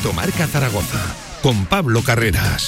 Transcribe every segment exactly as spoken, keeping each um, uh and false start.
Directo Marca Zaragoza, con Pablo Carreras.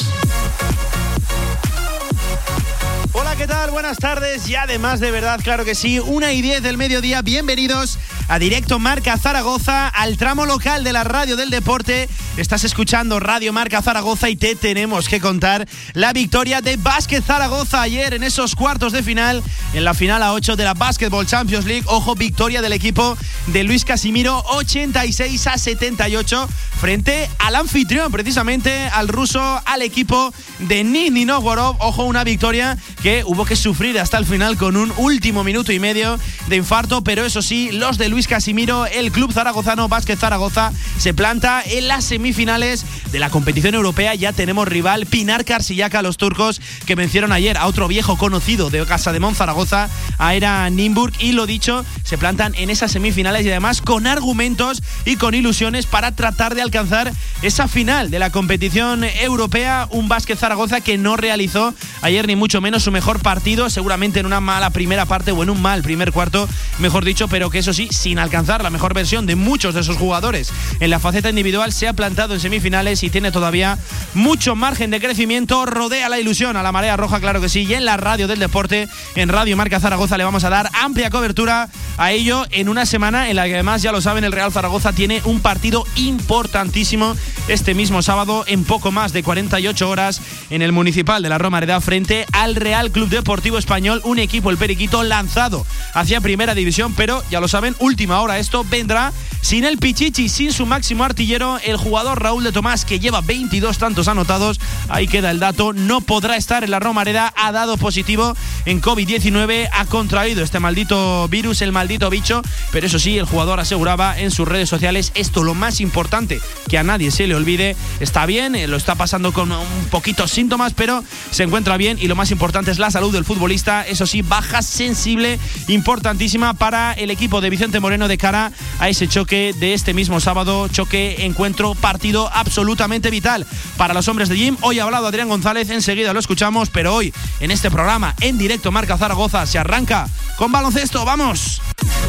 Hola, ¿qué tal? Buenas tardes y además de verdad, claro que sí, una y diez del mediodía, bienvenidos a Directo Marca Zaragoza, al tramo local de la radio del deporte. Estás escuchando Radio Marca Zaragoza y te tenemos que contar la victoria de Básquet Zaragoza ayer en esos cuartos de final, en la final a ocho de la Basketball Champions League. Ojo, victoria del equipo de Luis Casimiro, ochenta y seis a setenta y ocho, frente al anfitrión, precisamente al ruso, al equipo de Nizhny Novgorod. Ojo, una victoria que hubo que sufrir hasta el final con un último minuto y medio de infarto, pero eso sí, los de Luis Casimiro, el club zaragozano Básquet Zaragoza, se planta en las semifinales de la competición europea. Ya tenemos rival, Pinar Karşıyaka, los turcos, que vencieron ayer a otro viejo conocido de Casademont Zaragoza, a Era Nymburk, y lo dicho, se plantan en esas semifinales y además con argumentos y con ilusiones para tratar de alcanzar esa final de la competición europea. Un Básquet Zaragoza que no realizó ayer ni mucho menos su mejor partido, seguramente en una mala primera parte o en un mal primer cuarto, mejor dicho, pero que eso sí, sin alcanzar la mejor versión de muchos de sus jugadores en la faceta individual, se ha plantado en semifinales y tiene todavía mucho margen de crecimiento. Rodea la ilusión a la marea roja, claro que sí, y en la radio del deporte, en Radio Marca Zaragoza, le vamos a dar amplia cobertura a ello en una semana en la que además, ya lo saben, el Real Zaragoza tiene un partido importantísimo este mismo sábado, en poco más de cuarenta y ocho horas, en el Municipal de la Romareda, frente al Real Club Deportivo Español, un equipo, el Periquito, lanzado hacia Primera División, pero ya lo saben, última hora, esto vendrá sin el Pichichi, sin su máximo artillero, el jugador Raúl de Tomás, que lleva veintidós tantos anotados. Ahí queda el dato, no podrá estar en la Romareda, ha dado positivo en covid diecinueve, ha contraído este maldito virus, el maldito bicho, pero eso sí, el jugador aseguraba en sus redes sociales, esto lo más importante, que a nadie se le olvide, está bien, lo está pasando con un poquito síntomas, pero se encuentra bien, y lo más importante es la salud del futbolista. Eso sí, baja sensible, importantísima para el equipo de Vicente Moreno de cara a ese choque de este mismo sábado, choque, encuentro, partido absolutamente vital para los hombres de Jim. Hoy ha hablado Adrián González, enseguida lo escuchamos, pero hoy en este programa en Directo Marca Zaragoza se arranca con baloncesto. ¡Vamos!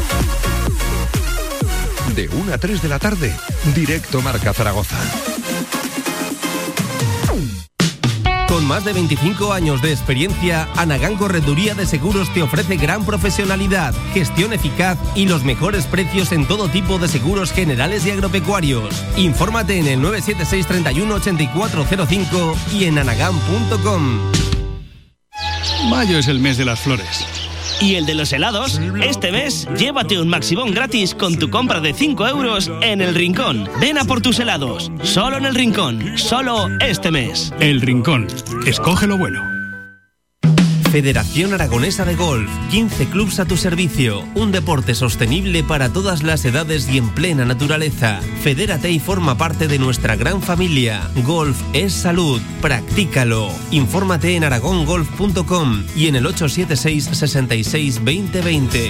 De una a tres de la tarde, Directo Marca Zaragoza. Con más de veinticinco años de experiencia, Anagán Correduría de Seguros te ofrece gran profesionalidad, gestión eficaz y los mejores precios en todo tipo de seguros generales y agropecuarios. Infórmate en el nueve siete seis, treinta y uno, ochenta y cuatro cero cinco y en anagán punto com. Mayo es el mes de las flores. Y el de los helados. Este mes, llévate un Maxibón gratis con tu compra de cinco euros en El Rincón. Ven a por tus helados. Solo en El Rincón. Solo este mes. El Rincón. Escoge lo bueno. Federación Aragonesa de Golf, quince clubs a tu servicio, un deporte sostenible para todas las edades y en plena naturaleza. Fedérate y forma parte de nuestra gran familia. Golf es salud, practícalo. Infórmate en aragón golf punto com y en el ocho siete seis, sesenta y seis, veinte veinte.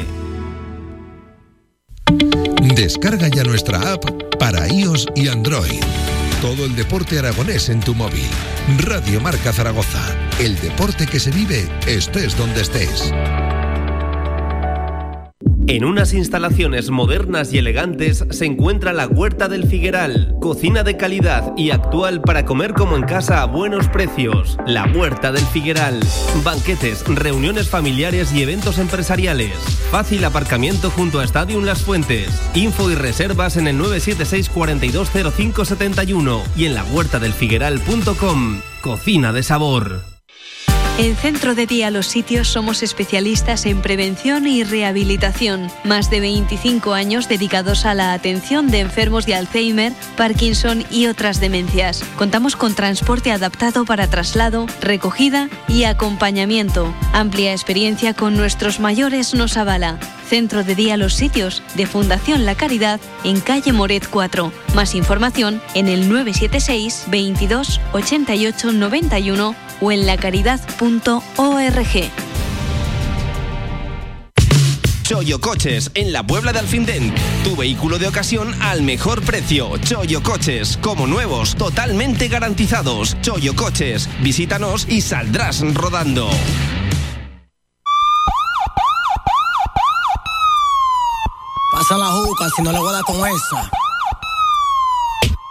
Descarga ya nuestra app para iOS y Android. Todo el deporte aragonés en tu móvil. Radio Marca Zaragoza. El deporte que se vive, estés donde estés. En unas instalaciones modernas y elegantes se encuentra la Huerta del Figueral. Cocina de calidad y actual para comer como en casa a buenos precios. La Huerta del Figueral. Banquetes, reuniones familiares y eventos empresariales. Fácil aparcamiento junto a Stadium Las Fuentes. Info y reservas en el nueve siete seis, cuarenta y dos, cero cinco, setenta y uno y en la huerta del figueral punto com. Cocina de sabor. En Centro de Día Los Sitios somos especialistas en prevención y rehabilitación. Más de veinticinco años dedicados a la atención de enfermos de Alzheimer, Parkinson y otras demencias. Contamos con transporte adaptado para traslado, recogida y acompañamiento. Amplia experiencia con nuestros mayores nos avala. Centro de Día Los Sitios, de Fundación La Caridad, en calle Moret cuatro. Más información en el nueve siete seis, veintidós, ochenta y ocho, noventa y uno o en lacaridad punto org. Choyo Coches, en la Puebla de Alfindén. Tu vehículo de ocasión al mejor precio. Choyo Coches, como nuevos, totalmente garantizados. Choyo Coches, visítanos y saldrás rodando. Pasa la juca, si no le voy a dar con esa.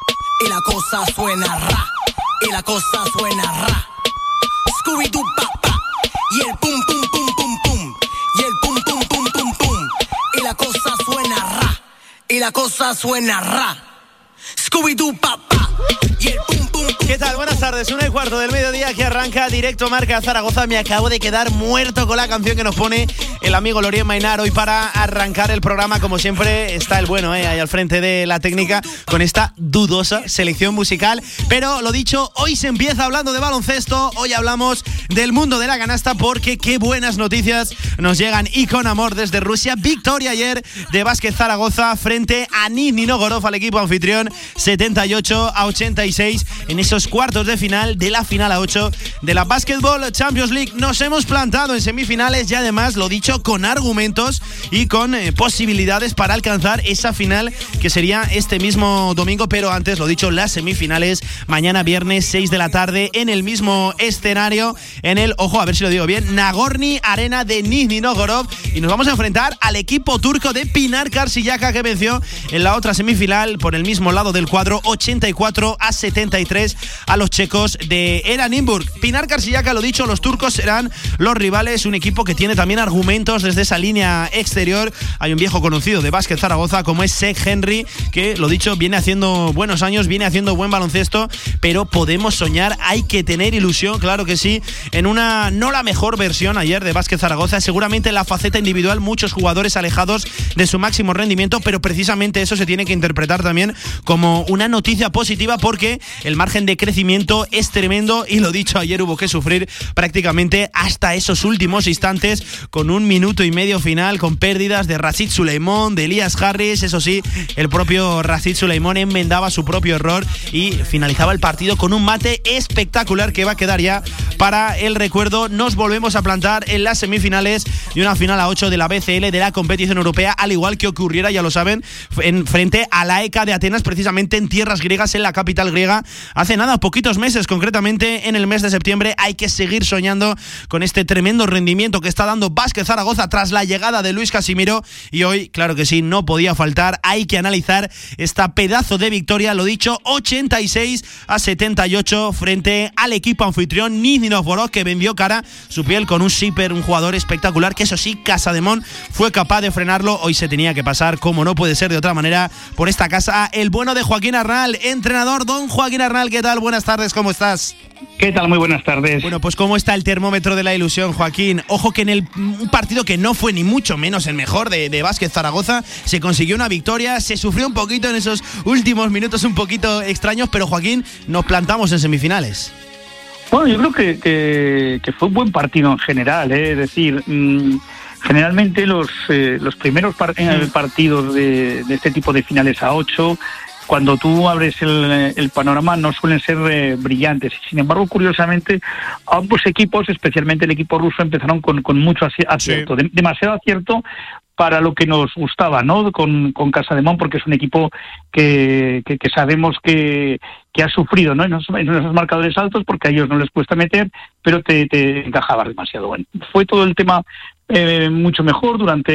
y la cosa suena ra, y la cosa suena ra. Scooby-Doo pa pa, y el pum pum pum pum pum, y el pum pum pum pum pum, y la cosa suena ra, y la cosa suena ra. Scooby-Doo pa pa, y el pum pum. ¿Qué tal? Buenas tardes, una y cuarto del mediodía que arranca Directo Marca Zaragoza. Me acabo de quedar muerto con la canción que nos pone el amigo Lorien Mainar. Hoy para arrancar el programa, como siempre, está el bueno, ¿eh? ahí al frente de la técnica con esta dudosa selección musical. Pero lo dicho, hoy se empieza hablando de baloncesto, hoy hablamos del mundo de la canasta porque qué buenas noticias nos llegan y con amor desde Rusia. Victoria ayer de Básquet Zaragoza frente a Nizhny Novgorod, al equipo anfitrión, setenta y ocho a ochenta y seis en esos cuartos de final de la final a ocho de la Basketball Champions League. Nos hemos plantado en semifinales y además, lo dicho, con argumentos y con eh, posibilidades para alcanzar esa final que sería este mismo domingo, pero antes, lo dicho, las semifinales mañana viernes seis de la tarde en el mismo escenario, en el, ojo, a ver si lo digo bien, Nagorny Arena de Nizhny Novgorod, y nos vamos a enfrentar al equipo turco de Pinar Karsiyaka, que venció en la otra semifinal por el mismo lado del cuadro ochenta y cuatro a setenta y tres a los checos de Ekaterinburg. Pinar Karsiyaka, lo dicho, los turcos serán los rivales, un equipo que tiene también argumentos desde esa línea exterior. Hay un viejo conocido de Básquet Zaragoza como es Sek Henry, que, lo dicho, viene haciendo buenos años, viene haciendo buen baloncesto, pero podemos soñar, hay que tener ilusión, claro que sí, en una, no la mejor versión ayer de Básquet Zaragoza, seguramente en la faceta individual muchos jugadores alejados de su máximo rendimiento, pero precisamente eso se tiene que interpretar también como una noticia positiva porque el margen de crecimiento es tremendo y, lo dicho, ayer hubo que sufrir prácticamente hasta esos últimos instantes con un minuto y medio final, con pérdidas de Rashid Suleimán, de Elias Harris. Eso sí, el propio Rashid Suleimán enmendaba su propio error y finalizaba el partido con un mate espectacular que va a quedar ya para el recuerdo. Nos volvemos a plantar en las semifinales de una final a ocho de la B C L de la competición europea, al igual que ocurriera, ya lo saben, en frente a la E C A de Atenas, precisamente en tierras griegas, en la capital griega, hace nada, poquitos meses, concretamente en el mes de septiembre. Hay que seguir soñando con este tremendo rendimiento que está dando Básquet Zaragoza tras la llegada de Luis Casimiro, y hoy, claro que sí, no podía faltar, hay que analizar esta pedazo de victoria, lo dicho, ochenta y seis a setenta y ocho frente al equipo anfitrión Nizhny Novgorod, que vendió cara su piel con un shipper, un jugador espectacular, que eso sí, Casademón fue capaz de frenarlo. Hoy se tenía que pasar, como no puede ser de otra manera, por esta casa, el bueno de Joaquín Arnal, entrenador. Don Joaquín Arnal, ¿qué tal? Buenas tardes, ¿cómo estás? ¿Qué tal? Muy buenas tardes. Bueno, pues ¿cómo está el termómetro de la ilusión, Joaquín? Ojo que en el, un partido que no fue ni mucho menos el mejor de, de Básquet Zaragoza, se consiguió una victoria, se sufrió un poquito en esos últimos minutos un poquito extraños, pero Joaquín, nos plantamos en semifinales. Bueno, yo creo que, que, que fue un buen partido en general, ¿eh? Es decir, mmm, generalmente los, eh, los primeros par- sí. partidos de, de este tipo de finales a ocho, cuando tú abres el, el panorama, no suelen ser eh, brillantes. Sin embargo, curiosamente, ambos equipos, especialmente el equipo ruso, empezaron con, con mucho acierto, sí. de, demasiado acierto para lo que nos gustaba, ¿no? Con, con Casademón, porque es un equipo que, que, que sabemos que, que ha sufrido, ¿no? En esos, en esos marcadores altos, porque a ellos no les cuesta meter, pero te, te encajaba demasiado. Bueno, fue todo el tema eh, mucho mejor durante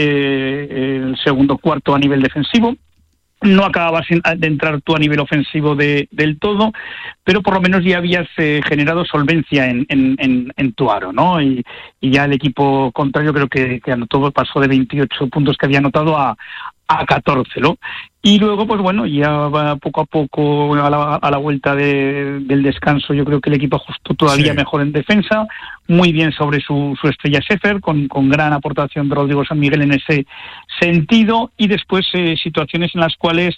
el segundo cuarto a nivel defensivo. No acababas de entrar tú a nivel ofensivo de, del todo, pero por lo menos ya habías eh, generado solvencia en, en, en, en tu aro, ¿no? Y, y ya el equipo contrario creo que, que anotó, pasó de veintiocho puntos que había anotado a, a catorce, ¿no? Y luego, pues bueno, ya va poco a poco a la, a la vuelta de, del descanso, yo creo que el equipo ajustó todavía sí. mejor en defensa, muy bien sobre su, su estrella Sefer, con, con gran aportación de Rodrigo San Miguel en ese sentido, y después eh, situaciones en las cuales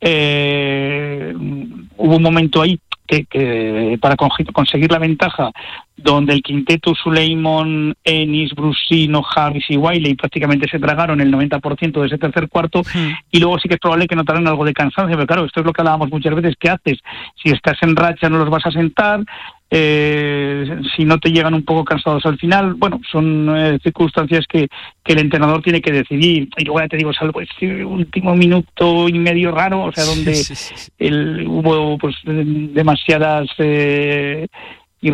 eh, hubo un momento ahí que, que para conseguir la ventaja, donde el quinteto Suleimán, Ennis, Brusino, Harris y Wiley prácticamente se tragaron el noventa por ciento de ese tercer cuarto, sí. y luego sí que es probable que notaran algo de cansancio, pero claro, esto es lo que hablábamos muchas veces, ¿qué haces? Si estás en racha no los vas a sentar, eh, si no te llegan un poco cansados al final, bueno, son eh, circunstancias que, que el entrenador tiene que decidir, y luego ya te digo, salvo ese último minuto y medio raro, o sea, donde sí, sí, sí. El, hubo pues demasiadas eh,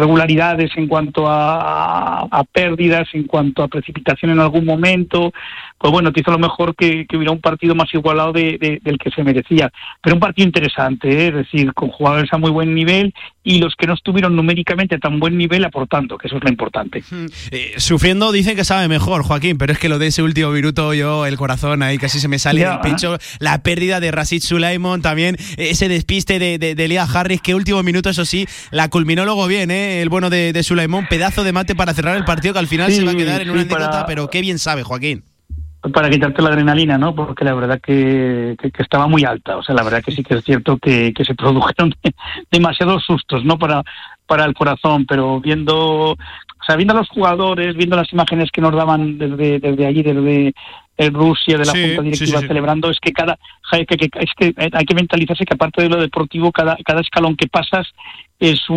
irregularidades en cuanto a, a, a pérdidas, en cuanto a precipitación en algún momento, pues bueno, te hizo lo mejor que, que hubiera un partido más igualado de, de, del que se merecía. Pero un partido interesante, ¿eh? Es decir, con jugadores a muy buen nivel y los que no estuvieron numéricamente a tan buen nivel aportando, que eso es lo importante. Eh, sufriendo dicen que sabe mejor, Joaquín, pero es que lo de ese último minuto, yo el corazón ahí casi se me sale ya, del pecho. ¿Eh? La pérdida de Rashid Suleiman, también ese despiste de, de, de Elijah Harris, que último minuto, eso sí, la culminó luego bien, ¿eh? El bueno de, de Suleiman, pedazo de mate para cerrar el partido que al final sí, se va a quedar en sí, una anécdota, para... pero qué bien sabe, Joaquín. Para quitarte la adrenalina, ¿no? Porque la verdad que, que, que estaba muy alta. O sea, la verdad que sí que es cierto que, que se produjeron de, demasiados sustos, ¿no? Para, para el corazón, pero viendo, o sea, viendo a los jugadores, viendo las imágenes que nos daban desde, desde allí, desde en Rusia, de la sí, Junta Directiva sí, sí, celebrando, sí. es que cada es que, es que hay que mentalizarse que aparte de lo deportivo, cada, cada escalón que pasas es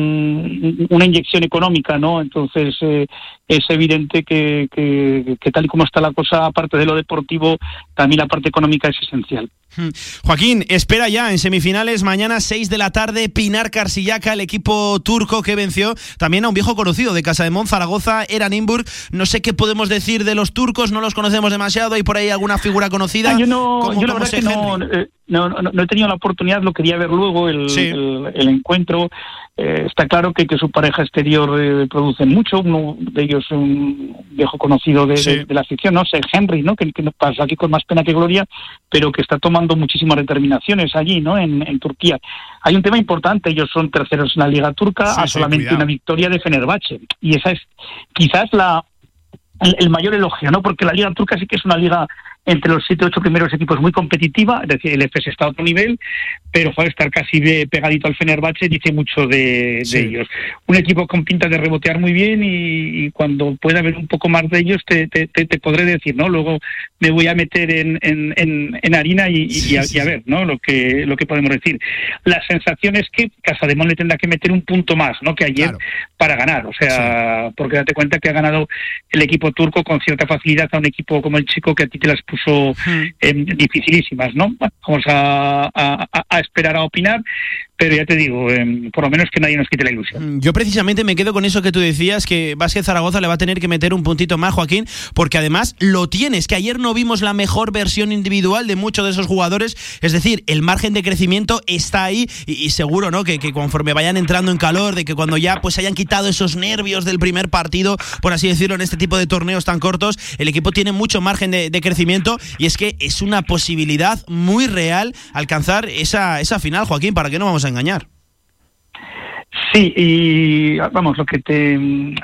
un, una inyección económica, ¿no? Entonces eh, es evidente que, que, que tal y como está la cosa, aparte de lo deportivo, también la parte económica es esencial. Joaquín, espera ya en semifinales mañana seis de la tarde, Pinar Karşıyaka, el equipo turco que venció también a un viejo conocido de Casademont, Zaragoza, Eren Imburg. No sé qué podemos decir de los turcos, no los conocemos demasiado, ¿hay por ahí alguna figura conocida? Ah, yo no, ¿Cómo, yo la verdad que no, eh, no, no, no he tenido la oportunidad, lo quería ver luego el, sí. el, el encuentro. Eh, está claro que, que su pareja exterior eh, produce mucho, uno de ellos un viejo conocido de, sí. de, de la afición, ¿no? Ser Henry, ¿no? Que, que pasa aquí con más pena que gloria, pero que está tomando muchísimas determinaciones allí, ¿no? En, en Turquía. Hay un tema importante, ellos son terceros en la Liga Turca, sí, a solamente sí, una victoria de Fenerbahce, y esa es quizás la el, el mayor elogio, ¿no? Porque la Liga Turca sí que es una liga entre los siete ocho primeros equipos muy competitiva, es decir, el Efes está a otro nivel, pero joder, estar casi pegadito al Fenerbahce dice mucho de, sí. de ellos. Un equipo con pinta de rebotear muy bien y, y cuando pueda haber un poco más de ellos te, te, te, te podré decir, ¿no? Luego me voy a meter en, en, en, en harina y, sí, y, a, sí. y a ver, ¿no? Lo que lo que podemos decir. La sensación es que Casademont le tendrá que meter un punto más, ¿no? Que ayer, claro, para ganar, o sea, sí. porque date cuenta que ha ganado el equipo turco con cierta facilidad a un equipo como el Chico, que a ti te las puso eh, dificilísimas, ¿no? Vamos a, a, a esperar a opinar, pero ya te digo, eh, por lo menos que nadie nos quite la ilusión. Yo precisamente me quedo con eso que tú decías, que Básquet Zaragoza le va a tener que meter un puntito más, Joaquín, porque además lo tienes, que ayer no vimos la mejor versión individual de muchos de esos jugadores, es decir, el margen de crecimiento está ahí y, y seguro, ¿no? Que, que conforme vayan entrando en calor, de que cuando ya pues hayan quitado esos nervios del primer partido, por así decirlo, en este tipo de torneos tan cortos, el equipo tiene mucho margen de, de crecimiento y es que es una posibilidad muy real alcanzar esa, esa final, Joaquín, ¿para qué no vamos a engañar? Sí, y vamos, lo que te... Eh,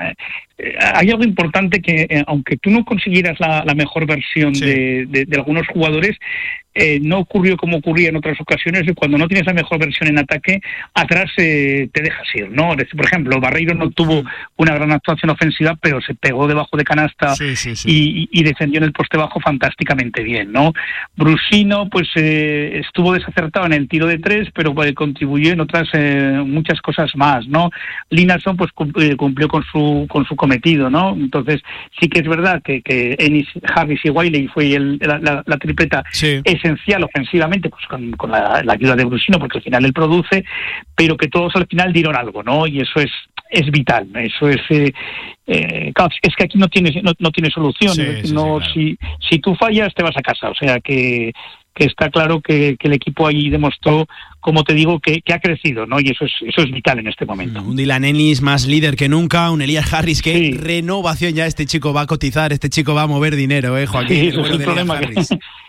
hay algo importante que, eh, aunque tú no consiguieras la, la mejor versión sí. de, de, de algunos jugadores, eh, no ocurrió como ocurría en otras ocasiones, y cuando no tienes la mejor versión en ataque, atrás eh, te dejas ir, ¿no? Por ejemplo, Barreiro no tuvo una gran actuación ofensiva, pero se pegó debajo de canasta sí, sí, sí. Y, y defendió en el poste bajo fantásticamente bien, ¿no? Brusino, pues eh, estuvo desacertado en el tiro de tres, pero pues, contribuyó en otras eh, muchas cosas más, ¿no? Linason, pues cumplió con su con su cometido, ¿no? Entonces, sí que es verdad que, que Ennis, Harris y Wiley fue el, la, la, la tripleta sí. esencial ofensivamente, pues con, con la, la ayuda de Brusino, porque al final él produce, pero que todos al final dieron algo, ¿no? Y eso es es vital, eso es eh, eh, claro, es que aquí no tiene no, no tiene solución, sí, sí, no sí, claro. si si tú fallas te vas a casa, o sea que que está claro que, que el equipo ahí demostró, como te digo, que, que ha crecido, ¿no? Y eso es eso es vital en este momento. Un Dylan Ennis más líder que nunca, un Elijah Harris que sí. renovación ya, este chico va a cotizar, este chico va a mover dinero, ¿eh, Joaquín? Sí, eso es el problema que...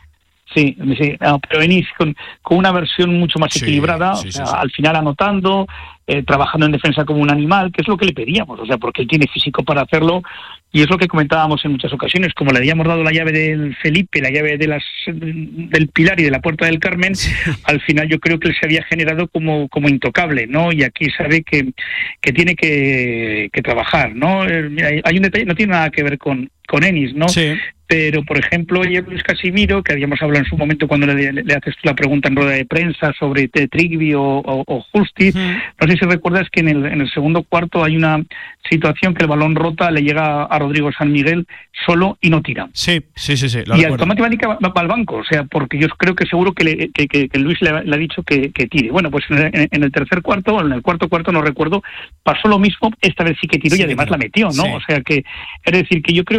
Sí, sí, pero Ennis con, con una versión mucho más sí, equilibrada, sí, sí, o sea, sí. al final anotando, eh, trabajando en defensa como un animal, que es lo que le pedíamos, o sea, porque él tiene físico para hacerlo, y es lo que comentábamos en muchas ocasiones, como le habíamos dado la llave del Felipe, la llave de las del Pilar y de la Puerta del Carmen, sí. al final yo creo que él se había generado como como intocable, ¿no? Y aquí sabe que, que tiene que, que trabajar, ¿no? Hay, hay un detalle, no tiene nada que ver con, con Ennis, ¿no? Sí. Pero, por ejemplo, ayer Luis Casimiro, que habíamos hablado en su momento cuando le, le, le haces tú la pregunta en rueda de prensa sobre Trigby o, o, o Justi, uh-huh. no sé si recuerdas que en el, en el segundo cuarto hay una situación que el balón rota, le llega a Rodrigo San Miguel solo y no tira. Sí, sí, sí. sí y automáticamente va, va al banco, o sea, porque yo creo que seguro que, le, que, que, que Luis le, le ha dicho que, que tire. Bueno, pues en el, en el tercer cuarto, o en el cuarto cuarto, no recuerdo, pasó lo mismo, esta vez sí que tiró sí, y además la metió, ¿no? Sí. O sea que, es decir, que yo creo que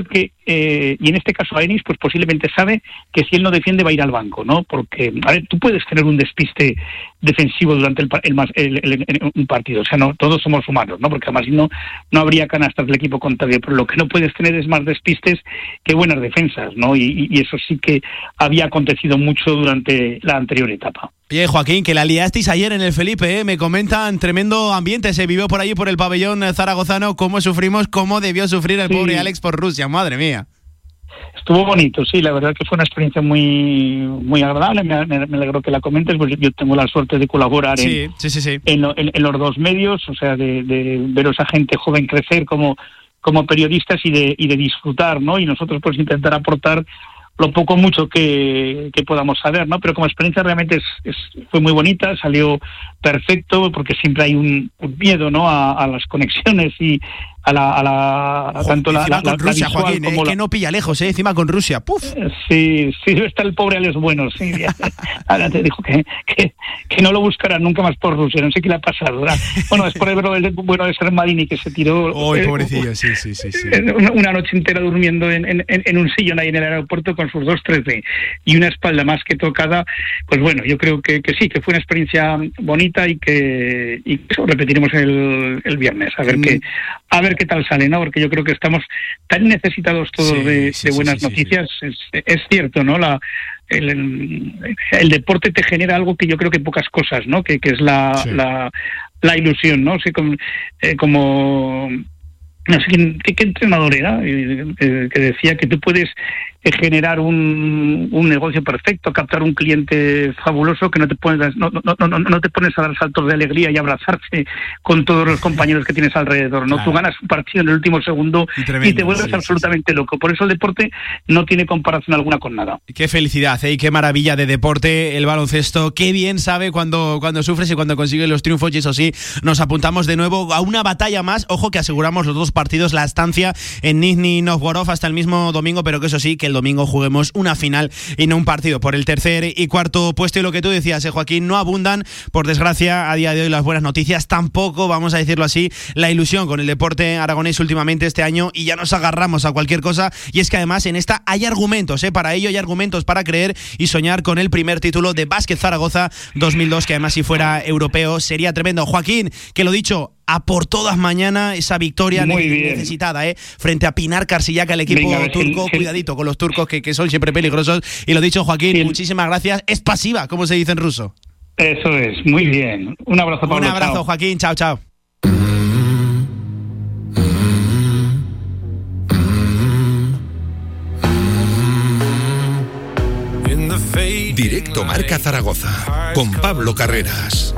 Eh, y en este caso Aenis pues posiblemente sabe que si él no defiende va a ir al banco, ¿no? Porque, a ver, tú puedes tener un despiste defensivo durante el, el, el, el, el, un partido, o sea, no todos somos humanos, ¿no? Porque además no, no habría canastas del equipo contrario, pero lo que no puedes tener es más despistes que buenas defensas, ¿no? Y, y eso sí que había acontecido mucho durante la anterior etapa. Oye, Joaquín, que la liasteis ayer en el Felipe, ¿eh? Me comentan, tremendo ambiente se vivió por allí, por el pabellón zaragozano, cómo sufrimos, cómo debió sufrir el sí. pobre Alex por Rusia, madre mía. Estuvo bonito, sí, la verdad que fue una experiencia muy muy agradable, me, me, me alegro que la comentes, pues yo tengo la suerte de colaborar sí, en, sí, sí, sí. En, en, en los dos medios, o sea, de, de ver a esa gente joven crecer como, como periodistas y de, y de disfrutar, ¿no? Y nosotros pues intentar aportar lo poco mucho que, que podamos saber, ¿no? Pero como experiencia realmente es, es, fue muy bonita, salió perfecto, porque siempre hay un, un miedo, ¿no? A, a las conexiones y a la, a la a tanto la, la, con la, Rusia, la Joaquín, como eh, la... que no pilla lejos, eh, encima con Rusia, puf. Sí, sí, está el pobre Alex Bueno, sí. Ahora te dijo que, que, que no lo buscará nunca más por Rusia, no sé qué le ha pasado, ¿verdad? Bueno, es por el, el bueno de Ser Madini que se tiró. Oh, eh, pobrecillo, sí, sí, sí, sí. Una, una noche entera durmiendo en, en, en un sillón ahí en el aeropuerto con sus dos tres D y una espalda más que tocada. Pues bueno, yo creo que, que sí, que fue una experiencia bonita y que, y que eso repetiremos el, el viernes, a ver mm. qué a ver qué tal sale, ¿no? Porque yo creo que estamos tan necesitados todos sí, de, sí, de buenas sí, sí, noticias. Sí, sí. Es, es cierto, ¿no? La, el, el, el deporte te genera algo que yo creo que pocas cosas, ¿no? Que, que es la, sí. la, la ilusión, ¿no? O sea, como, eh, como no sé quién, qué, qué entrenador era, eh, eh, que decía que tú puedes eh, generar un, un negocio perfecto, captar un cliente fabuloso, que no te pones no, no, no, no te pones a dar saltos de alegría y abrazarse con todos los compañeros que tienes alrededor, ¿no? Claro. Tú ganas un partido en el último segundo y, tremendo, y te vuelves sí, absolutamente sí, sí. loco. Por eso el deporte no tiene comparación alguna con nada. Qué felicidad, ¿eh? Y qué maravilla de deporte el baloncesto. Qué bien sabe cuando, cuando sufres y cuando consigues los triunfos. Y eso sí, nos apuntamos de nuevo a una batalla más. Ojo que aseguramos los dos partidos, la estancia en Nizhny Novgorod hasta el mismo domingo, pero que eso sí, que el domingo juguemos una final y no un partido por el tercer y cuarto puesto. Y lo que tú decías, eh, Joaquín, no abundan, por desgracia, a día de hoy las buenas noticias, tampoco, vamos a decirlo así, la ilusión con el deporte aragonés últimamente este año, y ya nos agarramos a cualquier cosa. Y es que además en esta hay argumentos, eh, para ello hay argumentos para creer y soñar con el primer título de Básquet Zaragoza dos mil dos, que además si fuera europeo sería tremendo. Joaquín, que lo dicho, a por todas mañana esa victoria ne- necesitada, ¿eh? Frente a Pinar Karsillaca, el equipo Venga, turco. El, Cuidadito con los turcos que, que son siempre peligrosos. Y lo dicho, Joaquín, el, muchísimas gracias. Es pasiva, como se dice en ruso. Eso es, muy bien. Un abrazo, Pablo. Un abrazo, chao. Joaquín. Chao, chao. Directo Marca Zaragoza con Pablo Carreras.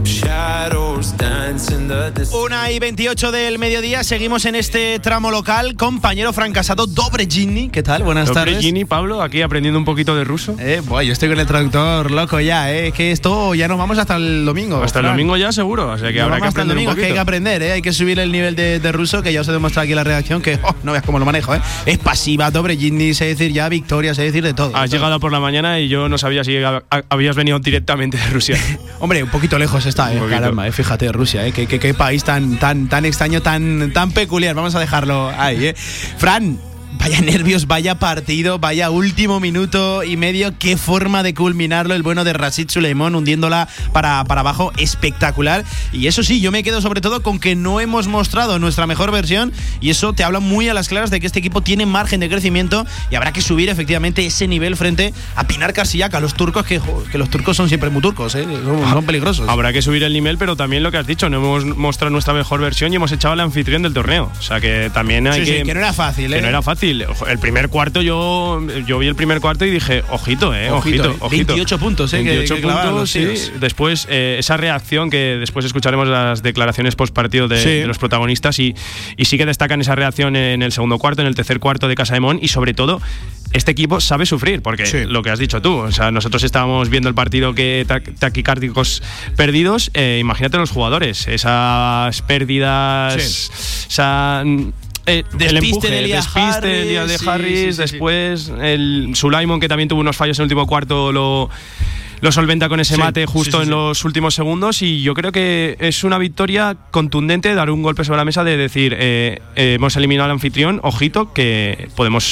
Una y veintiocho del mediodía, seguimos en este tramo local. Compañero francasado Dobregini, ¿qué tal? Buenas Dobregini, tardes. Dobregini, Pablo, aquí aprendiendo un poquito de ruso. Eh, buah, yo estoy con el traductor loco ya, eh. Que esto ya nos vamos hasta el domingo. Hasta Fran. el domingo ya seguro, o sea que nos habrá que hasta aprender el domingo, un poquito. Es que hay que aprender, eh. Hay que subir el nivel de, de ruso, que ya os he demostrado aquí en la redacción que, oh, no veas cómo lo manejo, eh. Es pasiva, Dobregini, sé decir ya victoria, sé decir de todo. Has llegado por la mañana y yo no sabía si habías venido directamente de Rusia. Hombre, un poquito lejos está, eh. Caramba, eh. Fíjate, Rusia, eh. Qué, qué, qué país tan, tan, tan extraño, tan, tan peculiar. Vamos a dejarlo ahí, eh. Fran, vaya nervios, vaya partido, vaya último minuto y medio. Qué forma de culminarlo el bueno de Rashid Suleimán, hundiéndola para, para abajo. Espectacular. Y eso sí, yo me quedo sobre todo con que no hemos mostrado nuestra mejor versión, y eso te habla muy a las claras de que este equipo tiene margen de crecimiento y habrá que subir efectivamente ese nivel frente a Pinar Karsillaca, a los turcos, que, que los turcos son siempre muy turcos, ¿eh? son, son peligrosos. Habrá que subir el nivel, pero también lo que has dicho, no hemos mostrado nuestra mejor versión y hemos echado al anfitrión del torneo. O sea que también hay sí, que... Sí, que no era fácil, ¿eh? Que no era fácil. El primer cuarto, yo yo vi el primer cuarto y dije, ojito, eh, ojito, ojito. ojito. veintiocho puntos, eh. veintiocho que, que puntos, sí. Después, eh, esa reacción que después escucharemos las declaraciones post partido de, sí. de los protagonistas, y, y sí que destacan esa reacción en el segundo cuarto, en el tercer cuarto de Casa de Mon, y sobre todo, este equipo sabe sufrir, porque sí. lo que has dicho tú, o sea, nosotros estábamos viendo el partido que taquicárdicos perdidos, eh, imagínate los jugadores, esas pérdidas, sí. esa... Eh, despiste el empuje, de Elia despiste Harris, el día de sí, Harris, sí, sí, después sí. el Sulaimon, que también tuvo unos fallos en el último cuarto, lo, lo solventa con ese sí, mate justo sí, sí, en sí. los últimos segundos, y yo creo que es una victoria contundente, dar un golpe sobre la mesa de decir, eh, eh, hemos eliminado al anfitrión, ojito, que podemos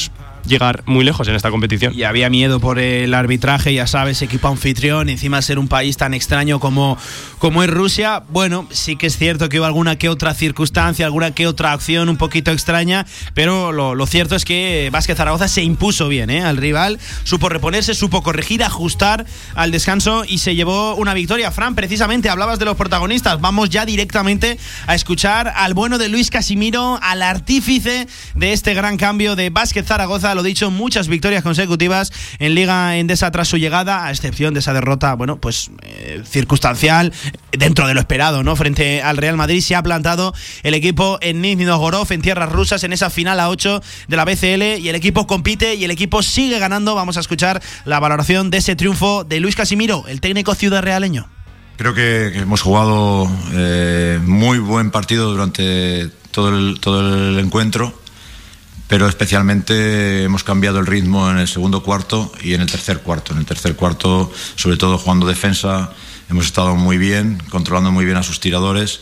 llegar muy lejos en esta competición. Y había miedo por el arbitraje, ya sabes, equipo anfitrión, encima ser un país tan extraño como, como es Rusia. Bueno, sí que es cierto que hubo alguna que otra circunstancia, alguna que otra acción un poquito extraña, pero lo, lo cierto es que Vázquez Zaragoza se impuso bien ¿eh? al rival, supo reponerse, supo corregir, ajustar al descanso y se llevó una victoria. Fran, precisamente hablabas de los protagonistas, vamos ya directamente a escuchar al bueno de Luis Casimiro, al artífice de este gran cambio de Vázquez Zaragoza. Lo dicho, muchas victorias consecutivas en Liga Endesa tras su llegada, a excepción de esa derrota, bueno, pues eh, circunstancial, dentro de lo esperado, ¿no? Frente al Real Madrid. Se ha plantado el equipo en Nizhny Novgorod, en tierras rusas, en esa final a ocho de la B C L, y el equipo compite y el equipo sigue ganando. Vamos a escuchar la valoración de ese triunfo de Luis Casimiro, el técnico ciudadrealeño. Creo que, que hemos jugado eh, muy buen partido durante todo el, todo el encuentro, pero especialmente hemos cambiado el ritmo en el segundo cuarto y en el tercer cuarto. En el tercer cuarto, sobre todo jugando defensa, hemos estado muy bien, controlando muy bien a sus tiradores,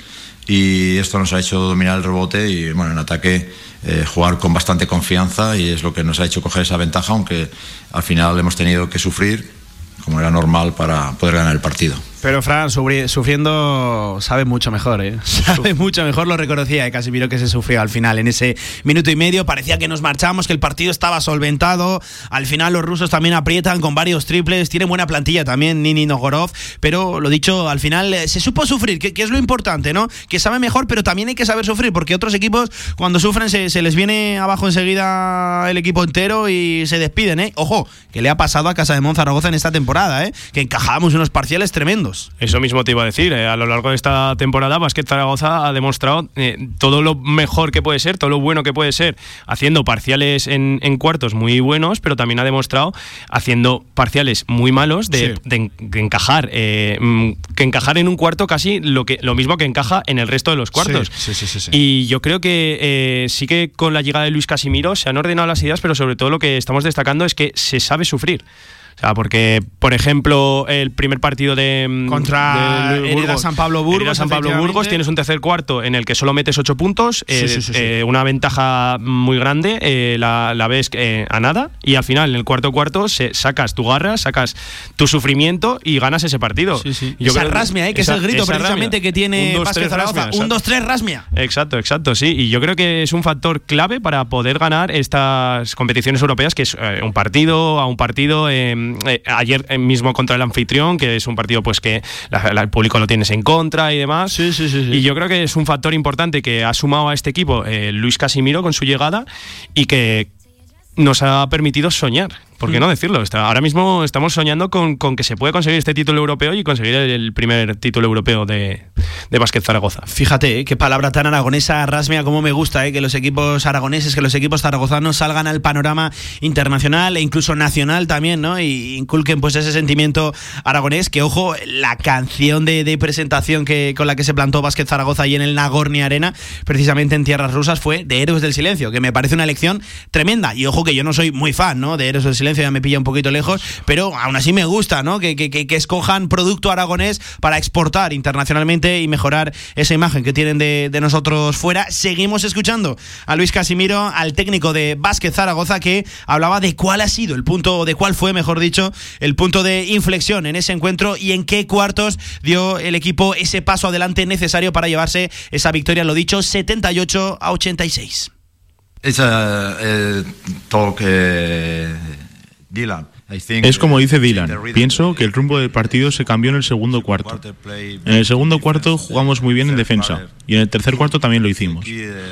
y esto nos ha hecho dominar el rebote y, bueno, en ataque eh, jugar con bastante confianza, y es lo que nos ha hecho coger esa ventaja, aunque al final hemos tenido que sufrir, como era normal, para poder ganar el partido. Pero Fran, sufriendo sabe mucho mejor, ¿eh? Sabe mucho mejor, lo reconocía ¿eh? Casimiro, que se sufrió al final en ese minuto y medio. Parecía que nos marchamos, que el partido estaba solventado. Al final los rusos también aprietan con varios triples, tienen buena plantilla también Nizhny Novgorod, pero lo dicho, al final eh, se supo sufrir, que, que es lo importante, ¿no? Que sabe mejor, pero también hay que saber sufrir, porque otros equipos cuando sufren se, se les viene abajo enseguida el equipo entero y se despiden, ¿eh? Ojo, que le ha pasado a Casademont Zaragoza en esta temporada, ¿eh? Que encajábamos unos parciales tremendos. Eso mismo te iba a decir, eh, a lo largo de esta temporada Vázquez Zaragoza ha demostrado eh, todo lo mejor que puede ser, todo lo bueno que puede ser, haciendo parciales en, en cuartos muy buenos, pero también ha demostrado haciendo parciales muy malos de, sí. de, de encajar eh, que encajar en un cuarto casi lo que lo mismo que encaja en el resto de los cuartos. Sí, sí, sí, sí, sí. Y yo creo que eh, sí que con la llegada de Luis Casimiro se han ordenado las ideas, pero sobre todo lo que estamos destacando es que se sabe sufrir. O sea, porque, por ejemplo, el primer partido de contra de Hereda San Pablo Burgos, San Pablo Burgos, tienes un tercer cuarto en el que solo metes ocho puntos, sí, eh, sí, sí, sí. Eh, una ventaja muy grande, eh, la, la ves eh, a nada, y al final en el cuarto cuarto se, sacas tu garra, sacas tu sufrimiento y ganas ese partido. Sí, sí. Yo esa creo, rasmia, eh, que esa, es el grito precisamente rasmia. Que tiene Vázquez Zaragoza. Un, dos, tres, rasmia. Exacto, exacto, sí. Y yo creo que es un factor clave para poder ganar estas competiciones europeas, que es eh, un partido a un partido. Eh, eh, ayer mismo contra el anfitrión, que es un partido pues que la, la, el público lo tienes en contra y demás. Sí, sí, sí, sí. Y yo creo que es un factor importante que ha sumado a este equipo eh, Luis Casimiro con su llegada y que nos ha permitido soñar. ¿Por qué no decirlo? Está, ahora mismo estamos soñando con, con que se puede conseguir este título europeo y conseguir el, el primer título europeo de, de Vázquez Zaragoza. Fíjate, ¿eh? Qué palabra tan aragonesa, rasmia, como me gusta, ¿eh? Que los equipos aragoneses, que los equipos zaragozanos salgan al panorama internacional e incluso nacional también, ¿no? Y inculquen pues ese sentimiento aragonés, que ojo, la canción de, de presentación que, con la que se plantó Vázquez Zaragoza ahí en el Nagorny Arena, precisamente en tierras rusas, fue de Héroes del Silencio, que me parece una elección tremenda. Y ojo que yo no soy muy fan, ¿no? De Héroes del Silencio, ya me pilla un poquito lejos, pero aún así me gusta, ¿no? Que, que, que escojan producto aragonés para exportar internacionalmente y mejorar esa imagen que tienen de, de nosotros fuera. Seguimos escuchando a Luis Casimiro, al técnico de Vázquez Zaragoza, que hablaba de cuál ha sido el punto, de cuál fue, mejor dicho, el punto de inflexión en ese encuentro y en qué cuartos dio el equipo ese paso adelante necesario para llevarse esa victoria, lo dicho, setenta y ocho a ochenta y seis. Es uh, talk uh... Dylan. Es como dice Dylan, pienso que el rumbo del partido se cambió en el segundo cuarto. En el segundo cuarto jugamos muy bien en defensa y en el tercer cuarto también lo hicimos.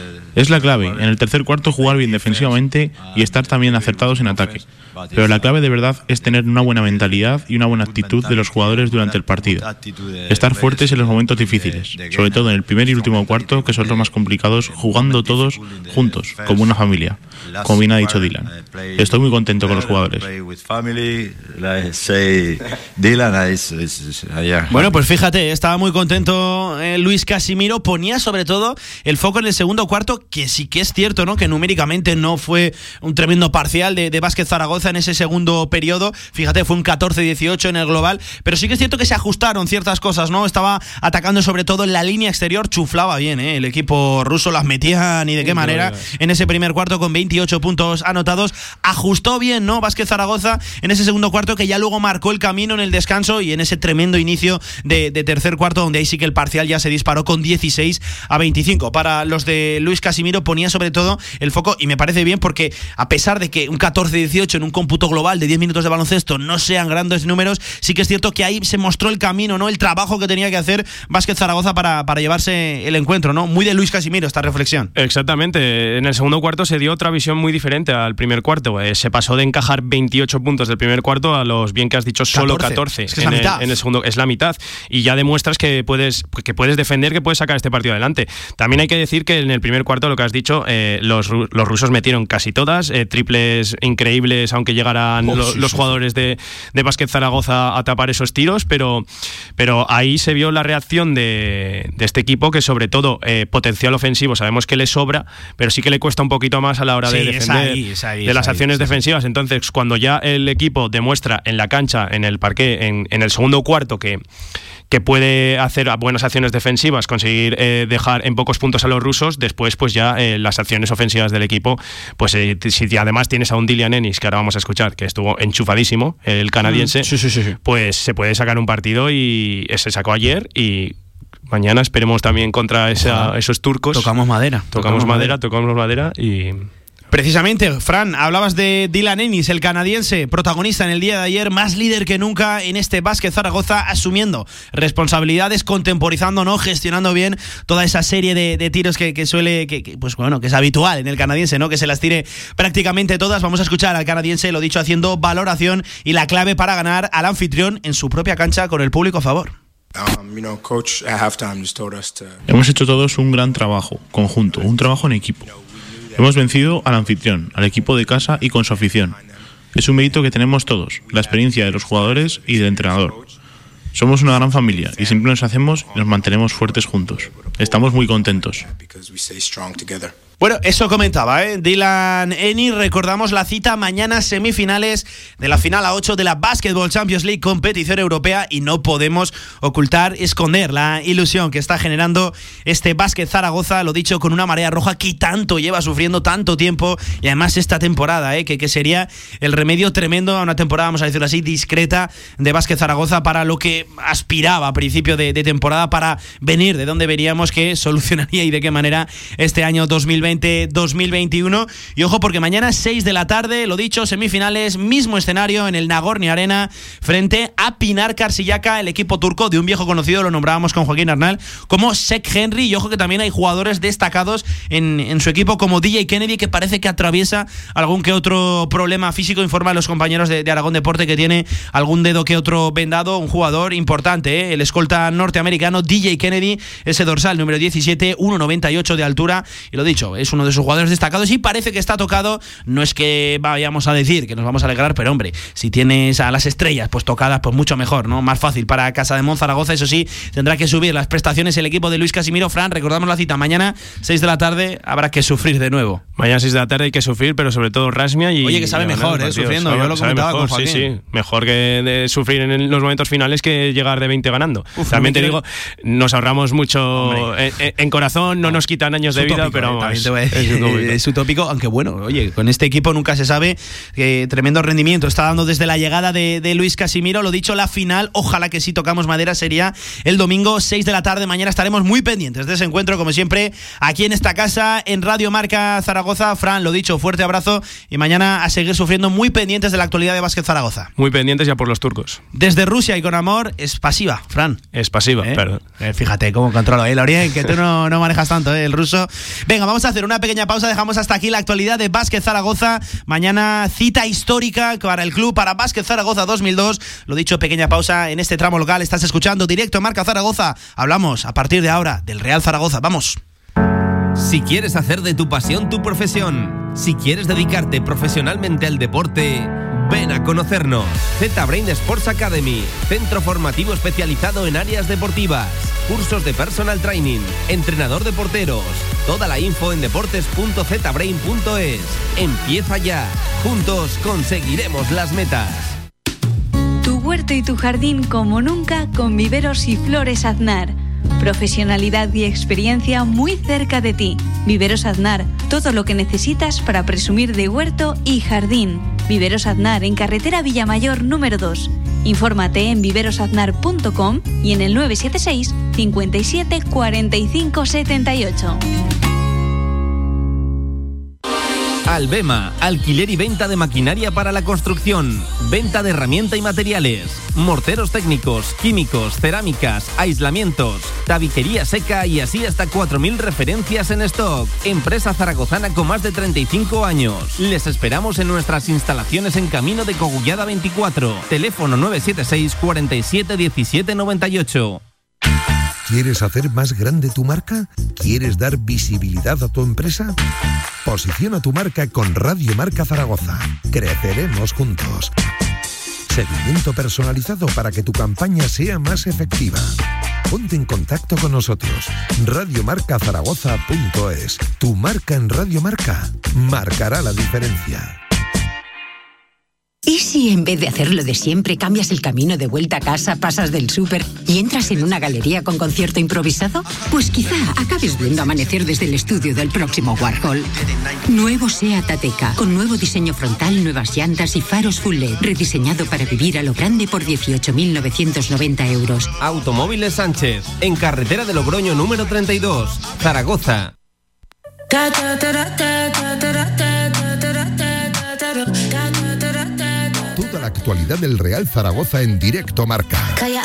Es la clave, en el tercer cuarto jugar bien defensivamente y estar también acertados en ataque. Pero la clave de verdad es tener una buena mentalidad y una buena actitud de los jugadores durante el partido. Estar fuertes en los momentos difíciles, sobre todo en el primer y último cuarto, que son los más complicados, jugando todos juntos, como una familia, como bien ha dicho Dylan. Estoy muy contento con los jugadores. Bueno, pues fíjate, estaba muy contento eh, Luis Casimiro poniendo ponía sobre todo el foco en el segundo cuarto, que sí que es cierto, ¿no?, que numéricamente no fue un tremendo parcial de, de Vázquez Zaragoza en ese segundo periodo. Fíjate, fue un catorce dieciocho en el global, pero sí que es cierto que se ajustaron ciertas cosas, ¿no? Estaba atacando sobre todo en la línea exterior, chuflaba bien, ¿eh? El equipo ruso las metía ni de qué manera en ese primer cuarto con veintiocho puntos anotados. Ajustó bien, ¿no?, Vázquez Zaragoza en ese segundo cuarto, que ya luego marcó el camino en el descanso y en ese tremendo inicio de, de tercer cuarto, donde ahí sí que el parcial ya se disparó con dieciséis a veinticinco. Para los de Luis Casimiro ponía sobre todo el foco, y me parece bien porque a pesar de que un catorce dieciocho en un cómputo global de diez minutos de baloncesto no sean grandes números, sí que es cierto que ahí se mostró el camino, ¿no?, el trabajo que tenía que hacer Vázquez Zaragoza para, para llevarse el encuentro, ¿no? Muy de Luis Casimiro esta reflexión. Exactamente, en el segundo cuarto se dio otra visión muy diferente al primer cuarto. Eh, se pasó de encajar veintiocho puntos del primer cuarto a los, bien que has dicho, solo catorce. Es que es en, la mitad. El, en el segundo, es la mitad, y ya demuestras que puedes, que puedes defender, que puedes sacar este partido adelante. También hay que decir que en el primer cuarto, lo que has dicho, eh, los, los rusos metieron casi todas, eh, triples increíbles, aunque llegaran oh, lo, sí, los sí, jugadores sí. de, de Vázquez Zaragoza a tapar esos tiros, pero, pero ahí se vio la reacción de, de este equipo, que sobre todo eh, potencial ofensivo sabemos que le sobra, pero sí que le cuesta un poquito más a la hora sí, de defender es ahí, es ahí, de las ahí, acciones sí, defensivas. Entonces, cuando ya el equipo demuestra en la cancha, en el parqué, en, en el segundo cuarto que que puede hacer buenas acciones defensivas, conseguir eh, dejar en pocos puntos a los rusos, después pues ya eh, las acciones ofensivas del equipo, pues eh, si además tienes a un Dilian Ennis, que ahora vamos a escuchar, que estuvo enchufadísimo, el canadiense, sí, sí, sí, sí. pues se puede sacar un partido, y se sacó ayer, y mañana esperemos también contra esa, esos turcos. Tocamos madera. Tocamos, tocamos madera, madera, tocamos madera y... Precisamente, Fran, hablabas de Dilian Ennis, el canadiense, protagonista en el día de ayer, más líder que nunca en este Vázquez Zaragoza, asumiendo responsabilidades, contemporizando, ¿no?, gestionando bien toda esa serie de, de tiros que, que suele, que, que, pues bueno, que es habitual en el canadiense, ¿no?, que se las tire prácticamente todas. Vamos a escuchar al canadiense, lo dicho, haciendo valoración y la clave para ganar al anfitrión en su propia cancha con el público a favor. Um, you know, coach at halftime just told us to... Hemos hecho todos un gran trabajo conjunto, un trabajo en equipo. Hemos vencido al anfitrión, al equipo de casa y con su afición. Es un mérito que tenemos todos, la experiencia de los jugadores y del entrenador. Somos una gran familia y siempre nos hacemos y nos mantenemos fuertes juntos. Estamos muy contentos. Bueno, eso comentaba, ¿eh? Dilian Ennis. Recordamos la cita mañana, semifinales de la final a ocho de la Basketball Champions League, competición europea, y no podemos ocultar, esconder la ilusión que está generando este Vázquez Zaragoza, lo dicho, con una marea roja que tanto lleva sufriendo tanto tiempo, y además esta temporada, ¿eh? que, que sería el remedio tremendo a una temporada, vamos a decirlo así, discreta de Vázquez Zaragoza para lo que aspiraba a principio de, de temporada, para venir de donde veríamos que solucionaría y de qué manera este año dos mil veinte dos mil veintiuno. Y ojo, porque mañana seis de la tarde, lo dicho, semifinales, mismo escenario en el Nagorny Arena, frente a Pinar Karsiyaka, el equipo turco de un viejo conocido, lo nombrábamos con Joaquín Arnal, como Sek Henry. Y ojo que también hay jugadores destacados en, en su equipo, como D J Kennedy, que parece que atraviesa algún que otro problema físico. Informan los compañeros de, de Aragón Deporte que tiene algún dedo que otro vendado. Un jugador importante, ¿eh? El escolta norteamericano D J Kennedy, ese dorsal número diecisiete, uno noventa y ocho de altura, y lo dicho, es uno de sus jugadores destacados y parece que está tocado. No es que vayamos a decir que nos vamos a alegrar, pero hombre, si tienes a las estrellas pues tocadas, pues mucho mejor, ¿no? Más fácil para Casa de Monzaragoza. Eso sí, tendrá que subir las prestaciones el equipo de Luis Casimiro. Fran, recordamos la cita mañana, seis de la tarde, habrá que sufrir de nuevo. Mañana seis de la tarde hay que sufrir, pero sobre todo Rasmia y... Oye, que sabe mejor, ¿eh? Sufriendo, sabe, yo lo comentaba mejor, con Joaquín. Sí, sí, mejor que de sufrir en los momentos finales que llegar de veinte ganando. Uf, También te digo, nos ahorramos mucho en, en corazón, no nos quitan años de vida, pero vamos, también te voy a decir, es, utópico. es utópico, aunque bueno, oye, con este equipo nunca se sabe, que tremendo rendimiento está dando desde la llegada de, de Luis Casimiro. Lo dicho, la final, ojalá que sí, tocamos madera, sería el domingo seis de la tarde. Mañana estaremos muy pendientes de ese encuentro, como siempre, aquí en esta casa, en Radio Marca Zaragoza. Fran, lo dicho, fuerte abrazo, y mañana a seguir sufriendo, muy pendientes de la actualidad de Vázquez Zaragoza. Muy pendientes ya por los turcos. Desde Rusia y con amor, es pasiva, Fran. Es pasiva, ¿Eh? perdón. Eh, fíjate cómo controlo, ¿eh, Lorien? Que tú no, no manejas tanto, ¿eh? El ruso. Venga, vamos a hacer una pequeña pausa, dejamos hasta aquí la actualidad de Vázquez Zaragoza. Mañana cita histórica para el club, para Vázquez Zaragoza dos mil dos. Lo dicho, pequeña pausa en este tramo local. Estás escuchando directo Marca Zaragoza. Hablamos a partir de ahora del Real Zaragoza. Vamos. Si quieres hacer de tu pasión tu profesión, si quieres dedicarte profesionalmente al deporte, ven a conocernos. Z-Brain Sports Academy, centro formativo especializado en áreas deportivas, cursos de personal training, entrenador de porteros. Toda la info en deportes punto z brain punto es. Empieza ya. Juntos conseguiremos las metas. Tu huerto y tu jardín como nunca con Viveros y Flores Aznar. Profesionalidad y experiencia muy cerca de ti. Viveros Aznar, todo lo que necesitas para presumir de huerto y jardín. Viveros Aznar en carretera Villamayor número dos. Infórmate en viveros aznar punto com y en el nueve siete seis, cincuenta y siete, cuarenta y cinco, setenta y ocho. Albema, alquiler y venta de maquinaria para la construcción, venta de herramienta y materiales, morteros técnicos, químicos, cerámicas, aislamientos, tabiquería seca y así hasta cuatro mil referencias en stock. Empresa zaragozana con más de treinta y cinco años. Les esperamos en nuestras instalaciones en Camino de Cogullada veinticuatro. Teléfono nueve siete seis, cuarenta y siete, diecisiete, noventa y ocho. ¿Quieres hacer más grande tu marca? ¿Quieres dar visibilidad a tu empresa? Posiciona tu marca con Radio Marca Zaragoza. Creceremos juntos. Seguimiento personalizado para que tu campaña sea más efectiva. Ponte en contacto con nosotros. radio marca zaragoza punto es. Tu marca en Radio Marca marcará la diferencia. ¿Y si en vez de hacerlo de siempre cambias el camino de vuelta a casa, pasas del súper y entras en una galería con concierto improvisado? Pues quizá acabes viendo amanecer desde el estudio del próximo Warhol. Nuevo SEAT Ateca, con nuevo diseño frontal, nuevas llantas y faros full L E D, rediseñado para vivir a lo grande por dieciocho mil novecientos noventa euros. Automóviles Sánchez, en carretera de Logroño número treinta y dos, Zaragoza. Toda la actualidad del Real Zaragoza en directo Marca.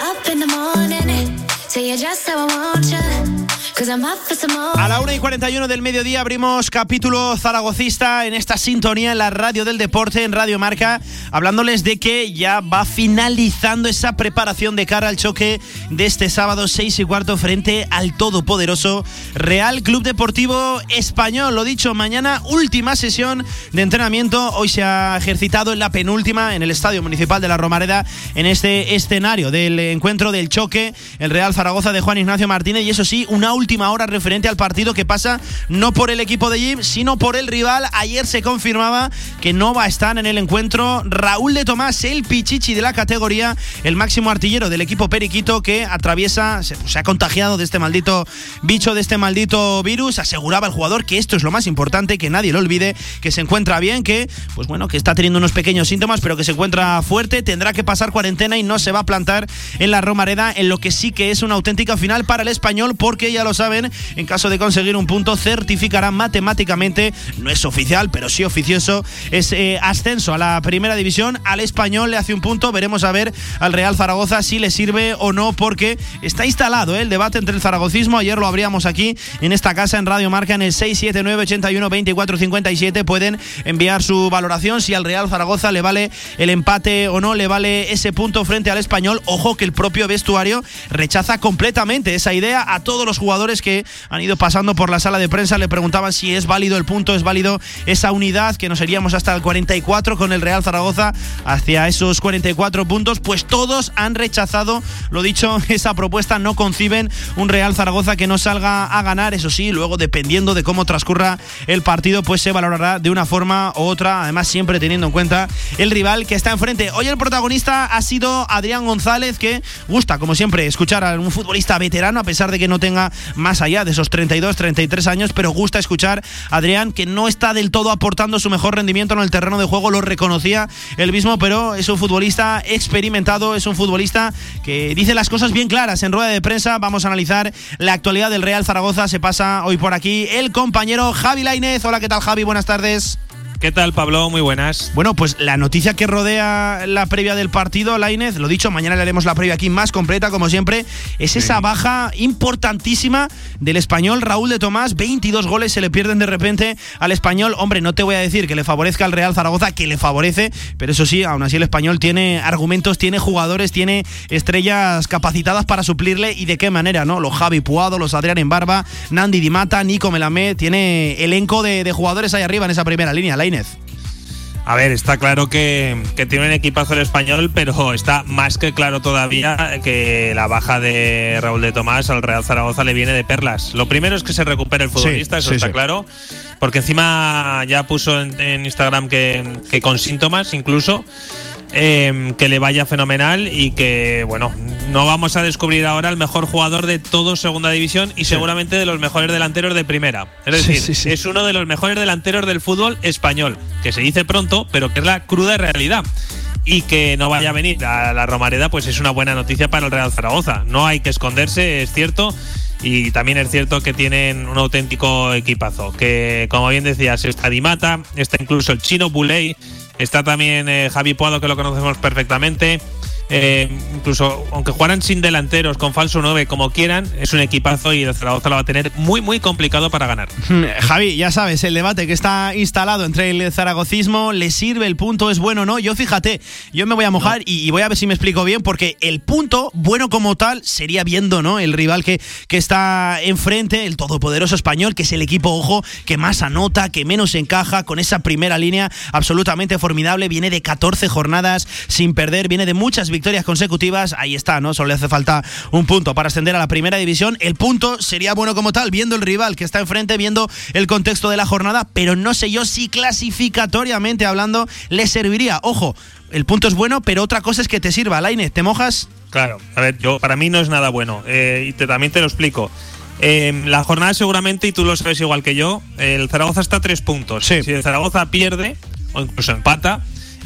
A la una y cuarenta y uno del mediodía abrimos capítulo zaragocista en esta sintonía en la radio del deporte, en Radio Marca, hablándoles de que ya va finalizando esa preparación de cara al choque de este sábado seis y cuarto frente al todopoderoso Real Club Deportivo Español. Lo dicho, mañana última sesión de entrenamiento. Hoy se ha ejercitado en la penúltima en el Estadio Municipal de la Romareda, en este escenario del encuentro del choque, el Real Zaragoza de Juan Ignacio Martínez, y eso sí, una última hora referente al partido que pasa no por el equipo de Jim, sino por el rival. Ayer se confirmaba que no va a estar en el encuentro Raúl de Tomás, el pichichi de la categoría, el máximo artillero del equipo periquito, que atraviesa, se, se ha contagiado de este maldito bicho, de este maldito virus. Aseguraba el jugador que esto es lo más importante, que nadie lo olvide, que se encuentra bien, que pues bueno, que está teniendo unos pequeños síntomas, pero que se encuentra fuerte, tendrá que pasar cuarentena y no se va a plantar en la Romareda, en lo que sí que es una auténtica final para el Español, porque ya lo saben, en caso de conseguir un punto certificará matemáticamente, no es oficial pero sí oficioso, ese ascenso a la primera división. Al Español le hace un punto, veremos a ver al Real Zaragoza si le sirve o no, porque está instalado ¿eh? el debate entre el zaragocismo. Ayer lo abríamos aquí en esta casa en Radio Marca, en el seis siete nueve, ochenta y uno, veinticuatro cincuenta y siete. Pueden enviar su valoración, si al Real Zaragoza le vale el empate o no le vale ese punto frente al Español. Ojo que el propio vestuario rechaza completamente esa idea. A todos los jugadores que han ido pasando por la sala de prensa le preguntaban si es válido el punto, es válido esa unidad, que nos iríamos hasta el cuarenta y cuatro con el Real Zaragoza hacia esos cuarenta y cuatro puntos. Pues todos han rechazado, lo dicho, esa propuesta. No conciben un Real Zaragoza que no salga a ganar. Eso sí, luego dependiendo de cómo transcurra el partido, pues se valorará de una forma u otra, además siempre teniendo en cuenta el rival que está enfrente. Hoy el protagonista ha sido Adrián González, que gusta, como siempre, escuchar a un futbolista veterano, a pesar de que no tenga más allá de esos treinta y dos, treinta y tres años, pero gusta escuchar a Adrián, que no está del todo aportando su mejor rendimiento en el terreno de juego, lo reconocía él mismo, pero es un futbolista experimentado, es un futbolista que dice las cosas bien claras en rueda de prensa. Vamos a analizar la actualidad del Real Zaragoza. Se pasa hoy por aquí el compañero Javi Lainez. Hola, ¿qué tal, Javi? Buenas tardes. ¿Qué tal, Pablo? Muy buenas. Bueno, pues la noticia que rodea la previa del partido, Lainez, lo dicho, mañana le haremos la previa aquí más completa, como siempre, es esa baja importantísima del español Raúl de Tomás. veintidós goles se le pierden de repente al español. Hombre, no te voy a decir que le favorezca al Real Zaragoza, que le favorece, pero eso sí, aún así el español tiene argumentos, tiene jugadores, tiene estrellas capacitadas para suplirle, y de qué manera, ¿no? Los Javi Puado, los Adrián Embarba, Nandi Di Mata, Nico Melamed, tiene elenco de, de jugadores ahí arriba en esa primera línea, Lainez. A ver, está claro que, que tiene un equipazo el español, pero está más que claro todavía que la baja de Raúl de Tomás al Real Zaragoza le viene de perlas. Lo primero es que se recupere el futbolista, sí, eso sí, está sí. claro, porque encima ya puso en, en Instagram que, que con síntomas incluso. Eh, que le vaya fenomenal y que, bueno, no vamos a descubrir ahora el mejor jugador de todo Segunda División y sí. seguramente de los mejores delanteros de Primera. Es decir, sí, sí, sí. es uno de los mejores delanteros del fútbol español, que se dice pronto, pero que es la cruda realidad. Y que no vaya a venir a la Romareda, pues es una buena noticia para el Real Zaragoza. No hay que esconderse, es cierto. Y también es cierto que tienen un auténtico equipazo. Que, como bien decías, está Di Mata, está incluso el chino Buley, está también eh, Javi Puado, que lo conocemos perfectamente. Eh, incluso aunque jugaran sin delanteros, con falso nueve, como quieran, es un equipazo y el Zaragoza lo va a tener muy muy complicado para ganar. Javi, ya sabes, el debate que está instalado entre el zaragocismo, ¿le sirve el punto? ¿Es bueno o no? Yo fíjate, yo me voy a mojar no. y, y voy a ver si me explico bien, porque el punto, bueno como tal, sería viendo, ¿no?, el rival que, que está enfrente, el todopoderoso español, que es el equipo, ojo, que más anota, que menos encaja, con esa primera línea absolutamente formidable, viene de catorce jornadas sin perder, viene de muchas victorias consecutivas, ahí está, ¿no? Solo le hace falta un punto para ascender a la primera división. El punto sería bueno como tal, viendo el rival que está enfrente, viendo el contexto de la jornada, pero no sé yo si clasificatoriamente hablando le serviría. Ojo, el punto es bueno, pero otra cosa es que te sirva. Lainez, ¿te mojas? Claro, a ver, yo para mí no es nada bueno, eh, y te, también te lo explico. Eh, la jornada seguramente, y tú lo sabes igual que yo, el Zaragoza está a tres puntos. Sí. Si el Zaragoza pierde, o incluso empata,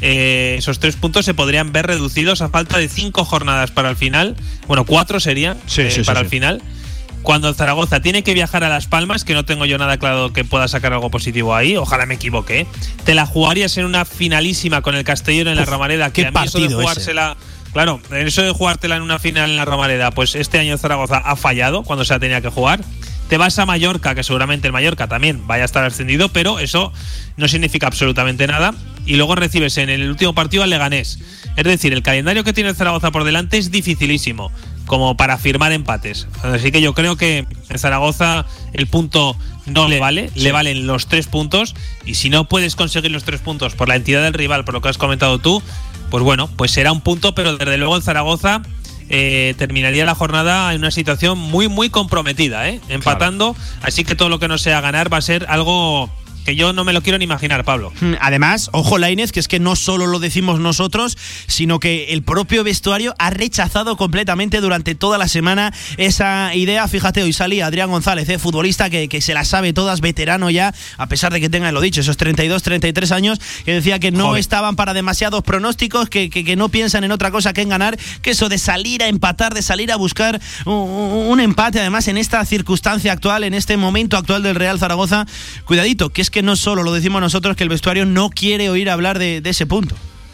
Eh, esos tres puntos se podrían ver reducidos a falta de cinco jornadas para el final. Bueno, cuatro serían sí, eh, sí, para sí, el sí. final. Cuando el Zaragoza tiene que viajar a Las Palmas, que no tengo yo nada claro que pueda sacar algo positivo ahí, ojalá me equivoque, ¿eh? Te la jugarías en una finalísima con el Castellón en la Uf, Romareda, que a mí eso de jugársela ese. Claro, eso de jugártela en una final en la Romareda, pues este año el Zaragoza ha fallado cuando se la tenía que jugar. Te vas a Mallorca, que seguramente el Mallorca también vaya a estar ascendido, pero eso no significa absolutamente nada. Y luego recibes en el último partido al Leganés. Es decir, el calendario que tiene el Zaragoza por delante es dificilísimo, como para firmar empates. Así que yo creo que en Zaragoza el punto no le vale, sí. le valen los tres puntos. Y si no puedes conseguir los tres puntos por la entidad del rival, por lo que has comentado tú, pues bueno, pues será un punto, pero desde luego el Zaragoza Eh, terminaría la jornada en una situación muy muy comprometida, ¿eh? empatando, claro. Así que todo lo que no sea ganar va a ser algo que yo no me lo quiero ni imaginar, Pablo. Además, ojo, Lainez, que es que no solo lo decimos nosotros, sino que el propio vestuario ha rechazado completamente durante toda la semana esa idea. Fíjate, hoy salía Adrián González, ¿eh? futbolista que, que se la sabe todas, veterano ya, a pesar de que tenga, lo dicho, esos treinta y dos, treinta y tres años, que decía que no Joder. estaban para demasiados pronósticos, que, que, que no piensan en otra cosa que en ganar, que eso de salir a empatar, de salir a buscar un, un empate, además en esta circunstancia actual, en este momento actual del Real Zaragoza, cuidadito, que es que que no solo lo decimos nosotros, que el vestuario no quiere oír hablar de, de ese punto.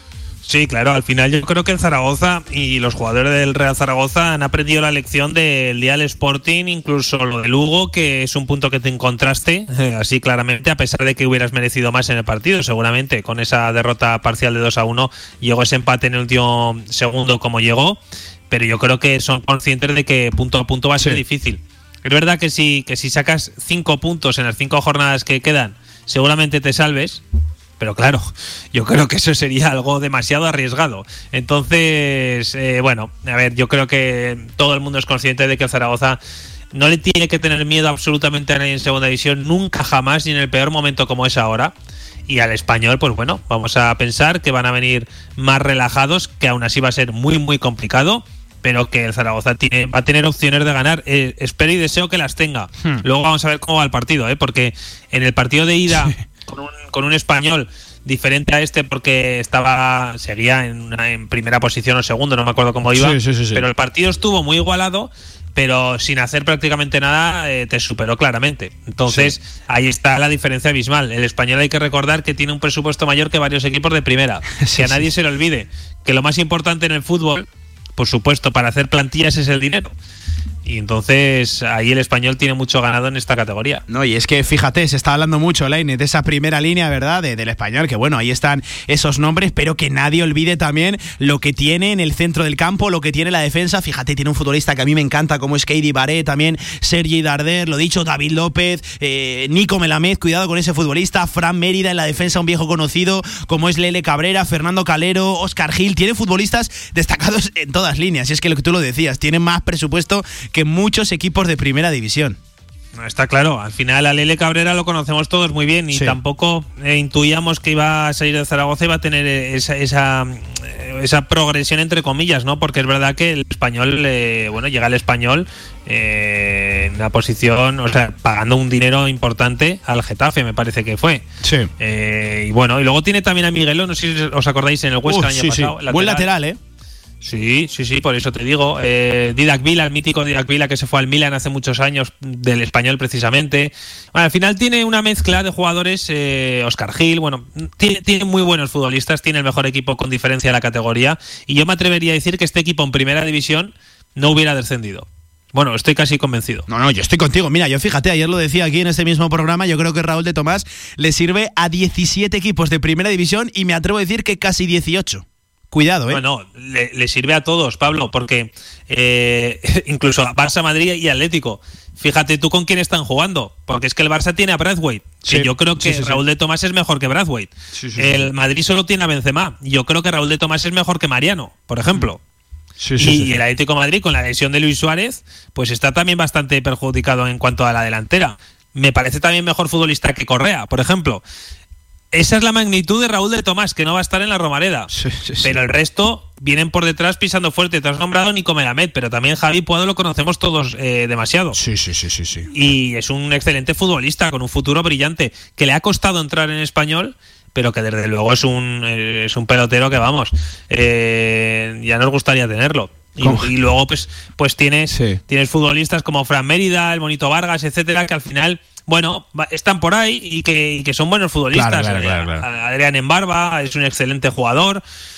Sí, claro, al final yo creo que el Zaragoza y los jugadores del Real Zaragoza han aprendido la lección del día del Sporting, incluso lo del Lugo, que es un punto que te encontraste eh, así claramente, a pesar de que hubieras merecido más en el partido, seguramente con esa derrota parcial de dos a uno llegó ese empate en el último segundo como llegó, pero yo creo que son conscientes de que punto a punto va a ser sí. difícil. Es verdad que si, que si sacas cinco puntos en las cinco jornadas que quedan, seguramente te salves, pero claro, yo creo que eso sería algo demasiado arriesgado. Entonces, eh, bueno, a ver, yo creo que todo el mundo es consciente de que el Zaragoza no le tiene que tener miedo absolutamente a nadie en segunda división, nunca jamás, ni en el peor momento como es ahora. Y al Español, pues bueno, vamos a pensar que van a venir más relajados, que aún así va a ser muy, muy complicado, pero que el Zaragoza tiene, va a tener opciones de ganar. Eh, espero y deseo que las tenga. Hmm. Luego vamos a ver cómo va el partido, ¿eh? Porque en el partido de ida, sí. con, un, con un Español diferente a este, porque estaba seguía en, una, en primera posición o segundo, no me acuerdo cómo iba, sí, sí, sí, sí. pero el partido estuvo muy igualado, pero sin hacer prácticamente nada eh, te superó claramente. Entonces, sí. ahí está la diferencia abismal. El Español hay que recordar que tiene un presupuesto mayor que varios equipos de primera. Sí, que a nadie sí. se le olvide que lo más importante en el fútbol, por supuesto, para hacer plantillas es el dinero. Y entonces ahí el Español tiene mucho ganado en esta categoría. No, y es que fíjate, se está hablando mucho, Lainez, de esa primera línea, ¿verdad? De, del Español, que bueno, ahí están esos nombres, pero que nadie olvide también lo que tiene en el centro del campo, lo que tiene la defensa. Fíjate, tiene un futbolista que a mí me encanta, como es Keidi Baré, también Sergi Darder, lo dicho, David López, eh, Nico Melamed, cuidado con ese futbolista, Fran Mérida en la defensa, un viejo conocido, como es Lele Cabrera, Fernando Calero, Óscar Gil. Tiene futbolistas destacados en todas líneas, y es que lo que tú lo decías, tienen más presupuesto que muchos equipos de primera división. No, está claro, al final a Lele Cabrera lo conocemos todos muy bien y sí. tampoco eh, intuíamos que iba a salir de Zaragoza y iba a tener esa, esa, esa progresión entre comillas, ¿no? Porque es verdad que el Español, eh, bueno, llega el Español eh, en una posición, o sea, pagando un dinero importante al Getafe, me parece que fue. Sí. Eh, y bueno, y luego tiene también a Miguelo, no sé si os acordáis, en el Huesca uh, el año sí, pasado. Sí. Lateral. Buen lateral, ¿eh? Sí, sí, sí, por eso te digo. Eh, Didac Vila, el mítico Didac Vila que se fue al Milan hace muchos años, del Español precisamente. Bueno, al final tiene una mezcla de jugadores, eh, Óscar Gil, bueno, tiene, tiene muy buenos futbolistas, tiene el mejor equipo con diferencia de la categoría, y yo me atrevería a decir que este equipo en primera división no hubiera descendido. Bueno, estoy casi convencido. No, no, yo estoy contigo. Mira, yo fíjate, ayer lo decía aquí en este mismo programa, yo creo que Raúl de Tomás le sirve a diecisiete equipos de primera división y me atrevo a decir que casi dieciocho. Cuidado, ¿eh? Bueno, le, le sirve a todos, Pablo, porque eh, incluso a Barça, Madrid y Atlético. Fíjate tú con quién están jugando, porque es que el Barça tiene a Braithwaite, sí, que yo creo que sí, sí, Raúl sí. de Tomás es mejor que Braithwaite. Sí, sí, el sí. Madrid solo tiene a Benzema. Yo creo que Raúl de Tomás es mejor que Mariano, por ejemplo. Sí, sí, y sí, sí. el Atlético de Madrid, con la lesión de Luis Suárez, pues está también bastante perjudicado en cuanto a la delantera. Me parece también mejor futbolista que Correa, por ejemplo. Esa es la magnitud de Raúl de Tomás, que no va a estar en la Romareda. Sí, sí, sí. Pero el resto vienen por detrás pisando fuerte. Te has nombrado Nico Melamed, pero también Javi Puado lo conocemos todos eh, demasiado. Sí, sí, sí, sí, sí. Y es un excelente futbolista con un futuro brillante, que le ha costado entrar en Español, pero que desde luego es un, eh, es un pelotero que, vamos, eh, ya nos gustaría tenerlo. Y, y luego pues, pues tienes, sí. tienes futbolistas como Fran Mérida, el Monito Vargas, etcétera, que al final... Bueno, están por ahí y que, y que son buenos futbolistas. Claro, claro, claro, claro. Adrián Embarba es un excelente jugador.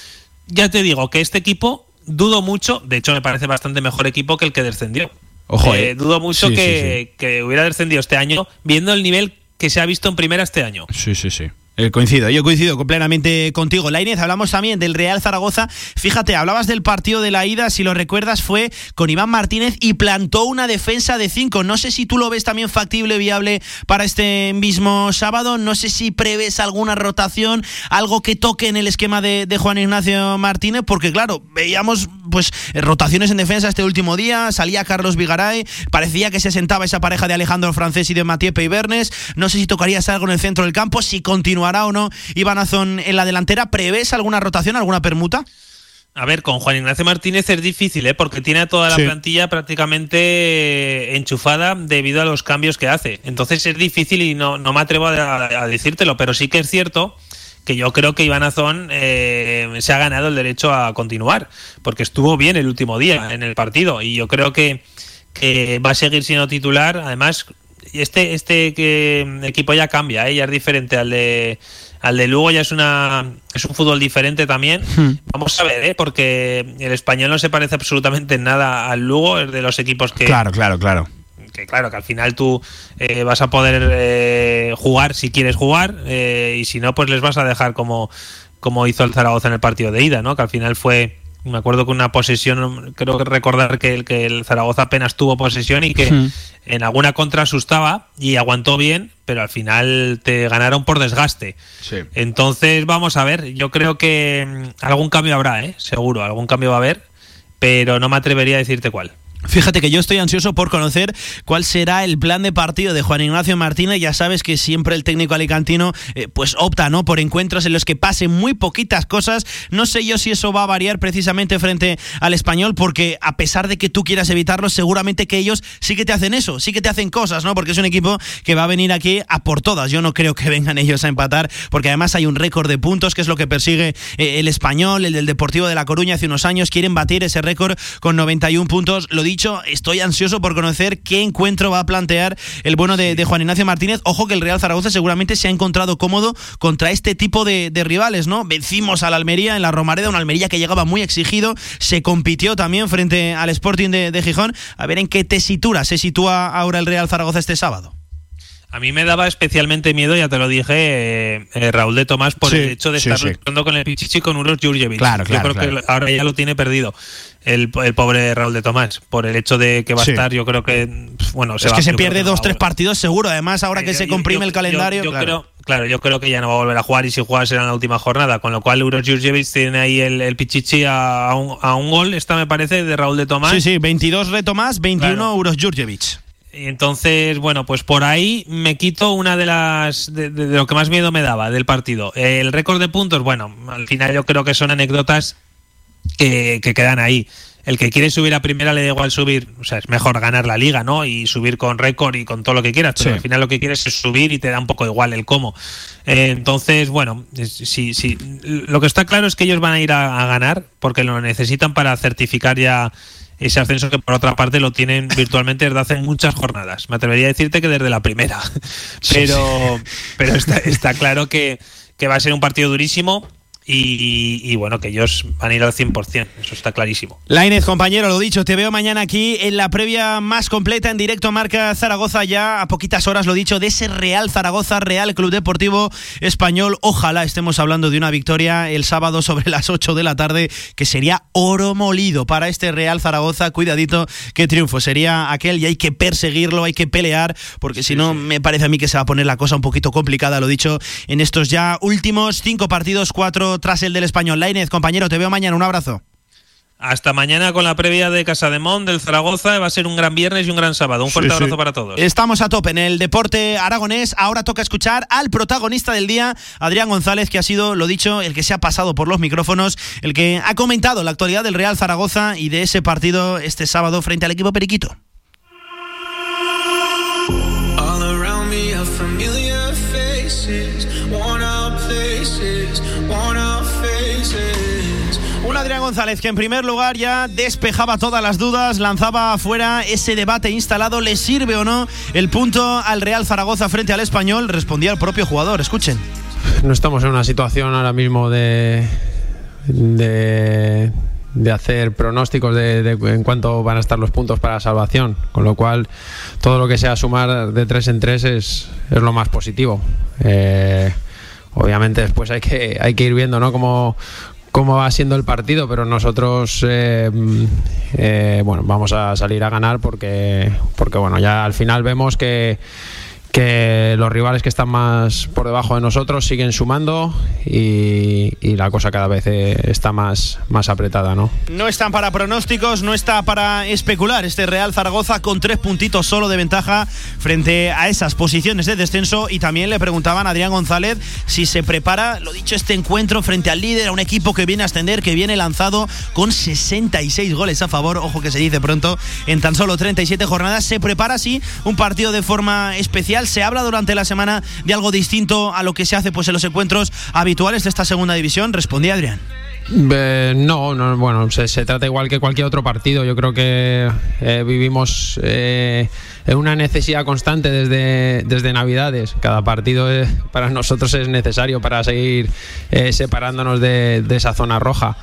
Ya te digo que este equipo, dudo mucho, de hecho me parece bastante mejor equipo que el que descendió. Ojo, eh, eh. Dudo mucho sí, que, sí, sí. que hubiera descendido este año, viendo el nivel que se ha visto en primera este año. Sí, sí, sí. Eh, coincido, yo coincido plenamente contigo. Lainez, hablamos también del Real Zaragoza. Fíjate, hablabas del partido de la ida, si lo recuerdas, fue con Iván Martínez y plantó una defensa de cinco. No sé si tú lo ves también factible, viable para este mismo sábado. No sé si prevés alguna rotación, algo que toque en el esquema de, de Juan Ignacio Martínez, porque claro, veíamos pues rotaciones en defensa este último día. Salía Carlos Vigaray, parecía que se sentaba esa pareja de Alejandro Francés y de Mathieu Peybernes. No sé si tocarías algo en el centro del campo, si continúa ¿Hará o no Iván Azón en la delantera? ¿Prevés alguna rotación, alguna permuta? A ver, con Juan Ignacio Martínez es difícil, ¿eh? Porque tiene a toda la sí. plantilla prácticamente enchufada debido a los cambios que hace. Entonces es difícil y no, no me atrevo a, a decírtelo, pero sí que es cierto que yo creo que Iván Azón eh, se ha ganado el derecho a continuar, porque estuvo bien el último día en el partido y yo creo que, que va a seguir siendo titular. Además, este este que equipo ya cambia, ¿eh? Ya es diferente al de al de Lugo, ya es una es un fútbol diferente también. Hmm. Vamos a ver, ¿eh? Porque el Español no se parece absolutamente en nada al Lugo, es de los equipos que claro, claro, claro. Que claro, que al final tú eh, vas a poder eh, jugar si quieres jugar eh, y si no, pues les vas a dejar como, como hizo el Zaragoza en el partido de ida, ¿no? Que al final fue, me acuerdo que una posesión, creo que recordar que el, que el Zaragoza apenas tuvo posesión y que uh-huh. en alguna contra asustaba y aguantó bien, pero al final te ganaron por desgaste. Sí. Entonces vamos a ver, yo creo que algún cambio habrá, ¿eh? Seguro, algún cambio va a haber, pero no me atrevería a decirte cuál. Fíjate que yo estoy ansioso por conocer cuál será el plan de partido de Juan Ignacio Martínez. Ya sabes que siempre el técnico alicantino eh, pues opta, ¿no?, por encuentros en los que pasen muy poquitas cosas. No sé yo si eso va a variar precisamente frente al Español, porque a pesar de que tú quieras evitarlo, seguramente que ellos sí que te hacen eso, sí que te hacen cosas, ¿no? Porque es un equipo que va a venir aquí a por todas. Yo no creo que vengan ellos a empatar, porque además hay un récord de puntos, que es lo que persigue eh, el Español, el del Deportivo de La Coruña hace unos años. Quieren batir ese récord con noventa y uno puntos. Lo dicho, dicho, estoy ansioso por conocer qué encuentro va a plantear el bueno de, de Juan Ignacio Martínez. Ojo que el Real Zaragoza seguramente se ha encontrado cómodo contra este tipo de, de rivales, ¿no? Vencimos al Almería en la Romareda, una Almería que llegaba muy exigido, se compitió también frente al Sporting de, de Gijón. A ver en qué tesitura se sitúa ahora el Real Zaragoza este sábado. A mí me daba especialmente miedo, ya te lo dije, eh, eh, Raúl de Tomás, por sí, el hecho de sí, estar sí. luchando con el Pichichi con Uros Jurjevic. Claro, claro, yo creo claro. que ahora ya lo tiene perdido el, el pobre Raúl de Tomás, por el hecho de que va sí. a estar, yo creo que, bueno, se es va, que se pierde dos, tres partidos seguro, además ahora que yo, se comprime yo, el calendario. Yo, yo claro. creo, claro, yo creo que ya no va a volver a jugar y si juega será en la última jornada, con lo cual Uros Jurjevic tiene ahí el, el Pichichi a, a, un, a un gol, esta me parece, de Raúl de Tomás. Sí, sí, veintidós de Tomás, veintiuno claro. Uros Jurjevic. Y entonces, bueno, pues por ahí me quito una de las de, de, de lo que más miedo me daba del partido. El récord de puntos, bueno, al final yo creo que son anécdotas que, que quedan ahí. El que quiere subir a primera le da igual subir, o sea, es mejor ganar la liga, ¿no? Y subir con récord y con todo lo que quieras, pero sí. al final lo que quieres es subir y te da un poco igual el cómo. Eh, entonces, bueno, sí, sí. Lo que está claro es que ellos van a ir a, a ganar porque lo necesitan para certificar ya ese ascenso que por otra parte lo tienen virtualmente desde hace muchas jornadas. Me atrevería a decirte que desde la primera. Pero, sí, sí. pero está, está claro que, que va a ser un partido durísimo. Y, y, y bueno, que ellos van a ir al cien por ciento, eso está clarísimo. Lainez, compañero, lo dicho, te veo mañana aquí en la previa más completa en directo Marca Zaragoza, ya a poquitas horas, lo dicho, de ese Real Zaragoza, Real Club Deportivo Español. Ojalá estemos hablando de una victoria el sábado sobre las ocho de la tarde, que sería oro molido para este Real Zaragoza. Cuidadito, qué triunfo sería aquel, y hay que perseguirlo, hay que pelear, porque si sí, no, sí. me parece a mí que se va a poner la cosa un poquito complicada, lo dicho, en estos ya últimos cinco partidos, cuatro tras el del Español. Lainez, compañero, te veo mañana, un abrazo. Hasta mañana con la previa de Casademont, del Zaragoza. Va a ser un gran viernes y un gran sábado. Un fuerte sí, abrazo sí. para todos. Estamos a tope en el deporte aragonés. Ahora toca escuchar al protagonista del día, Adrián González, que ha sido, lo dicho, el que se ha pasado por los micrófonos, el que ha comentado la actualidad del Real Zaragoza y de ese partido este sábado frente al equipo periquito. All around me are familiar faces, worn out places, worn out faces. Un Adrián González que en primer lugar ya despejaba todas las dudas, lanzaba afuera ese debate instalado, ¿le sirve o no el punto al Real Zaragoza frente al Español? Respondía el propio jugador, escuchen. No estamos en una situación ahora mismo de... de... de hacer pronósticos de, de en cuánto van a estar los puntos para la salvación, con lo cual todo lo que sea sumar de tres en tres es, es lo más positivo. Eh, obviamente después hay que, hay que ir viendo, ¿no?, cómo, cómo va siendo el partido, pero nosotros eh, eh, bueno, vamos a salir a ganar porque, porque bueno, ya al final vemos que que los rivales que están más por debajo de nosotros siguen sumando y, y la cosa cada vez está más, más apretada, ¿no? No están para pronósticos, no está para especular este Real Zaragoza con tres puntitos solo de ventaja frente a esas posiciones de descenso. Y también le preguntaban a Adrián González si se prepara, lo dicho, este encuentro frente al líder, a un equipo que viene a ascender, que viene lanzado con sesenta y seis goles a favor, ojo que se dice pronto, en tan solo treinta y siete jornadas. Se prepara así un partido de forma especial. Se habla durante la semana de algo distinto a lo que se hace pues en los encuentros habituales de esta segunda división. Respondía Adrián. Eh, no, no, bueno, se, se trata igual que cualquier otro partido. Yo creo que eh, vivimos eh, en una necesidad constante desde, desde Navidades. Cada partido eh, para nosotros es necesario para seguir eh, separándonos de, de esa zona roja.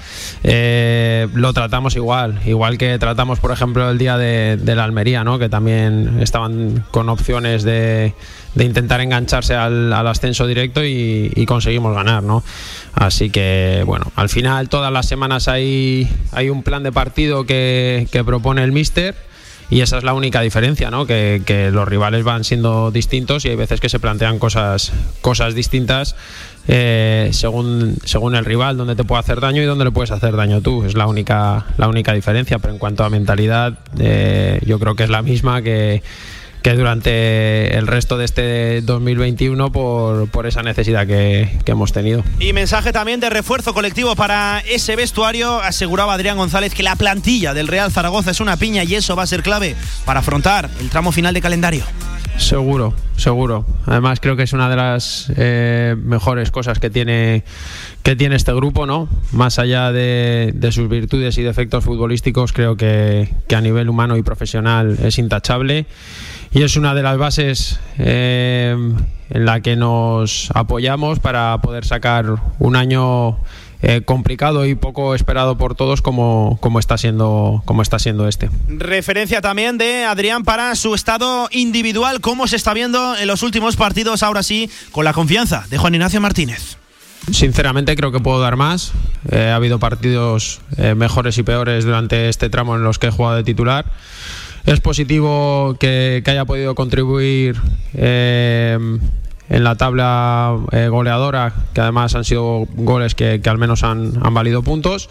Eh, lo tratamos igual, igual que tratamos, por ejemplo, el día de, de la Almería, ¿no?, que también estaban con opciones de, de intentar engancharse al, al ascenso directo y, y conseguimos ganar, ¿no? Así que, bueno, al final todas las semanas hay, hay un plan de partido que, que propone el míster y esa es la única diferencia, ¿no? Que, que los rivales van siendo distintos y hay veces que se plantean cosas, cosas distintas eh, según, según el rival, dónde te puede hacer daño y dónde le puedes hacer daño tú. Es la única, la única diferencia, pero en cuanto a mentalidad eh, yo creo que es la misma que que durante el resto de este dos mil veintiuno por, por esa necesidad que, que hemos tenido. Y mensaje también de refuerzo colectivo para ese vestuario. Aseguraba Adrián González que la plantilla del Real Zaragoza es una piña y eso va a ser clave para afrontar el tramo final de calendario. Seguro, seguro. Además creo que es una de las eh, mejores cosas que tiene que tiene este grupo, ¿no? Más allá de, de sus virtudes y defectos futbolísticos, creo que, que a nivel humano y profesional es intachable y es una de las bases eh, en la que nos apoyamos para poder sacar un año Eh, complicado y poco esperado por todos como, como, está siendo, como está siendo este. Referencia también de Adrián para su estado individual, cómo se está viendo en los últimos partidos, ahora sí, con la confianza de Juan Ignacio Martínez. Sinceramente creo que puedo dar más. Eh, ha habido partidos eh, mejores y peores durante este tramo en los que he jugado de titular. Es positivo que, que haya podido contribuir eh, en la tabla eh, goleadora, que además han sido goles que, que al menos han, han valido puntos,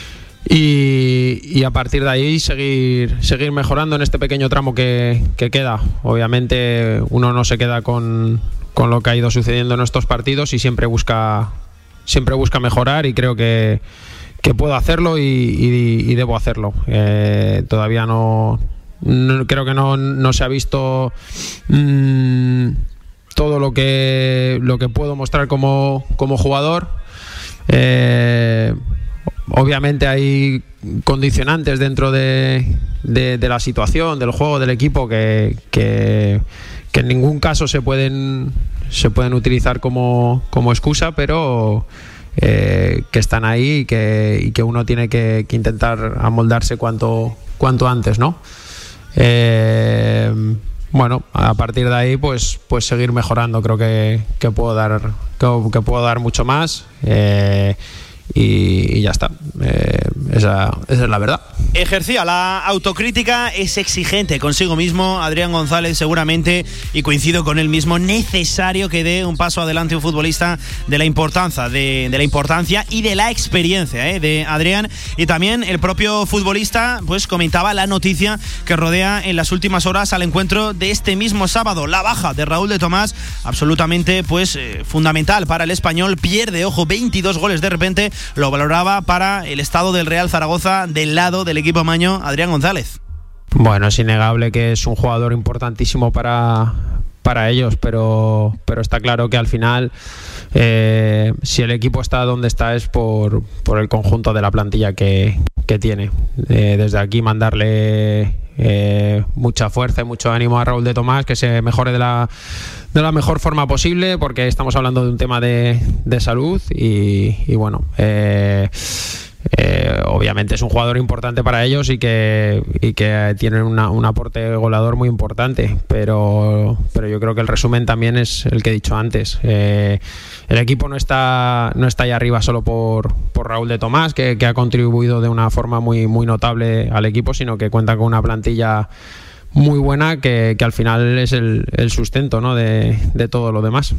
y, y a partir de ahí seguir, seguir mejorando en este pequeño tramo que, que queda. Obviamente uno no se queda con, con lo que ha ido sucediendo en estos partidos y siempre busca, siempre busca mejorar, y creo que, que puedo hacerlo y, y, y debo hacerlo. Eh, todavía no, no creo que no, no se ha visto mmm, todo lo que lo que puedo mostrar como, como jugador. Eh, obviamente hay condicionantes dentro de, de, de la situación, del juego, del equipo que, que, que en ningún caso se pueden se pueden utilizar como, como excusa, pero eh, que están ahí y que, y que uno tiene que, que intentar amoldarse cuanto, cuanto antes, ¿no? Eh, Bueno, a partir de ahí pues pues seguir mejorando. Creo que, que puedo dar que, que puedo dar mucho más eh, y, y ya está. Eh, esa, esa es la verdad. Ejercía la autocrítica, es exigente consigo mismo Adrián González seguramente, y coincido con él mismo, necesario que dé un paso adelante un futbolista de la importancia de, de la importancia y de la experiencia eh, de Adrián. Y también el propio futbolista pues comentaba la noticia que rodea en las últimas horas al encuentro de este mismo sábado, la baja de Raúl de Tomás, absolutamente pues eh, fundamental para el Español. Pierde, ojo, veintidós goles de repente, lo valoraba para el estado del Real Zaragoza del lado del equipo amaño Adrián González. Bueno, es innegable que es un jugador importantísimo para, para ellos, pero, pero está claro que al final eh, si el equipo está donde está es por, por el conjunto de la plantilla que, que tiene. Eh, desde aquí mandarle eh, mucha fuerza y mucho ánimo a Raúl de Tomás, que se mejore de la, de la mejor forma posible, porque estamos hablando de un tema de, de salud y, y bueno... Eh, Eh, obviamente es un jugador importante para ellos y que, y que tienen una, un aporte goleador muy importante, pero, pero yo creo que el resumen también es el que he dicho antes. Eh, el equipo no está, no está ahí arriba solo por, por Raúl de Tomás, que, que ha contribuido de una forma muy, muy notable al equipo, sino que cuenta con una plantilla muy buena que, que al final es el, el sustento, ¿no?, de, de todo lo demás.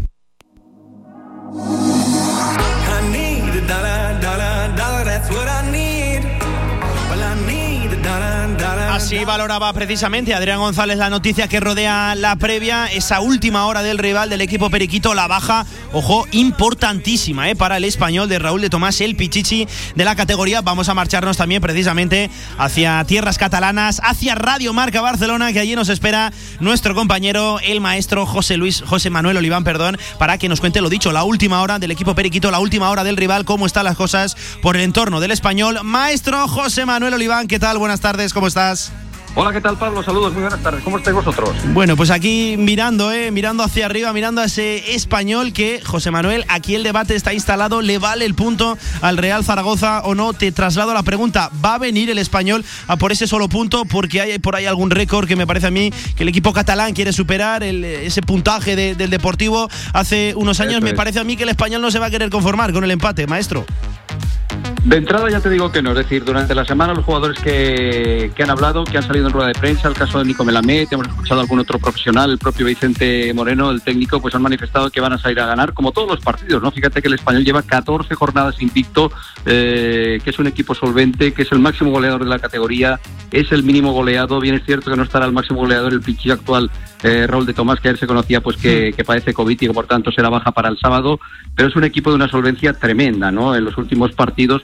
Así valoraba precisamente Adrián González la noticia que rodea la previa, esa última hora del rival del equipo periquito, la baja, ojo, importantísima eh, para el Español de Raúl de Tomás, el pichichi de la categoría. Vamos a marcharnos también precisamente hacia tierras catalanas, hacia Radio Marca Barcelona, que allí nos espera nuestro compañero, el maestro José Luis, José Manuel Oliván, perdón, para que nos cuente lo dicho, la última hora del equipo periquito, la última hora del rival, cómo están las cosas por el entorno del Español. Maestro José Manuel Oliván, ¿qué tal? Buenas tardes, ¿cómo estás? Hola, ¿qué tal, Pablo? Saludos, muy buenas tardes. ¿Cómo estáis vosotros? Bueno, pues aquí mirando, eh, mirando hacia arriba, mirando a ese Español que, José Manuel, aquí el debate está instalado, ¿le vale el punto al Real Zaragoza o no? Te traslado la pregunta, ¿va a venir el Español a por ese solo punto? Porque hay por ahí algún récord que me parece a mí que el equipo catalán quiere superar, el, ese puntaje de, del Deportivo hace unos años. Eso me es. Parece a mí que el Español no se va a querer conformar con el empate, maestro. De entrada ya te digo que no, es decir, durante la semana los jugadores que, que han hablado, que han salido en rueda de prensa, el caso de Nico Melamed, hemos escuchado a algún otro profesional, el propio Vicente Moreno, el técnico, pues han manifestado que van a salir a ganar, como todos los partidos, ¿no? Fíjate que el Español lleva catorce jornadas invicto, eh, que es un equipo solvente, que es el máximo goleador de la categoría, es el mínimo goleado. Bien es cierto que no estará el máximo goleador, el pichichi actual, eh, Raúl de Tomás, que ayer se conocía pues que, que padece COVID y que por tanto será baja para el sábado, pero es un equipo de una solvencia tremenda, ¿no? En los últimos partidos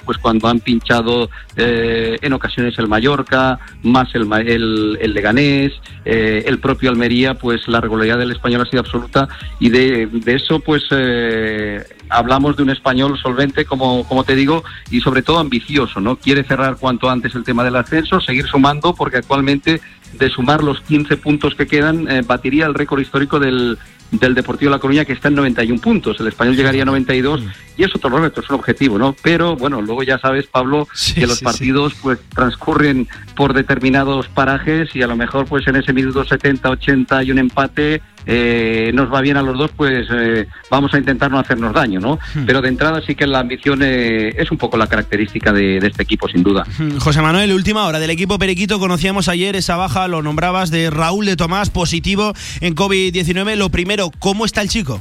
pues cuando han pinchado eh, en ocasiones el Mallorca, más el, el, el Leganés, eh, el propio Almería, pues la regularidad del Español ha sido absoluta, y de, de eso pues eh, hablamos de un Español solvente, como, como te digo, y sobre todo ambicioso, ¿no? Quiere cerrar cuanto antes el tema del ascenso, seguir sumando, porque actualmente de sumar los quince puntos que quedan, eh, batiría el récord histórico del, del Deportivo La Coruña, que está en noventa y un puntos. El Español llegaría a noventa y dos, y es otro reto, es un objetivo, ¿no? Pero bueno, luego ya sabes, Pablo, sí, que los sí, partidos sí. pues transcurren por determinados parajes, y a lo mejor pues en ese minuto setenta, ochenta y un empate eh, nos va bien a los dos, pues eh, vamos a intentar no hacernos daño, ¿no? Hmm. Pero de entrada sí que la ambición eh, es un poco la característica de, de este equipo, sin duda. Hmm. José Manuel, última hora del equipo Periquito. Conocíamos ayer esa baja, lo nombrabas, de Raúl de Tomás, positivo en COVID diecinueve. Lo primero, ¿cómo está el chico?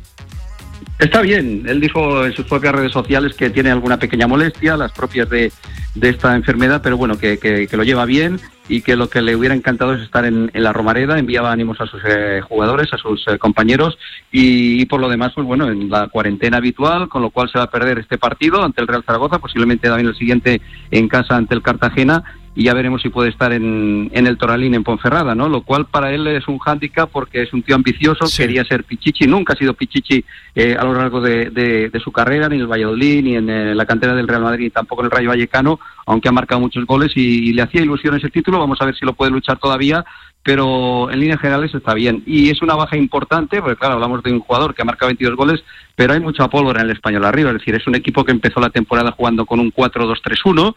Está bien, él dijo en sus propias redes sociales que tiene alguna pequeña molestia, las propias de, de esta enfermedad, pero bueno, que, que, que lo lleva bien, y que lo que le hubiera encantado es estar en, en la Romareda. Enviaba ánimos a sus eh, jugadores, a sus eh, compañeros, y, y por lo demás, pues bueno, en la cuarentena habitual, con lo cual se va a perder este partido ante el Real Zaragoza, posiblemente también el siguiente en casa ante el Cartagena, y ya veremos si puede estar en, en el Toralín, en Ponferrada, ¿no? Lo cual para él es un hándicap, porque es un tío ambicioso, sí. Quería ser Pichichi, nunca ha sido Pichichi eh, a lo largo de, de, de su carrera, ni en el Valladolid, ni en eh, la cantera del Real Madrid, ni tampoco en el Rayo Vallecano, aunque ha marcado muchos goles, y, y le hacía ilusión ese título. Vamos a ver si lo puede luchar todavía, pero en líneas generales está bien. Y es una baja importante, porque claro, hablamos de un jugador que ha marcado veintidós goles, pero hay mucha pólvora en el Español arriba. Es decir, es un equipo que empezó la temporada jugando con un cuatro dos tres uno,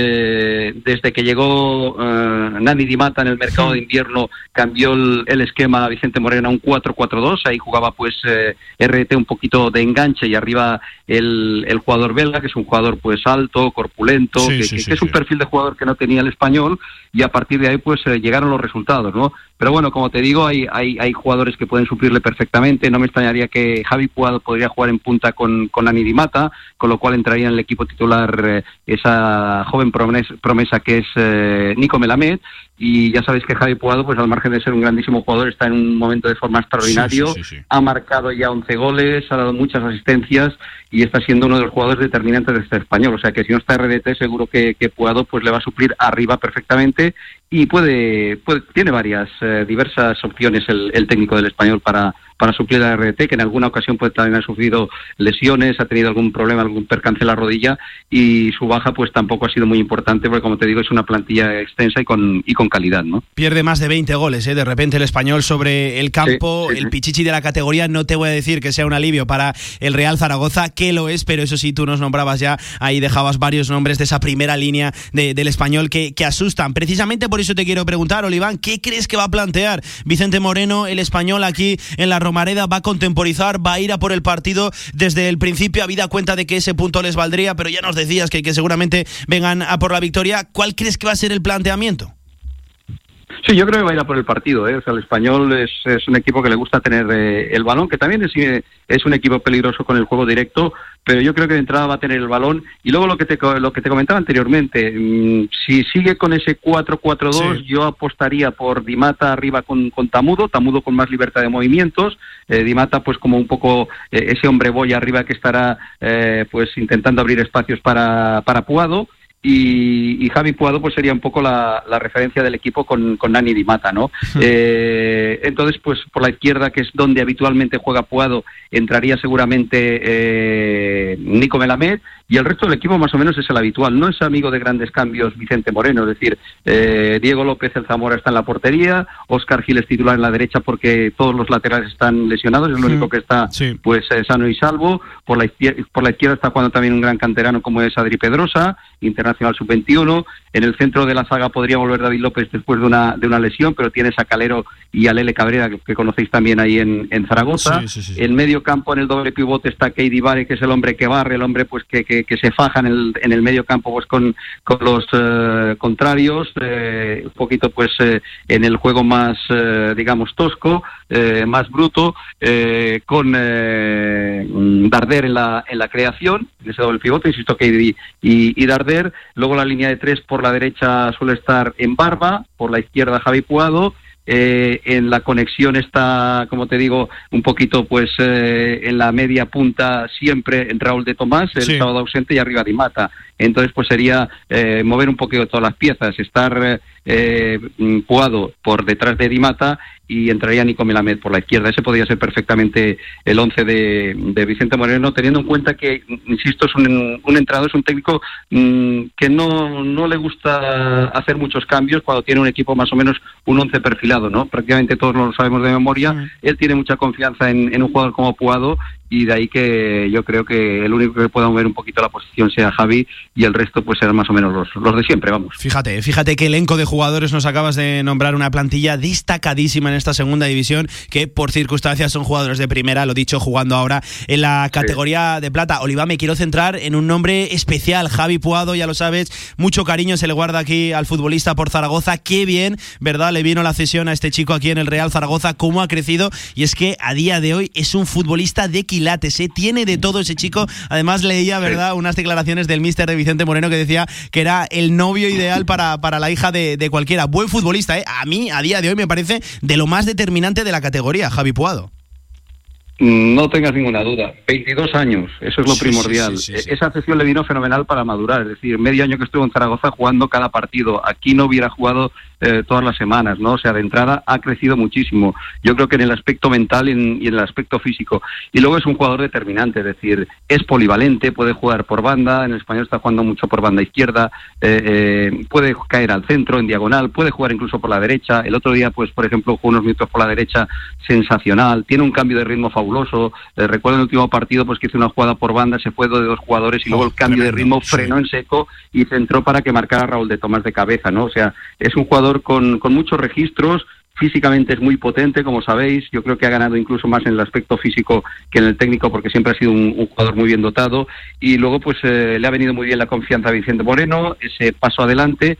eh, desde que llegó eh, Nani Di Mata en el mercado de invierno, cambió el, el esquema a Vicente Moreno a un cuatro cuatro dos, ahí jugaba pues eh, R T un poquito de enganche, y arriba el, el jugador belga, que es un jugador pues alto, corpulento, sí, que, sí, que, sí, que es un sí. perfil de jugador que no tenía el Español, y a partir de ahí pues eh, llegaron los resultados, ¿no? Pero bueno, como te digo, hay, hay, hay jugadores que pueden suplirle perfectamente. No me extrañaría que Javi Puado podría jugar en punta con, con Nani Di Mata, con lo cual entraría en el equipo titular eh, esa joven promesa, promesa que es eh, Nico Melamed. Y ya sabéis que Javi Puado, pues al margen de ser un grandísimo jugador, está en un momento de forma extraordinario, sí, sí, sí, sí. Ha marcado ya once goles, ha dado muchas asistencias, y está siendo uno de los jugadores determinantes de este Español. O sea que si no está R D T, seguro que, que Puado pues le va a suplir arriba perfectamente, y puede, puede tiene varias, eh, diversas opciones el, el técnico del Español para para suplir a R D T, que en alguna ocasión puede también haber sufrido lesiones, ha tenido algún problema, algún percance en la rodilla, y su baja pues tampoco ha sido muy importante, porque como te digo, es una plantilla extensa y con y con calidad, ¿no? Pierde más de veinte goles, ¿eh? De repente el Español sobre el campo, sí, sí, el Pichichi de la categoría. No te voy a decir que sea un alivio para el Real Zaragoza, que lo es, pero eso sí, tú nos nombrabas ya, ahí dejabas varios nombres de esa primera línea de, del Español que, que asustan. Precisamente por eso te quiero preguntar, Oliván, ¿qué crees que va a plantear Vicente Moreno, el Español, aquí en la Romareda? ¿Va a contemporizar, va a ir a por el partido desde el principio, habida cuenta de que ese punto les valdría, pero ya nos decías que, que seguramente vengan a por la victoria? ¿Cuál crees que va a ser el planteamiento? Sí, yo creo que va a ir a por el partido, ¿eh? O sea, el Español es, es un equipo que le gusta tener eh, el balón, que también es, es un equipo peligroso con el juego directo, pero yo creo que de entrada va a tener el balón. Y luego lo que te, lo que te comentaba anteriormente, mmm, si sigue con ese cuatro cuatro dos, sí. Yo apostaría por Di Mata arriba con, con Tamudo, Tamudo con más libertad de movimientos, eh, Di Mata pues como un poco eh, ese hombre boya arriba que estará eh, pues intentando abrir espacios para, para Puado. Y, y Javi Puado pues sería un poco la, la referencia del equipo con, con Nani Di Mata, ¿no? Sí. Eh, entonces, pues por la izquierda, que es donde habitualmente juega Puado, entraría seguramente eh, Nico Melamed, y el resto del equipo más o menos es el habitual. No es amigo de grandes cambios Vicente Moreno, es decir, eh, Diego López el Zamora está en la portería, Óscar Gil es titular en la derecha porque todos los laterales están lesionados, es lo único que está sí. pues eh, sano y salvo. Por la izquierda, por la izquierda está jugando también un gran canterano como es Adri Pedrosa, internacional sub veintiuno. En el centro de la saga podría volver David López después de una de una lesión, pero tienes a Calero y a Lele Cabrera, que, que conocéis también ahí en, en Zaragoza. Sí, sí, sí. En medio campo, en el doble pivote, está Keidi Vare, que es el hombre que barre, el hombre pues que, que, que se faja en el, en el medio campo pues con, con los eh, contrarios, eh, un poquito pues eh, en el juego más, eh, digamos, tosco, eh, más bruto, eh, con eh, Darder en la, en la creación, en ese doble pivote, insisto, Keidi y, y Darder. Luego la línea de tres por la derecha suele estar en Barba, por la izquierda Javi Puado, eh, en la conexión está, como te digo, un poquito pues eh, en la media punta siempre en Raúl de Tomás, el sí. sábado ausente, y arriba Di Mata. Entonces pues sería eh, mover un poquito todas las piezas, estar eh, Puado por detrás de Di Mata y entraría Nico Melamed por la izquierda. Ese podría ser perfectamente el once de, de Vicente Moreno, teniendo en cuenta que, insisto, es un, un entrenador, es un técnico mmm, que no, no le gusta hacer muchos cambios cuando tiene un equipo más o menos un once perfilado, ¿no? Prácticamente todos lo sabemos de memoria. Mm. Él tiene mucha confianza en, en un jugador como Puado, y de ahí que yo creo que el único que pueda mover un poquito la posición sea Javi, y el resto pues serán más o menos los, los de siempre, vamos. Fíjate, fíjate qué elenco de jugadores nos acabas de nombrar, una plantilla destacadísima en esta segunda división, que por circunstancias son jugadores de primera, lo dicho, jugando ahora en la categoría sí. de plata. Oliva, me quiero centrar en un nombre especial, Javi Puado, ya lo sabes, mucho cariño se le guarda aquí al futbolista por Zaragoza. Qué bien, ¿verdad? Le vino la cesión a este chico aquí en el Real Zaragoza, cómo ha crecido, y es que a día de hoy es un futbolista de quilates, ¿eh? Tiene de todo ese chico. Además leía, ¿verdad?, unas declaraciones del míster de Vicente Moreno que decía que era el novio ideal para, para la hija de, de cualquiera. Buen futbolista, ¿eh? A mí, a día de hoy, me parece de lo más determinante de la categoría, Javi Puado. No tengas ninguna duda, veintidós años, eso es lo sí, primordial. Sí, sí, sí, sí. Esa cesión le vino fenomenal para madurar, es decir, medio año que estuvo en Zaragoza jugando cada partido, aquí no hubiera jugado eh, todas las semanas, ¿no? O sea, de entrada ha crecido muchísimo, yo creo que en el aspecto mental y en, y en el aspecto físico, y luego es un jugador determinante, es decir, es polivalente, puede jugar por banda, en el Español está jugando mucho por banda izquierda, eh, eh, puede caer al centro, en diagonal, puede jugar incluso por la derecha. El otro día, pues por ejemplo, jugó unos minutos por la derecha, sensacional, tiene un cambio de ritmo fabuloso. Eh, recuerdo el último partido pues que hizo una jugada por banda, se fue de dos jugadores y luego el cambio de ritmo frenó sí. en seco y centró para que marcara a Raúl de Tomás de cabeza, ¿no? O sea, es un jugador con, con muchos registros. Físicamente es muy potente, como sabéis. Yo creo que ha ganado incluso más en el aspecto físico que en el técnico, porque siempre ha sido un, un jugador muy bien dotado. Y luego pues eh, le ha venido muy bien la confianza a Vicente Moreno, ese paso adelante.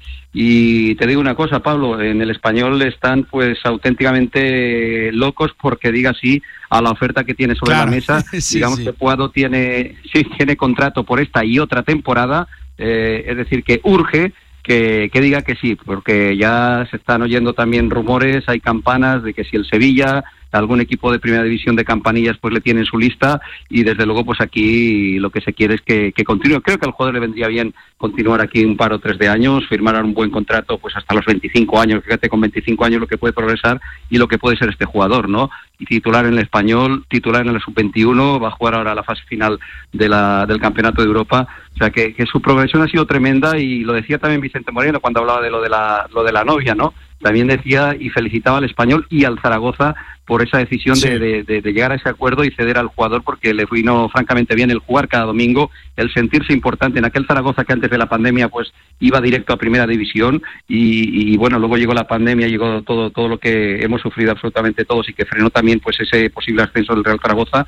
Y te digo una cosa, Pablo, en el Español están pues auténticamente locos porque diga sí a la oferta que tiene sobre claro. la mesa. sí, Digamos sí. que Puado tiene, sí, tiene contrato por esta y otra temporada, eh, es decir, que urge Que, que diga que sí, porque ya se están oyendo también rumores, hay campanas de que si el Sevilla, algún equipo de primera división de campanillas pues le tiene en su lista, y desde luego pues aquí lo que se quiere es que, que continúe. Creo que al jugador le vendría bien continuar aquí un par o tres de años, firmar un buen contrato pues hasta los veinticinco años, fíjate con veinticinco años lo que puede progresar y lo que puede ser este jugador, ¿no? Y titular en el Español, titular en el sub veintiuno, va a jugar ahora la fase final de la, del Campeonato de Europa, o sea que, que su progresión ha sido tremenda, y lo decía también Vicente Moreno cuando hablaba de lo de la, lo de la novia, ¿no? También decía y felicitaba al Español y al Zaragoza por esa decisión sí. de, de, de llegar a ese acuerdo y ceder al jugador, porque le vino francamente bien el jugar cada domingo, el sentirse importante en aquel Zaragoza que antes de la pandemia pues iba directo a primera división, y, y bueno, luego llegó la pandemia, llegó todo todo lo que hemos sufrido absolutamente todos, y que frenó también pues ese posible ascenso del Real Zaragoza.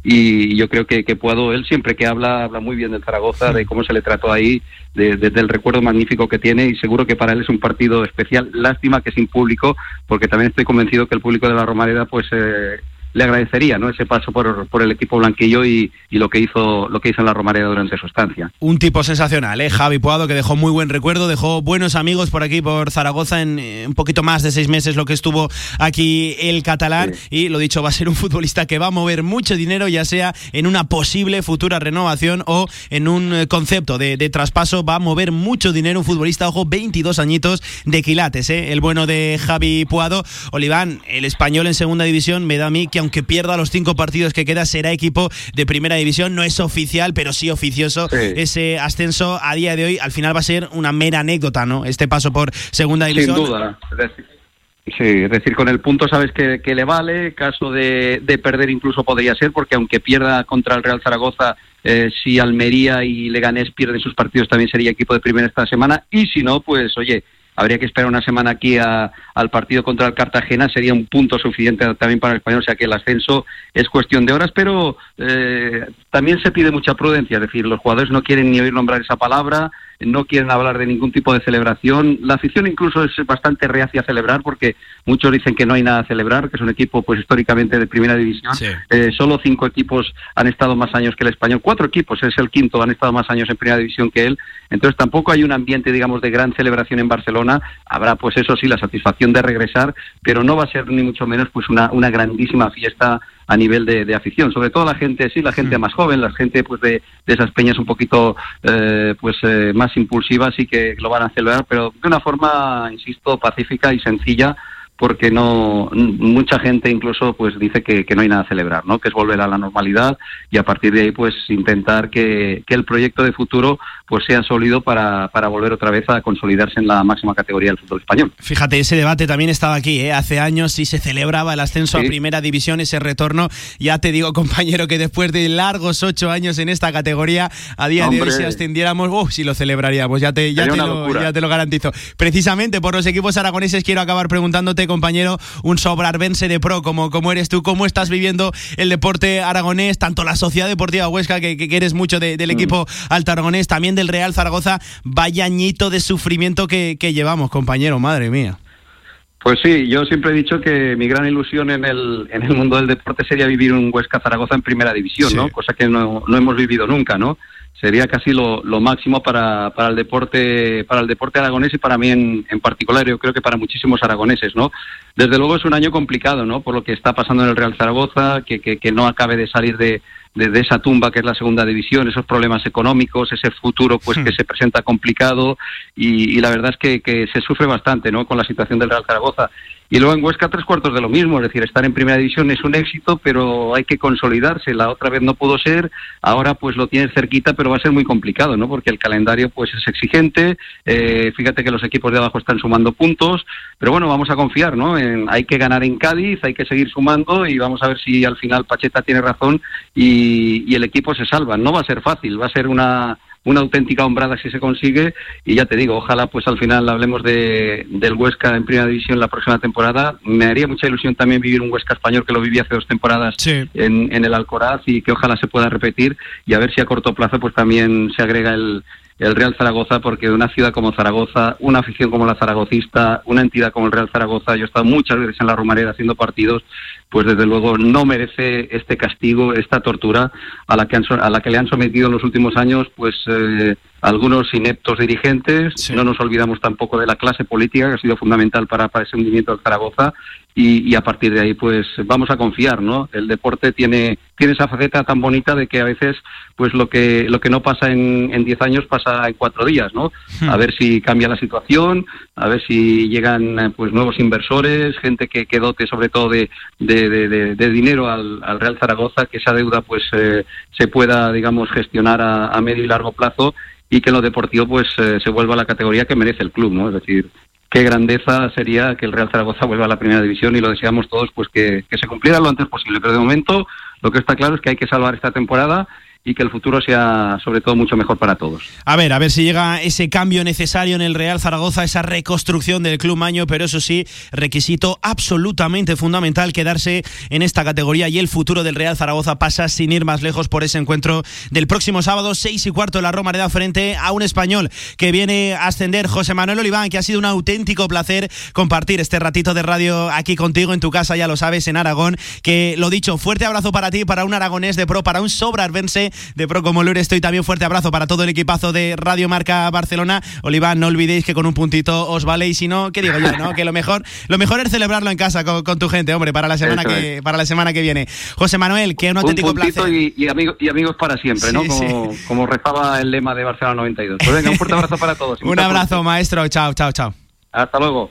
Y yo creo que, que Puado, él siempre que habla, habla muy bien del Zaragoza, de cómo se le trató ahí, de, de, del recuerdo magnífico que tiene, y seguro que para él es un partido especial. Lástima que sin público, porque también estoy convencido que el público de la Romareda pues eh, le agradecería, ¿no?, ese paso por, por el equipo blanquillo y, y lo que hizo lo que hizo en la Romareda durante su estancia. Un tipo sensacional, ¿eh? Javi Puado, que dejó muy buen recuerdo, dejó buenos amigos por aquí, por Zaragoza, en eh, un poquito más de seis meses lo que estuvo aquí el catalán, sí. Y lo dicho, va a ser un futbolista que va a mover mucho dinero, ya sea en una posible futura renovación o en un eh, concepto de, de traspaso. Va a mover mucho dinero, un futbolista, ojo, veintidós añitos de quilates, ¿eh? El bueno de Javi Puado. Oliván, el Español en segunda división, me da a mí que aunque pierda los cinco partidos que queda, será equipo de primera división. No es oficial, pero sí oficioso, sí. Ese ascenso a día de hoy. Al final va a ser una mera anécdota, ¿no?, este paso por segunda división. Sin duda, es decir, sí, es decir, con el punto sabes que, que le vale, caso de, de perder incluso podría ser, porque aunque pierda contra el Real Zaragoza, eh, si Almería y Leganés pierden sus partidos también sería equipo de primera esta semana, y si no, pues oye, habría que esperar una semana aquí a, al partido contra el Cartagena, sería un punto suficiente también para el Español, o sea que el ascenso es cuestión de horas, pero eh, también se pide mucha prudencia, es decir, los jugadores no quieren ni oír nombrar esa palabra, no quieren hablar de ningún tipo de celebración. La afición incluso es bastante reacia a celebrar porque muchos dicen que no hay nada a celebrar, que es un equipo pues históricamente de primera división. Sí. Eh, solo cinco equipos han estado más años que el Español, cuatro equipos, es el quinto, han estado más años en primera división que él. Entonces tampoco hay un ambiente, digamos, de gran celebración en Barcelona. Habrá, pues eso sí, la satisfacción de regresar, pero no va a ser ni mucho menos pues una, una grandísima fiesta a nivel de, de afición, sobre todo la gente, sí, la gente mm. más joven, la gente pues de, de esas peñas un poquito eh, pues eh, más impulsivas, sí que lo van a celebrar, pero de una forma, insisto, pacífica y sencilla, porque no mucha gente incluso pues dice que, que no hay nada a celebrar, ¿no? Que es volver a la normalidad y a partir de ahí pues intentar que, que el proyecto de futuro pues sea sólido para, para volver otra vez a consolidarse en la máxima categoría del fútbol español. Fíjate, ese debate también estaba aquí, ¿eh? Hace años sí se celebraba el ascenso sí. a Primera División, ese retorno. Ya te digo, compañero, que después de largos ocho años en esta categoría, a día Hombre. de hoy si ascendiéramos, ¡uh! Sí lo celebraríamos, ya te, ya te, lo, ya te lo garantizo. Precisamente por los equipos aragoneses quiero acabar preguntándote, compañero, un sobrarbense de pro como, como eres tú, ¿cómo estás viviendo el deporte aragonés, tanto la Sociedad Deportiva Huesca, que, que eres mucho de, del equipo mm. alto aragonés, también del Real Zaragoza? Vaya añito de sufrimiento que, que llevamos, compañero, madre mía. Pues sí, yo siempre he dicho que mi gran ilusión en el en el mundo del deporte sería vivir un Huesca Zaragoza en primera división, sí. ¿no? Cosa que no, no hemos vivido nunca, ¿no? Sería casi lo, lo máximo para, para el deporte para el deporte aragonés y para mí en, en particular, yo creo que para muchísimos aragoneses, ¿no? Desde luego es un año complicado, ¿no? Por lo que está pasando en el Real Zaragoza, que, que, que no acabe de salir de, de, de esa tumba que es la segunda división, esos problemas económicos, ese futuro pues que se presenta complicado y, y la verdad es que, que se sufre bastante, ¿no? Con la situación del Real Zaragoza. Y luego en Huesca tres cuartos de lo mismo, es decir, estar en primera división es un éxito, pero hay que consolidarse. La otra vez no pudo ser, ahora pues lo tienes cerquita, pero va a ser muy complicado, ¿no? Porque el calendario pues es exigente, eh, fíjate que los equipos de abajo están sumando puntos, pero bueno, vamos a confiar, ¿no? En, hay que ganar en Cádiz, hay que seguir sumando y vamos a ver si al final Pacheta tiene razón y, y el equipo se salva. No va a ser fácil, va a ser una... una auténtica hombrada si se consigue y ya te digo, ojalá pues al final hablemos de del Huesca en primera división la próxima temporada. Me haría mucha ilusión también vivir un Huesca español que lo viví hace dos temporadas sí. en, en el Alcoraz y que ojalá se pueda repetir y a ver si a corto plazo pues también se agrega el el Real Zaragoza, porque una ciudad como Zaragoza, una afición como la zaragocista, una entidad como el Real Zaragoza, yo he estado muchas veces en la Romareda haciendo partidos, pues desde luego no merece este castigo, esta tortura a la que han, a la que le han sometido en los últimos años, pues eh, algunos ineptos dirigentes. Sí. No nos olvidamos tampoco de la clase política, que ha sido fundamental para, para ese hundimiento del Zaragoza, y, y a partir de ahí pues vamos a confiar, ¿no? El deporte tiene tiene esa faceta tan bonita de que a veces pues lo que lo que no pasa en en diez años pasa en cuatro días, ¿no? Hmm. A ver si cambia la situación, a ver si llegan pues nuevos inversores, gente que, que dote sobre todo de de, de, de, de dinero al, al Real Zaragoza, que esa deuda pues eh, se pueda, digamos, gestionar a, a medio y largo plazo y que en lo deportivo pues eh, se vuelva a la categoría que merece el club, ¿no? Es decir, qué grandeza sería que el Real Zaragoza vuelva a la primera división y lo deseamos todos pues que, que se cumpliera lo antes posible, pero de momento lo que está claro es que hay que salvar esta temporada y que el futuro sea sobre todo mucho mejor para todos. A ver, a ver si llega ese cambio necesario en el Real Zaragoza, esa reconstrucción del club maño, pero eso sí, requisito absolutamente fundamental, quedarse en esta categoría y el futuro del Real Zaragoza pasa sin ir más lejos por ese encuentro del próximo sábado, seis y cuarto, en la Romareda, frente a un español que viene a ascender, José Manuel Oliván, que ha sido un auténtico placer compartir este ratito de radio aquí contigo en tu casa, ya lo sabes, en Aragón, que lo dicho, fuerte abrazo para ti, para un aragonés de pro, para un sobrarbense de pro como lo eres tú, y también fuerte abrazo para todo el equipazo de Radio Marca Barcelona. Oliván, no olvidéis que con un puntito os vale, y si no, ¿qué digo yo? ¿No? Que lo mejor lo mejor es celebrarlo en casa con, con tu gente, hombre, para la semana que para la semana que viene. José Manuel, que un auténtico un placer. Y, y, amigos, y amigos para siempre, sí, ¿no? Como, sí. como rezaba el lema de Barcelona noventa y dos. Pues venga, un fuerte abrazo para todos. Un abrazo, maestro. Chao, chao, chao. Hasta luego.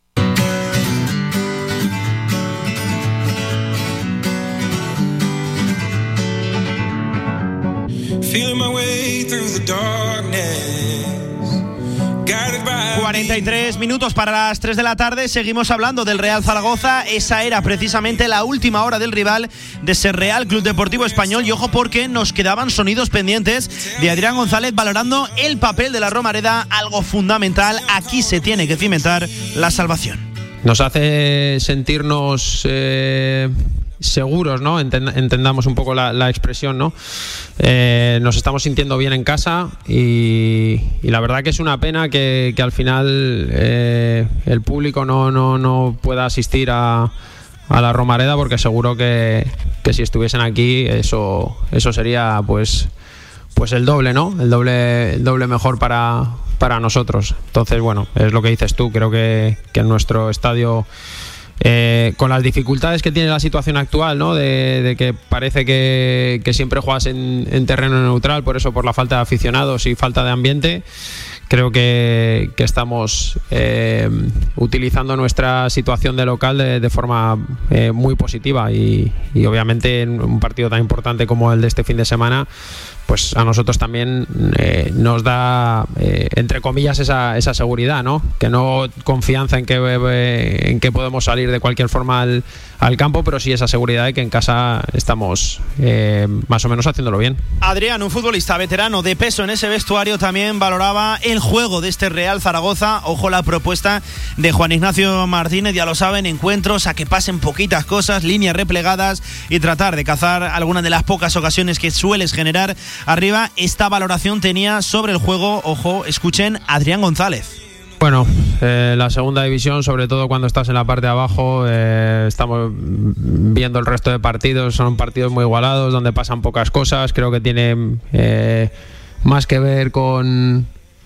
cuarenta y tres minutos para las tres de la tarde. Seguimos hablando del Real Zaragoza. Esa era precisamente la última hora del rival de ese Real Club Deportivo Español. Y ojo, porque nos quedaban sonidos pendientes de Adrián González valorando el papel de la Romareda, algo fundamental. Aquí se tiene que cimentar la salvación. Nos hace sentirnos eh, seguros, ¿no? Entendamos un poco la, la expresión, ¿no? Eh, nos estamos sintiendo bien en casa y, y la verdad que es una pena que, que al final eh, el público no, no, no pueda asistir a, a la Romareda, porque seguro que, que si estuviesen aquí eso, eso sería pues, pues el doble, ¿no? El doble, el doble mejor para, para nosotros. Entonces, bueno, es lo que dices tú. Creo que, que en nuestro estadio, Eh, con las dificultades que tiene la situación actual, ¿no? De, de que parece que, que siempre juegas en, en terreno neutral, por eso, por la falta de aficionados y falta de ambiente, creo que, que estamos eh, utilizando nuestra situación de local de, de forma eh, muy positiva y, y obviamente en un partido tan importante como el de este fin de semana, pues a nosotros también eh, nos da, eh, entre comillas, esa, esa seguridad, ¿no? Que no confianza en que, eh, en que podemos salir de cualquier forma al, al campo, pero sí esa seguridad de que en casa estamos eh, más o menos haciéndolo bien. Adrián, un futbolista veterano de peso en ese vestuario, también valoraba el juego de este Real Zaragoza. Ojo la propuesta de Juan Ignacio Martínez, ya lo saben, encuentros a que pasen poquitas cosas, líneas replegadas y tratar de cazar alguna de las pocas ocasiones que sueles generar arriba. Esta valoración tenía sobre el juego, ojo, escuchen, Adrián González. Bueno, eh, la segunda división, sobre todo cuando estás en la parte de abajo, eh, estamos viendo el resto de partidos, son partidos muy igualados, donde pasan pocas cosas. Creo que tiene eh, más que ver con,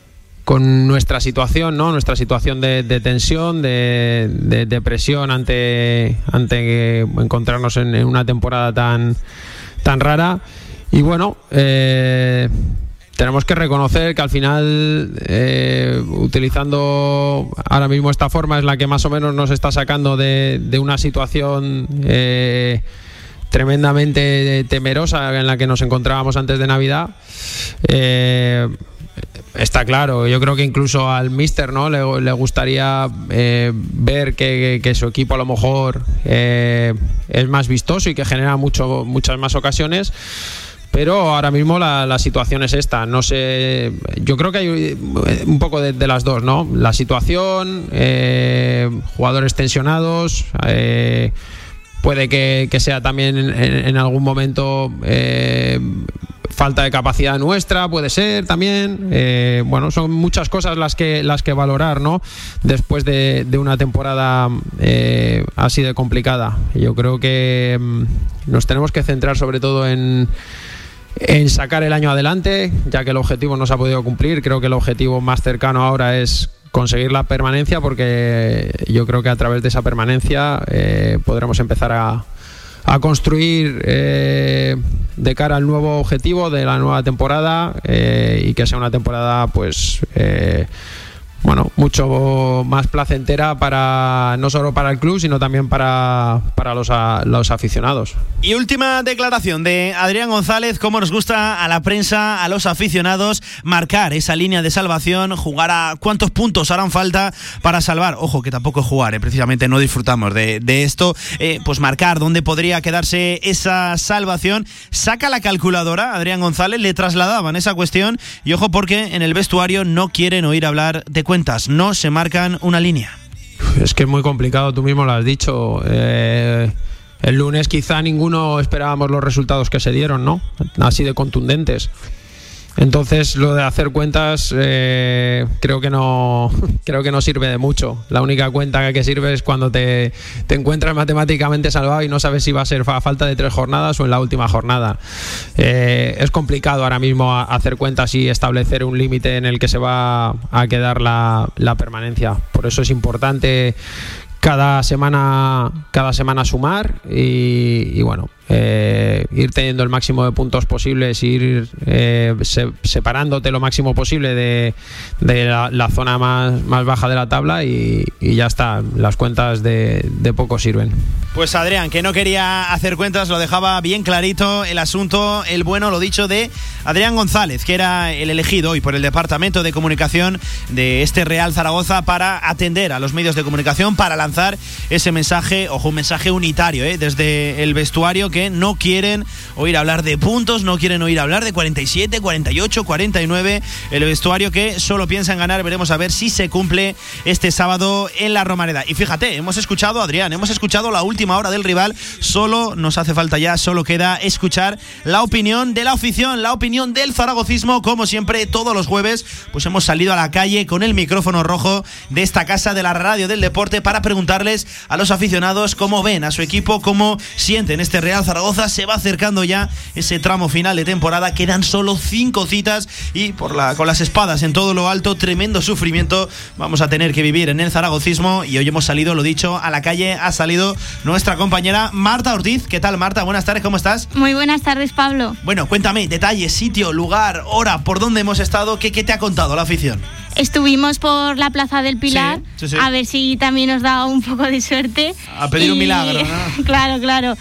con nuestra situación, ¿no? Nuestra situación de, de tensión, de, de, de presión ante, ante encontrarnos en, en una temporada tan, tan rara. Y bueno, eh, tenemos que reconocer que al final, eh, utilizando ahora mismo esta forma, es la que más o menos nos está sacando de, de una situación eh, tremendamente temerosa en la que nos encontrábamos antes de Navidad. Eh, está claro, yo creo que incluso al míster, ¿no? le, le gustaría eh, ver que, que su equipo a lo mejor eh, es más vistoso y que genera mucho, muchas más ocasiones. Pero ahora mismo la, la situación es esta. No sé, yo creo que hay un poco de, de las dos, ¿no? La situación, eh, jugadores tensionados, eh, puede que, que sea también en, en algún momento eh, falta de capacidad nuestra, puede ser también. Eh, bueno, son muchas cosas las que las que valorar, ¿no? Después de, de una temporada eh, así de complicada. Yo creo que mm, nos tenemos que centrar sobre todo en en sacar el año adelante, ya que el objetivo no se ha podido cumplir. Creo que el objetivo más cercano ahora es conseguir la permanencia, porque yo creo que a través de esa permanencia eh, podremos empezar a, a construir eh, de cara al nuevo objetivo de la nueva temporada eh, y que sea una temporada pues eh, bueno, mucho más placentera para no solo para el club, sino también para, para los, a, los aficionados. Y última declaración de Adrián González: cómo nos gusta a la prensa, a los aficionados, marcar esa línea de salvación, jugar a cuántos puntos harán falta para salvar. Ojo, que tampoco es jugar, ¿eh? Precisamente no disfrutamos de, de esto. Eh, pues marcar dónde podría quedarse esa salvación. Saca la calculadora, Adrián González, le trasladaban esa cuestión y ojo, porque en el vestuario no quieren oír hablar de cuentas, no se marcan una línea. Es que es muy complicado, tú mismo lo has dicho. Eh, el lunes quizá ninguno esperábamos los resultados que se dieron, ¿no? Así de contundentes. Entonces lo de hacer cuentas eh, creo que no creo que no sirve de mucho. La única cuenta que sirve es cuando te, te encuentras matemáticamente salvado y no sabes si va a ser a falta de tres jornadas o en la última jornada. Eh, es complicado ahora mismo hacer cuentas y establecer un límite en el que se va a quedar la, la permanencia. Por eso es importante cada semana cada semana sumar y, y bueno, eh, ir teniendo el máximo de puntos posibles, ir eh, se, separándote lo máximo posible de, de la, la zona más, más baja de la tabla y, y ya está, las cuentas de, de poco sirven. Pues Adrián, que no quería hacer cuentas, lo dejaba bien clarito el asunto, el bueno, lo dicho, de Adrián González, que era el elegido hoy por el Departamento de Comunicación de este Real Zaragoza para atender a los medios de comunicación, para lanzar ese mensaje, ojo, un mensaje unitario, ¿eh? Desde el vestuario, que que no quieren oír hablar de puntos, no quieren oír hablar de cuarenta y siete, cuarenta y ocho, cuarenta y nueve. El vestuario que solo piensa en ganar. Veremos a ver si se cumple este sábado en la Romareda. Y fíjate, hemos escuchado, Adrián, hemos escuchado la última hora del rival. Solo nos hace falta ya, solo queda escuchar la opinión de la afición, la opinión del zaragocismo. Como siempre, todos los jueves, pues hemos salido a la calle con el micrófono rojo de esta casa de la radio del deporte para preguntarles a los aficionados cómo ven a su equipo, cómo sienten este Real Zaragoza. Se va acercando ya ese tramo final de temporada, quedan solo cinco citas y por la, con las espadas en todo lo alto, tremendo sufrimiento vamos a tener que vivir en el zaragocismo. Y hoy hemos salido, lo dicho, a la calle. Ha salido nuestra compañera Marta Ortiz. ¿Qué tal, Marta? Buenas tardes, ¿cómo estás? Muy buenas tardes, Pablo. Bueno, cuéntame, detalles, sitio, lugar, hora, por dónde hemos estado, ¿qué, qué te ha contado la afición? Estuvimos por la Plaza del Pilar, sí, sí, sí. A ver si también nos da un poco de suerte. A pedir y... un milagro, ¿no? Claro, claro.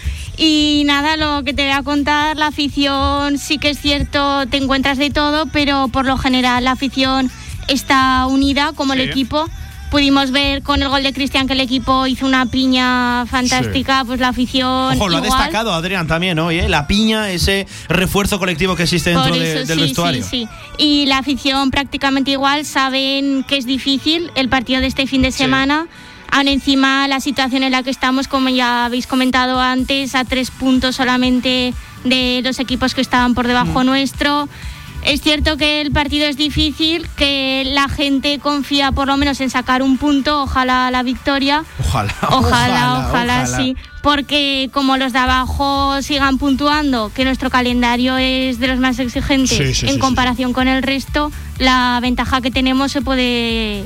Y nada, lo que te voy a contar, la afición sí que es cierto, te encuentras de todo, pero por lo general la afición está unida como sí. El equipo. Pudimos ver con el gol de Cristian que el equipo hizo una piña fantástica, sí. Pues la afición Ojo, lo igual. Ha destacado Adrián también hoy, ¿eh? La piña, ese refuerzo colectivo que existe dentro eso, de, del sí, vestuario. Sí, sí. Y la afición prácticamente igual, saben que es difícil el partido de este fin de semana. Sí. Aún encima la situación en la que estamos, como ya habéis comentado antes, a tres puntos solamente de los equipos que estaban por debajo mm. nuestro. Es cierto que el partido es difícil, que la gente confía por lo menos en sacar un punto, ojalá la victoria. Ojalá, ojalá, ojalá, ojalá, ojalá sí. Porque como los de abajo sigan puntuando, que nuestro calendario es de los más exigentes sí, sí, en sí, comparación sí. con el resto, la ventaja que tenemos se puede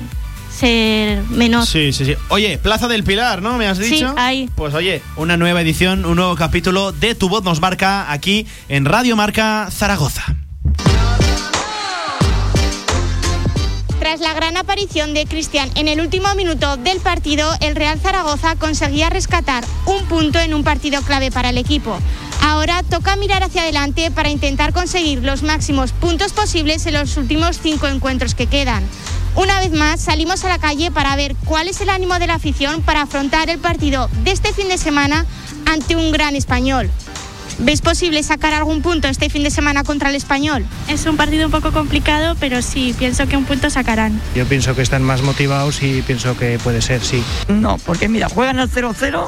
ser menor. Sí, sí, sí. Oye, Plaza del Pilar, ¿no? ¿Me has dicho? Sí, ahí. Pues oye, una nueva edición, un nuevo capítulo de Tu Voz Nos Marca aquí en Radio Marca Zaragoza. Tras la gran aparición de Cristian en el último minuto del partido, el Real Zaragoza conseguía rescatar un punto en un partido clave para el equipo. Ahora toca mirar hacia adelante para intentar conseguir los máximos puntos posibles en los últimos cinco encuentros que quedan. Una vez más salimos a la calle para ver cuál es el ánimo de la afición para afrontar el partido de este fin de semana ante un gran Español. ¿Ves posible sacar algún punto este fin de semana contra el Español? Es un partido un poco complicado, pero sí, pienso que un punto sacarán. Yo pienso que están más motivados y pienso que puede ser, sí. No, porque mira, juegan al cero cero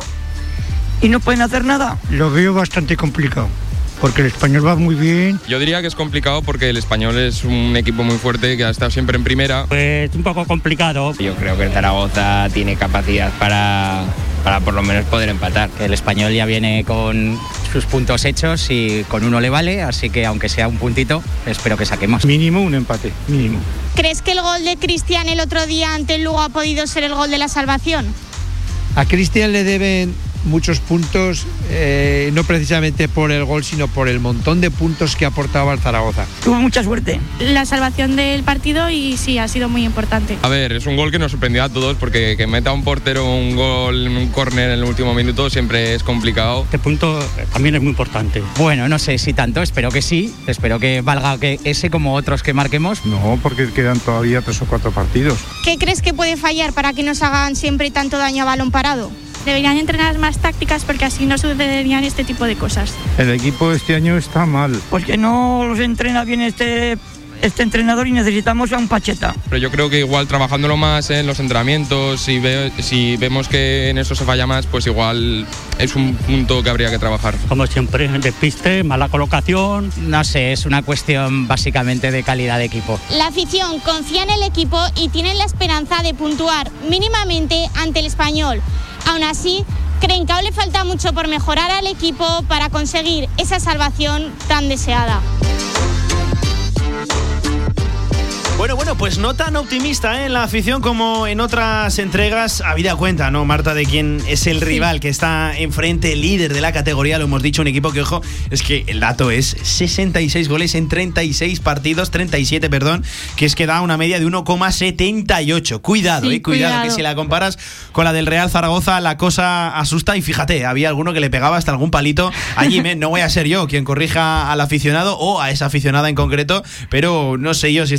y no pueden hacer nada. Lo veo bastante complicado, porque el Español va muy bien. Yo diría que es complicado porque el Español es un equipo muy fuerte que ha estado siempre en primera. Pues un poco complicado. Yo creo que el Zaragoza tiene capacidad para, para por lo menos poder empatar. El Español ya viene con sus puntos hechos y con uno le vale, así que aunque sea un puntito, espero que saquemos. Mínimo un empate, mínimo. ¿Crees que el gol de Cristian el otro día ante el Lugo ha podido ser el gol de la salvación? A Cristian le deben muchos puntos, eh, no precisamente por el gol, sino por el montón de puntos que aportaba al Zaragoza. Tuvo mucha suerte. La salvación del partido y sí, ha sido muy importante. A ver, es un gol que nos sorprendió a todos porque que meta un portero un gol en un córner en el último minuto siempre es complicado. Este punto también es muy importante. Bueno, no sé si tanto, espero que sí, espero que valga que ese como otros que marquemos. No, porque quedan todavía tres o cuatro partidos. ¿Qué crees que puede fallar para que nos hagan siempre tanto daño a balón parado? Deberían entrenar más tácticas porque así no sucederían este tipo de cosas. El equipo este año está mal. Porque no los entrena bien este, este entrenador y necesitamos a un Pacheta. Pero yo creo que igual trabajándolo más en los entrenamientos, si, ve, si vemos que en eso se falla más, pues igual es un punto que habría que trabajar. Como siempre, despiste, mala colocación. No sé, es una cuestión básicamente de calidad de equipo. La afición confía en el equipo y tienen la esperanza de puntuar mínimamente ante el Español. Aún así, creen que aún le falta mucho por mejorar al equipo para conseguir esa salvación tan deseada. Bueno, bueno, pues no tan optimista, ¿eh? En la afición como en otras entregas. Habida cuenta, ¿no, Marta, de quién es el rival que está enfrente, el líder de la categoría? Lo hemos dicho, un equipo que, ojo, es que el dato es sesenta y seis goles en treinta y seis partidos, treinta y siete, perdón, que es que da una media de uno coma setenta y ocho. Cuidado, sí, eh, cuidado, cuidado, que si la comparas con la del Real Zaragoza, la cosa asusta. Y fíjate, había alguno que le pegaba hasta algún palito allí. Me, no voy a ser yo quien corrija al aficionado o a esa aficionada en concreto, pero no sé yo si estamos para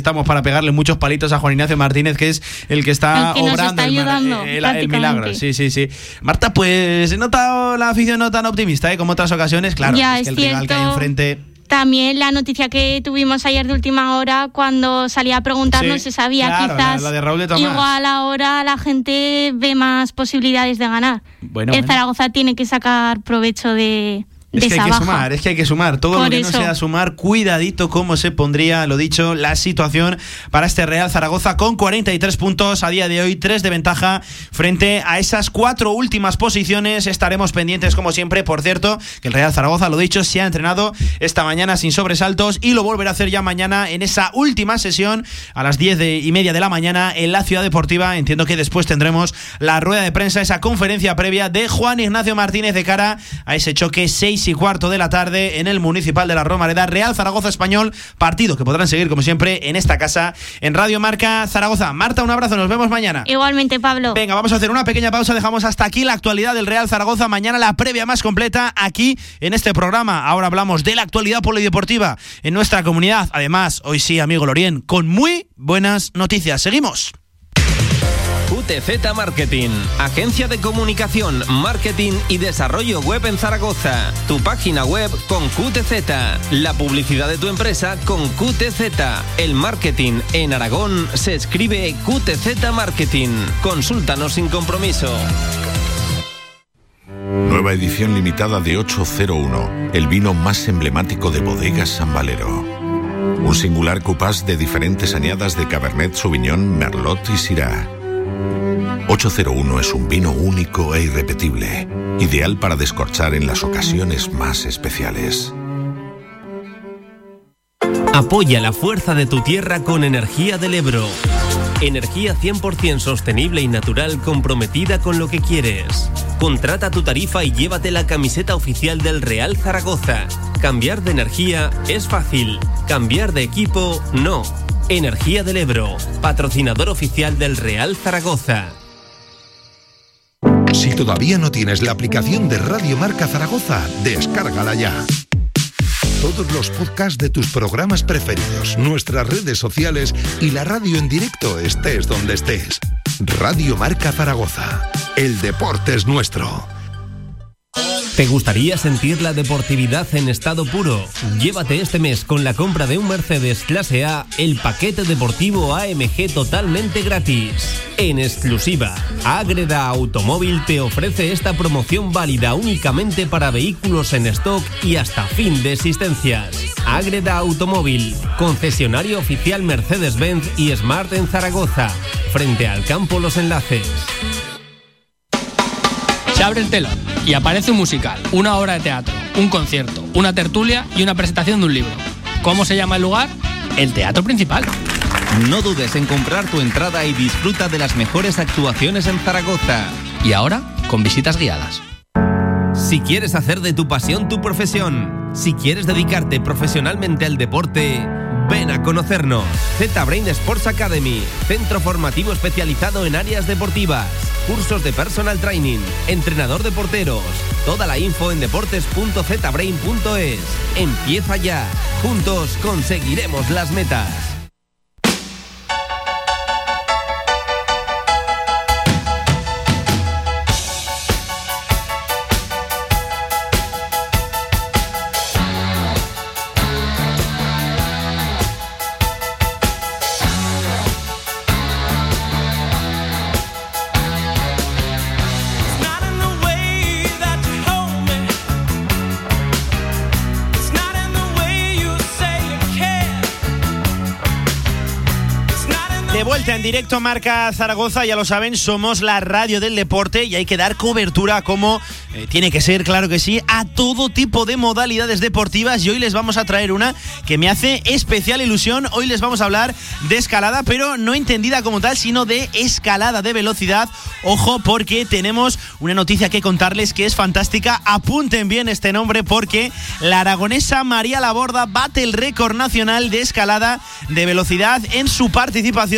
pegarle muchos palitos a Juan Ignacio Martínez, que es el que está el que obrando nos está ayudando, el, el, el milagro. Sí, sí, sí. Marta, pues he notado la afición no tan optimista, ¿eh? Como otras ocasiones, claro. Ya, es que es el rival que hay enfrente. También la noticia que tuvimos ayer de última hora, cuando salía a preguntar, sí, no se sabía, claro, quizás la, la de Raúl de Tomás. Igual ahora la gente ve más posibilidades de ganar. Bueno, el bueno. Zaragoza tiene que sacar provecho de... Es que hay que sumar, es que hay que sumar. Todo Por lo que eso. no sea sumar, cuidadito cómo se pondría, lo dicho, la situación para este Real Zaragoza con cuarenta y tres puntos a día de hoy, tres de ventaja frente a esas cuatro últimas posiciones. Estaremos pendientes como siempre, por cierto, que el Real Zaragoza, lo dicho, se ha entrenado esta mañana sin sobresaltos y lo volverá a hacer ya mañana en esa última sesión a las diez y media de la mañana en la Ciudad Deportiva. Entiendo que después tendremos la rueda de prensa, esa conferencia previa de Juan Ignacio Martínez de cara a ese choque seis y cuarto de la tarde en el Municipal de la Romareda, Real Zaragoza Español, partido que podrán seguir como siempre en esta casa en Radio Marca Zaragoza. Marta, un abrazo, nos vemos mañana. Igualmente, Pablo. Venga, vamos a hacer una pequeña pausa, dejamos hasta aquí la actualidad del Real Zaragoza, mañana la previa más completa aquí en este programa. Ahora hablamos de la actualidad polideportiva en nuestra comunidad, además, hoy sí, amigo Lorien, con muy buenas noticias. Seguimos. Q T Z Marketing, agencia de comunicación, marketing y desarrollo web en Zaragoza. Tu página web con Q T Z. La publicidad de tu empresa con Q T Z. El marketing en Aragón se escribe Q T Z Marketing. Consúltanos sin compromiso. Nueva edición limitada de ocho cero uno, el vino más emblemático de Bodegas San Valero. Un singular cupás de diferentes añadas de Cabernet Sauvignon, Merlot y Syrah. ocho cero uno es un vino único e irrepetible, ideal para descorchar en las ocasiones más especiales. Apoya la fuerza de tu tierra con Energía del Ebro. Energía cien por ciento sostenible y natural comprometida con lo que quieres. Contrata tu tarifa y llévate la camiseta oficial del Real Zaragoza. Cambiar de energía es fácil, cambiar de equipo no. Energía del Ebro, patrocinador oficial del Real Zaragoza. Si todavía no tienes la aplicación de Radio Marca Zaragoza, descárgala ya. Todos los podcasts de tus programas preferidos, nuestras redes sociales y la radio en directo, estés donde estés. Radio Marca Zaragoza. El deporte es nuestro. ¿Te gustaría sentir la deportividad en estado puro? Llévate este mes con la compra de un Mercedes Clase A el paquete deportivo A M G totalmente gratis. En exclusiva, Ágreda Automóvil te ofrece esta promoción válida únicamente para vehículos en stock y hasta fin de existencias. Ágreda Automóvil, concesionario oficial Mercedes-Benz y Smart en Zaragoza, frente al campo Los Enlaces. Se abre el telón y aparece un musical, una obra de teatro, un concierto, una tertulia y una presentación de un libro. ¿Cómo se llama el lugar? El Teatro Principal. No dudes en comprar tu entrada y disfruta de las mejores actuaciones en Zaragoza. Y ahora, con visitas guiadas. Si quieres hacer de tu pasión tu profesión, si quieres dedicarte profesionalmente al deporte, ven a conocernos. Z-Brain Sports Academy, centro formativo especializado en áreas deportivas, cursos de personal training, entrenador de porteros. Toda la info en deportes punto z brain punto es. Empieza ya. Juntos conseguiremos las metas. De vuelta en directo Marca Zaragoza, ya lo saben, somos la radio del deporte y hay que dar cobertura como eh, tiene que ser, claro que sí, a todo tipo de modalidades deportivas y hoy les vamos a traer una que me hace especial ilusión. Hoy les vamos a hablar de escalada, pero no entendida como tal, sino de escalada de velocidad. Ojo, porque tenemos una noticia que contarles que es fantástica. Apunten bien este nombre porque la aragonesa María Laborda bate el récord nacional de escalada de velocidad en su participación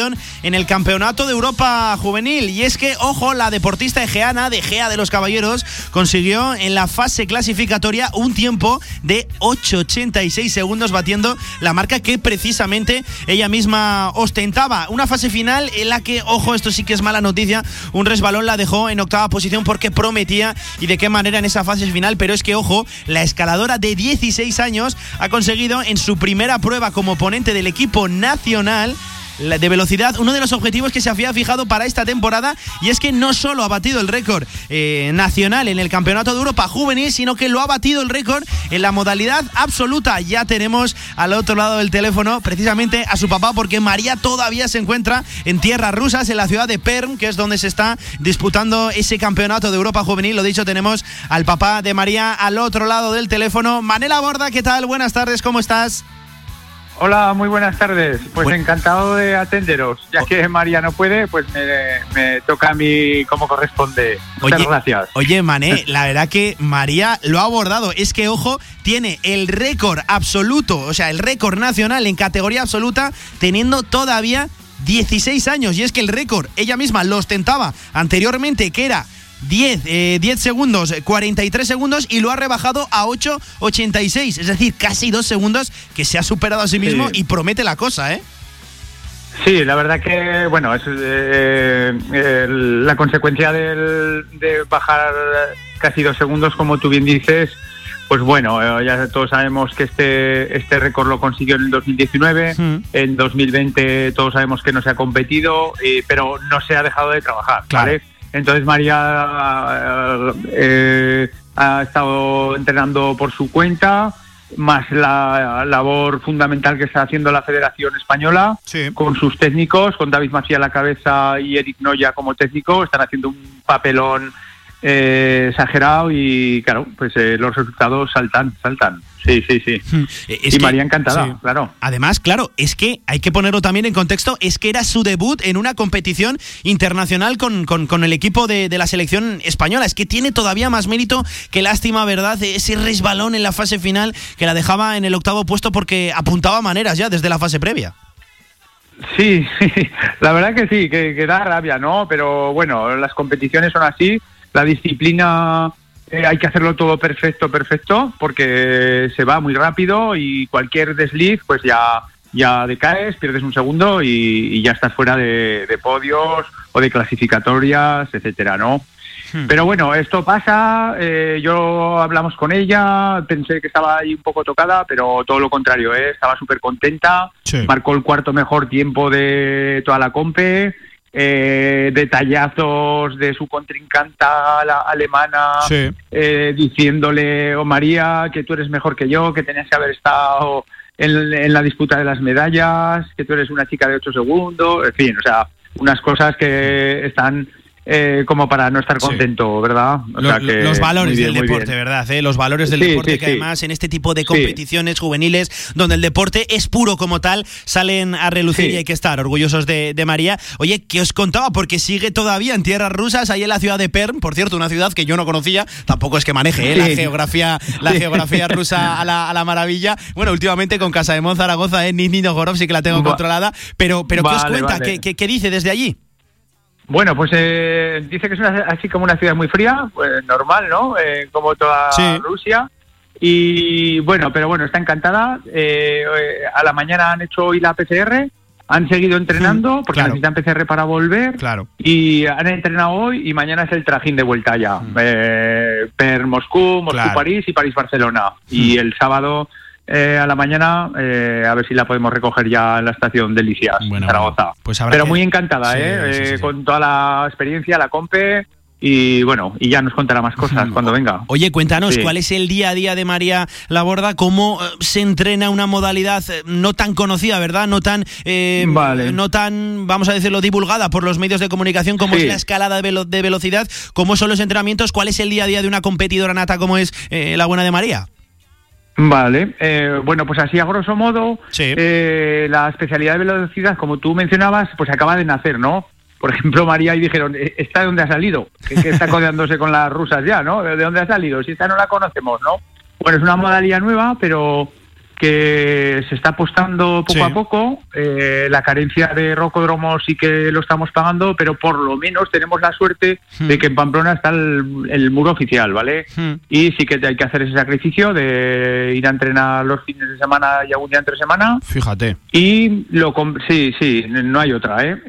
competición en el Campeonato de Europa Juvenil. Y es que, ojo, la deportista egeana, de Gea de los Caballeros, consiguió en la fase clasificatoria un tiempo de ocho ochenta y seis segundos, batiendo la marca que precisamente ella misma ostentaba. Una fase final en la que, ojo, esto sí que es mala noticia, un resbalón la dejó en octava posición porque prometía, y de qué manera en esa fase final. Pero es que, ojo, la escaladora de dieciséis años ha conseguido en su primera prueba como ponente del equipo nacional de velocidad uno de los objetivos que se había fijado para esta temporada, y es que no solo ha batido el récord eh, nacional en el Campeonato de Europa Juvenil, sino que lo ha batido el récord en la modalidad absoluta. Ya tenemos al otro lado del teléfono precisamente a su papá, porque María todavía se encuentra en tierras rusas, en la ciudad de Perm, que es donde se está disputando ese Campeonato de Europa Juvenil. Lo dicho, tenemos al papá de María al otro lado del teléfono. Manel Aborda, ¿qué tal? Buenas tardes, ¿cómo estás? Hola, muy buenas tardes. Pues bueno, encantado de atenderos. Ya que María no puede, pues me, me toca a mí como corresponde. Muchas oye, gracias. Oye, Mané, la verdad que María lo ha abordado. Es que, ojo, tiene el récord absoluto, o sea, el récord nacional en categoría absoluta, teniendo todavía dieciséis años. Y es que el récord ella misma lo ostentaba anteriormente, que era diez, eh, diez segundos, cuarenta y tres segundos, y lo ha rebajado a ocho ochenta y seis, es decir, casi dos segundos, que se ha superado a sí mismo, sí. Y promete la cosa, ¿eh? Sí, la verdad que, bueno, es eh, el, la consecuencia del, de bajar casi dos segundos, como tú bien dices. Pues bueno, eh, ya todos sabemos que este este récord lo consiguió en el dos mil diecinueve, mm. En dos mil veinte todos sabemos que no se ha competido, eh, pero no se ha dejado de trabajar, claro. ¿Vale? Entonces María eh, ha estado entrenando por su cuenta, más la labor fundamental que está haciendo la Federación Española, sí. Con sus técnicos, con David Macía a la cabeza y Eric Noya como técnico. Están haciendo un papelón eh, exagerado y, claro, pues eh, los resultados saltan, saltan. Sí, sí, sí. Es y que, María encantada, sí. Claro. Además, claro, es que hay que ponerlo también en contexto, es que era su debut en una competición internacional con, con, con el equipo de, de la selección española. Es que tiene todavía más mérito. Qué lástima, ¿verdad? Ese resbalón en la fase final que la dejaba en el octavo puesto, porque apuntaba maneras ya desde la fase previa. Sí, la verdad que sí, que, que da rabia, ¿no? Pero bueno, las competiciones son así, la disciplina... Eh, hay que hacerlo todo perfecto, perfecto, porque se va muy rápido y cualquier desliz, pues ya ya decaes, pierdes un segundo y, y ya estás fuera de, de podios o de clasificatorias, etcétera, ¿no? Hmm. Pero bueno, esto pasa. Eh, yo hablamos con ella, pensé que estaba ahí un poco tocada, pero todo lo contrario, ¿eh? Estaba súper contenta. Sí. Marcó el cuarto mejor tiempo de toda la compe. Eh, detallazos de su contrincanta la alemana, sí. eh, diciéndole, oh María, que tú eres mejor que yo, que tenías que haber estado en, en la disputa de las medallas, que tú eres una chica de ocho segundos, en fin, o sea, unas cosas que están... Eh, como para no estar contento, sí. ¿Verdad? O los, sea que los valores bien, del deporte, ¿verdad? ¿Eh? Los valores del sí, deporte sí, que sí. además en este tipo de competiciones sí. juveniles, donde el deporte es puro como tal, salen a relucir sí. y hay que estar orgullosos de, de María. Oye, ¿qué os contaba? Porque sigue todavía en tierras rusas, ahí en la ciudad de Perm, por cierto, una ciudad que yo no conocía, tampoco es que maneje ¿eh? sí. la geografía la sí. geografía rusa a la, a la maravilla. Bueno, últimamente con Casademón Zaragoza, ¿eh? Nizhny Novgorod sí que la tengo Va. controlada, pero, pero vale, ¿qué os cuenta? Vale. ¿Qué, qué, ¿Qué dice desde allí? Bueno, pues eh, dice que es una, así como una ciudad muy fría, pues normal, ¿no? Eh, como toda sí. Rusia. Y bueno, pero bueno, está encantada. Eh, eh, a la mañana han hecho hoy la P C R, han seguido entrenando, porque claro. necesitan P C R para volver. Claro. Y han entrenado hoy y mañana es el trajín de vuelta ya. Mm. Eh, per Moscú, Moscú-París claro. y París-Barcelona. Mm. Y el sábado... Eh, a la mañana, eh, a ver si la podemos recoger ya en la estación de Lisias, bueno, Zaragoza. Bueno, pues Pero que... muy encantada, sí, ¿eh? Sí, sí, sí. Con toda la experiencia, la compe, y bueno, y ya nos contará más cosas cuando venga. Oye, cuéntanos, sí. ¿cuál es el día a día de María Laborda? ¿Cómo se entrena una modalidad no tan conocida, verdad? No tan, eh, vale. no tan, vamos a decirlo, divulgada por los medios de comunicación como sí. es la escalada de, velo- de velocidad. ¿Cómo son los entrenamientos? ¿Cuál es el día a día de una competidora nata como es eh, la buena de María? Vale, eh, bueno, pues así a grosso modo, sí. eh, la especialidad de velocidad, como tú mencionabas, pues acaba de nacer, ¿no? Por ejemplo, María, y dijeron, ¿esta de dónde ha salido? Que, que está codeándose con las rusas ya, ¿no? ¿De dónde ha salido? Si esta no la conocemos, ¿no? Bueno, es una modalidad nueva, pero que se está apostando poco Sí. a poco. Eh, la carencia de rocódromos sí que lo estamos pagando, pero por lo menos tenemos la suerte Hmm. de que en Pamplona está el, el muro oficial, ¿vale? Hmm. Y sí que hay que hacer ese sacrificio de ir a entrenar los fines de semana y algún día entre semana. Fíjate. Y lo com- sí, sí, no hay otra, ¿eh?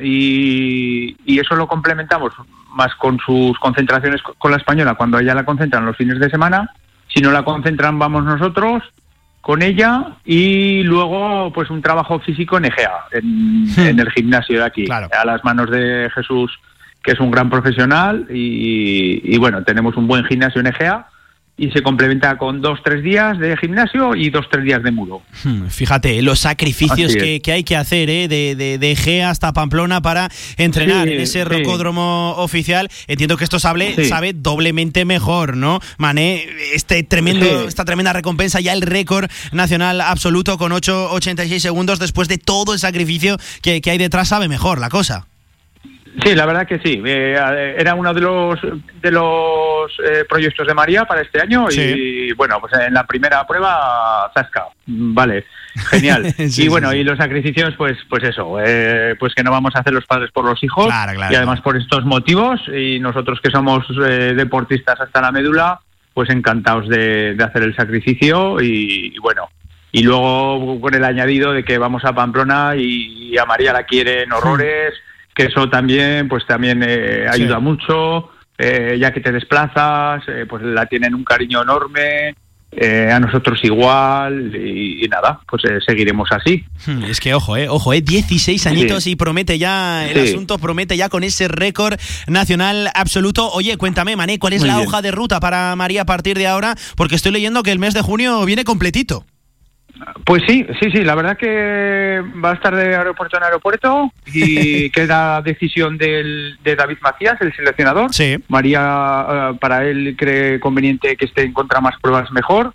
Y, y eso lo complementamos más con sus concentraciones co- con la española, cuando ella la concentran los fines de semana. Si no la concentran, vamos nosotros con ella, y luego pues un trabajo físico en Egea, en, en el gimnasio de aquí, a las manos de Jesús, que es un gran profesional, y, y bueno, tenemos un buen gimnasio en Egea, y se complementa con dos, tres días de gimnasio y dos, tres días de muro. Hmm, Fíjate, los sacrificios Así es. que, que hay que hacer, ¿eh? de, de, de Egea hasta Pamplona para entrenar Sí, en ese sí. rocódromo oficial. Entiendo que esto sabe, Sí. sabe doblemente mejor, ¿no? Mané, este tremendo, Sí. esta tremenda recompensa, ya el récord nacional absoluto con ocho ochenta y seis segundos, después de todo el sacrificio que, que hay detrás, sabe mejor la cosa. Sí, la verdad que sí. Eh, era uno de los de los eh, proyectos de María para este año, y Sí. bueno, pues en la primera prueba zasca, vale, genial. Sí, y bueno, sí, sí. y los sacrificios, pues pues eso, eh, pues que no vamos a hacer los padres por los hijos, Claro, claro, y además por estos motivos, y nosotros que somos eh, deportistas hasta la médula, pues encantados de, de hacer el sacrificio, y, y bueno. Y luego con el añadido de que vamos a Pamplona y a María la quieren horrores, que eso también pues también eh, ayuda Sí. mucho, eh, ya que te desplazas, eh, pues la tienen un cariño enorme, eh, a nosotros igual, y, y nada, pues eh, seguiremos así. Hmm, Es que ojo, eh, ojo, eh, dieciséis añitos Sí. y promete ya, el Sí. asunto promete ya con ese récord nacional absoluto. Oye, cuéntame, Mané, ¿cuál es Muy la bien. hoja de ruta para María a partir de ahora? Porque estoy leyendo que el mes de junio viene completito. Pues sí, sí, sí, la verdad que va a estar de aeropuerto en aeropuerto, y queda decisión del, de David Macías, el seleccionador. Sí. María, eh, para él, cree conveniente que esté en contra más pruebas mejor,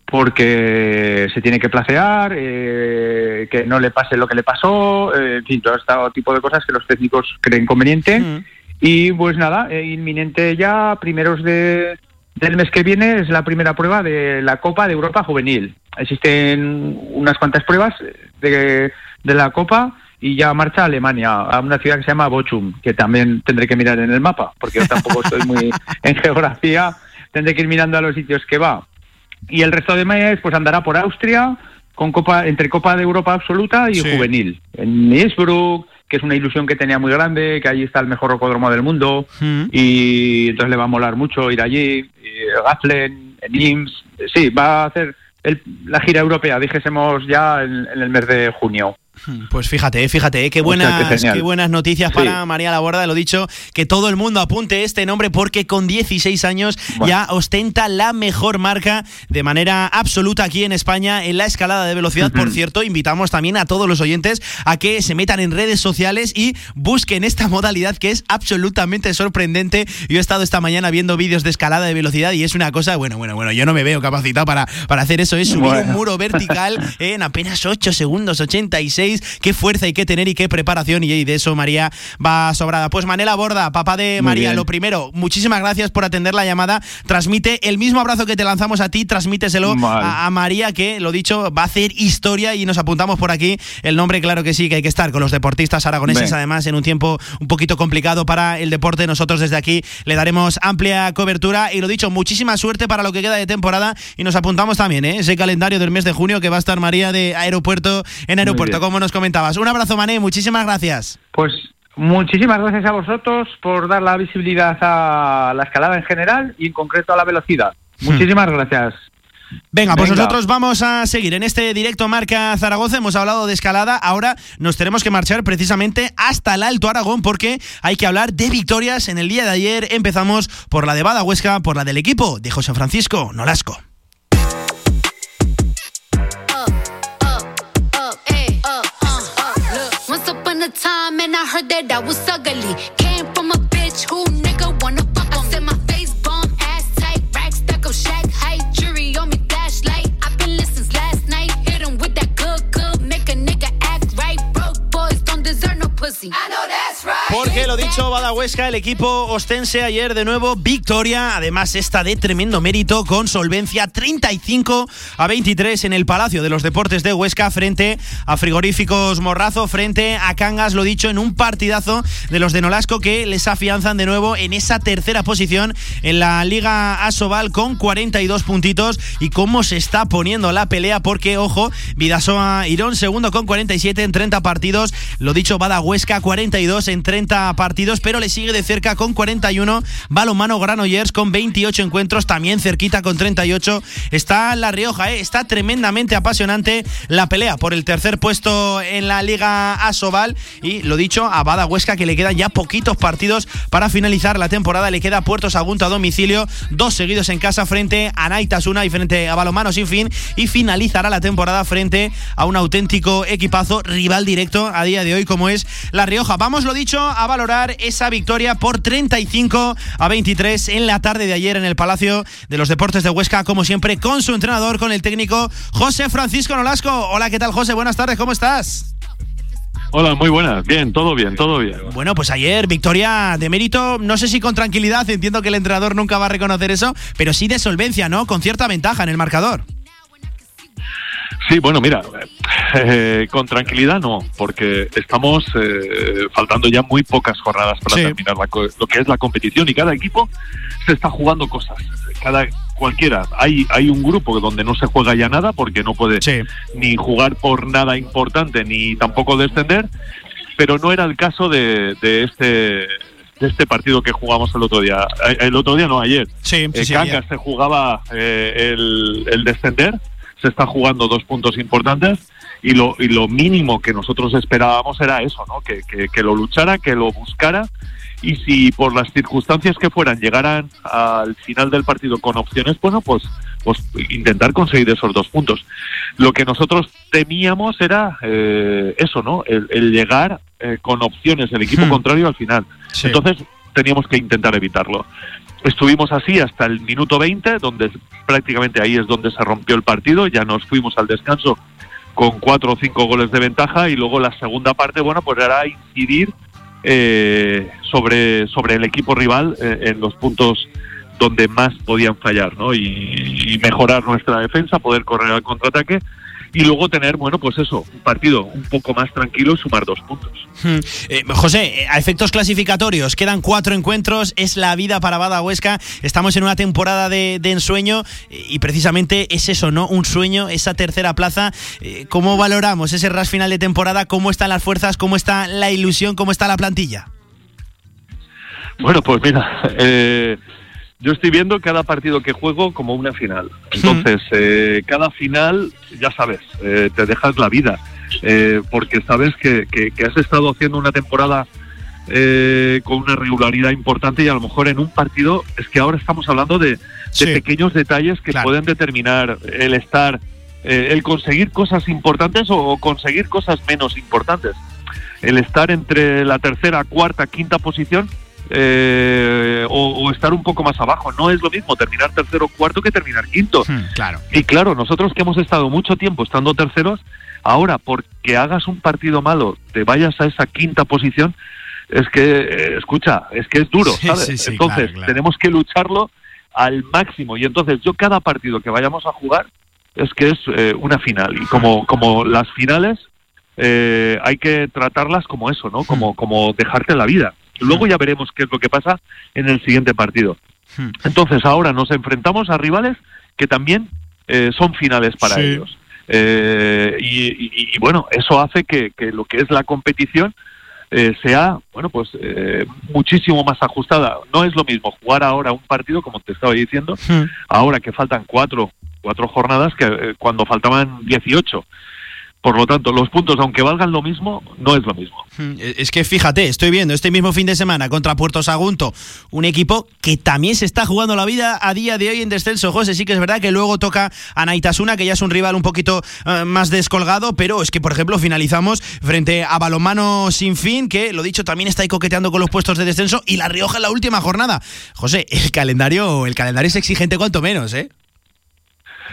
porque se tiene que placear, eh, que no le pase lo que le pasó, eh, en fin, todo este tipo de cosas que los técnicos creen conveniente. Mm. Y pues nada, eh, inminente ya, primeros de, del mes que viene, es la primera prueba de la Copa de Europa Juvenil. Existen unas cuantas pruebas de, de la Copa, y ya marcha a Alemania, a una ciudad que se llama Bochum, que también tendré que mirar en el mapa, porque yo tampoco estoy muy en geografía, tendré que ir mirando a los sitios que va. Y el resto de mes pues andará por Austria, con Copa entre Copa de Europa Absoluta y Sí. Juvenil. En Innsbruck, que es una ilusión que tenía muy grande, que allí está el mejor rocódromo del mundo, Hmm. y entonces le va a molar mucho ir allí. Gaflen, en Nims, sí, va a hacer el- la gira europea, dijésemos ya en, en el mes de junio. Pues fíjate, fíjate, qué O sea, buenas, que genial. qué buenas noticias Sí. para María Laborda. Lo dicho, que todo el mundo apunte este nombre, porque con dieciséis años Bueno. ya ostenta la mejor marca de manera absoluta aquí en España en la escalada de velocidad. Por cierto, invitamos también a todos los oyentes a que se metan en redes sociales y busquen esta modalidad, que es absolutamente sorprendente. Yo he estado esta mañana viendo vídeos de escalada de velocidad y es una cosa, bueno, bueno, bueno, yo no me veo capacitado para, para hacer eso. Es subir Bueno. un muro vertical en apenas ocho segundos, ochenta y seis. Qué fuerza hay que tener y qué preparación, y de eso María va sobrada. Pues Manel Laborda, papá de Muy María, bien. lo primero, muchísimas gracias por atender la llamada. Transmite el mismo abrazo que te lanzamos a ti, transmíteselo Vale. a, a María, que lo dicho, va a hacer historia, y nos apuntamos por aquí el nombre. Claro que sí, que hay que estar con los deportistas aragoneses, Ven. además en un tiempo un poquito complicado para el deporte. Nosotros desde aquí le daremos amplia cobertura, y lo dicho, muchísima suerte para lo que queda de temporada, y nos apuntamos también, ¿eh? ese calendario del mes de junio, que va a estar María de aeropuerto en aeropuerto, bien. como nos comentabas. Un abrazo, Mané, muchísimas gracias. Pues muchísimas gracias a vosotros por dar la visibilidad a la escalada en general, y en concreto a la velocidad. Muchísimas gracias. Venga, pues Venga. nosotros vamos a seguir en este directo Marca Zaragoza. Hemos hablado de escalada, ahora nos tenemos que marchar precisamente hasta el Alto Aragón, porque hay que hablar de victorias en el día de ayer. Empezamos por la de Bada Huesca, por la del equipo de José Francisco Nolasco. Once upon a time, and I heard that I was ugly. Came from a bitch who nigga wanna fuck on. I said my face bomb, ass tight, rack stuck up, shack height, jury on me, flashlight. I've been listening last night, hit him with that good, good, make a nigga act right. Broke boys don't deserve no pussy. I know that's right. Porque lo dicho, Bada Huesca, el equipo ostense ayer de nuevo victoria, además esta de tremendo mérito con solvencia, treinta y cinco a veintitrés en el Palacio de los Deportes de Huesca frente a Frigoríficos Morrazo, frente a Cangas, lo dicho, en un partidazo de los de Nolasco que les afianzan de nuevo en esa tercera posición en la Liga Asobal con cuarenta y dos puntitos. Y cómo se está poniendo la pelea, porque ojo, Bidasoa Irón segundo con cuarenta y siete en treinta partidos, lo dicho, Bada Huesca cuarenta y dos en treinta partidos, pero le sigue de cerca con cuarenta y uno Balonmano Granollers con veintiocho encuentros, también cerquita con treinta y ocho está La Rioja, ¿eh? Está tremendamente apasionante la pelea por el tercer puesto en la Liga Asobal. Y lo dicho, a Bada Huesca, que le quedan ya poquitos partidos para finalizar la temporada, le queda Puerto Sagunto a domicilio, dos seguidos en casa frente a Naitasuna y frente a Balonmano Sinfín, y finalizará la temporada frente a un auténtico equipazo, rival directo a día de hoy como es La Rioja. Vamos, lo dicho, a valorar esa victoria por treinta y cinco a veintitrés en la tarde de ayer en el Palacio de los Deportes de Huesca, como siempre con su entrenador, con el técnico José Francisco Nolasco. Hola, ¿qué tal, José? Buenas tardes, ¿cómo estás? Hola, muy buenas. Bien, todo bien, todo bien. Bueno, pues ayer victoria de mérito, no sé si con tranquilidad, entiendo que el entrenador nunca va a reconocer eso, pero sí de solvencia, ¿no? Con cierta ventaja en el marcador. Sí, bueno, mira, eh, con tranquilidad no, porque estamos eh, faltando ya muy pocas jornadas para sí. terminar la, lo que es la competición, y cada equipo se está jugando cosas. Cada cualquiera, hay hay un grupo donde no se juega ya nada porque no puede sí. ni jugar por nada importante ni tampoco descender, pero no era el caso de, de este de este partido que jugamos el otro día. El otro día no, ayer. Sí, sí, eh, sí, Cangas se jugaba eh, el, el descender. Se está jugando dos puntos importantes, y lo y lo mínimo que nosotros esperábamos era eso, ¿no? Que, que, que lo luchara, que lo buscara, y si por las circunstancias que fueran llegaran al final del partido con opciones, bueno, pues pues intentar conseguir esos dos puntos. Lo que nosotros temíamos era eh, eso, ¿no? El, el llegar eh, con opciones el equipo hmm. contrario al final. Sí. Entonces teníamos que intentar evitarlo. Estuvimos así hasta el minuto veinte, donde prácticamente ahí es donde se rompió el partido. Ya nos fuimos al descanso con cuatro o cinco goles de ventaja, y luego la segunda parte, bueno, pues era incidir eh, sobre, sobre el equipo rival eh, en los puntos donde más podían fallar, ¿no? Y, y mejorar nuestra defensa, poder correr al contraataque, y luego tener, bueno, pues eso, un partido un poco más tranquilo y sumar dos puntos. Hmm. Eh, José, a efectos clasificatorios, quedan cuatro encuentros, es la vida para Bada Huesca, estamos en una temporada de, de ensueño, y precisamente es eso, ¿no? Un sueño, esa tercera plaza. Eh, ¿Cómo valoramos ese ras final de temporada? ¿Cómo están las fuerzas? ¿Cómo está la ilusión? ¿Cómo está la plantilla? Bueno, pues mira, eh... yo estoy viendo cada partido que juego como una final. Entonces, eh, cada final, ya sabes, eh, te dejas la vida. Eh, porque sabes que, que, que has estado haciendo una temporada eh, con una regularidad importante, y a lo mejor en un partido, es que ahora estamos hablando de, de sí. pequeños detalles que claro. pueden determinar el estar, eh, el conseguir cosas importantes o, o conseguir cosas menos importantes. El estar entre la tercera, cuarta, quinta posición, Eh, o, o estar un poco más abajo. No es lo mismo terminar tercero o cuarto que terminar quinto. Hmm, claro. Y claro, nosotros que hemos estado mucho tiempo estando terceros, ahora porque hagas un partido malo, te vayas a esa quinta posición, es que, eh, escucha, es que es duro, sí, ¿sabes? Sí, sí, entonces, claro, claro. tenemos que lucharlo al máximo. Y entonces, yo cada partido que vayamos a jugar es que es eh, una final. Y como, como las finales, eh, hay que tratarlas como eso, ¿no? Como, como dejarte la vida. Luego ya veremos qué es lo que pasa en el siguiente partido. Entonces ahora nos enfrentamos a rivales que también eh, son finales para sí. ellos. Eh, y, y, y bueno, eso hace que, que lo que es la competición eh, sea, bueno, pues eh, muchísimo más ajustada. No es lo mismo jugar ahora un partido, como te estaba diciendo, sí. ahora que faltan cuatro, cuatro jornadas, que eh, cuando faltaban dieciocho. Por lo tanto, los puntos, aunque valgan lo mismo, no es lo mismo. Es que fíjate, estoy viendo este mismo fin de semana contra Puerto Sagunto, un equipo que también se está jugando la vida a día de hoy en descenso. José, sí que es verdad que luego toca a Naitasuna, que ya es un rival un poquito uh, más descolgado, pero es que, por ejemplo, finalizamos frente a Balonmano Sinfín, que, lo dicho, también está ahí coqueteando con los puestos de descenso, y La Rioja en la última jornada. José, el calendario, el calendario es exigente cuanto menos, ¿eh?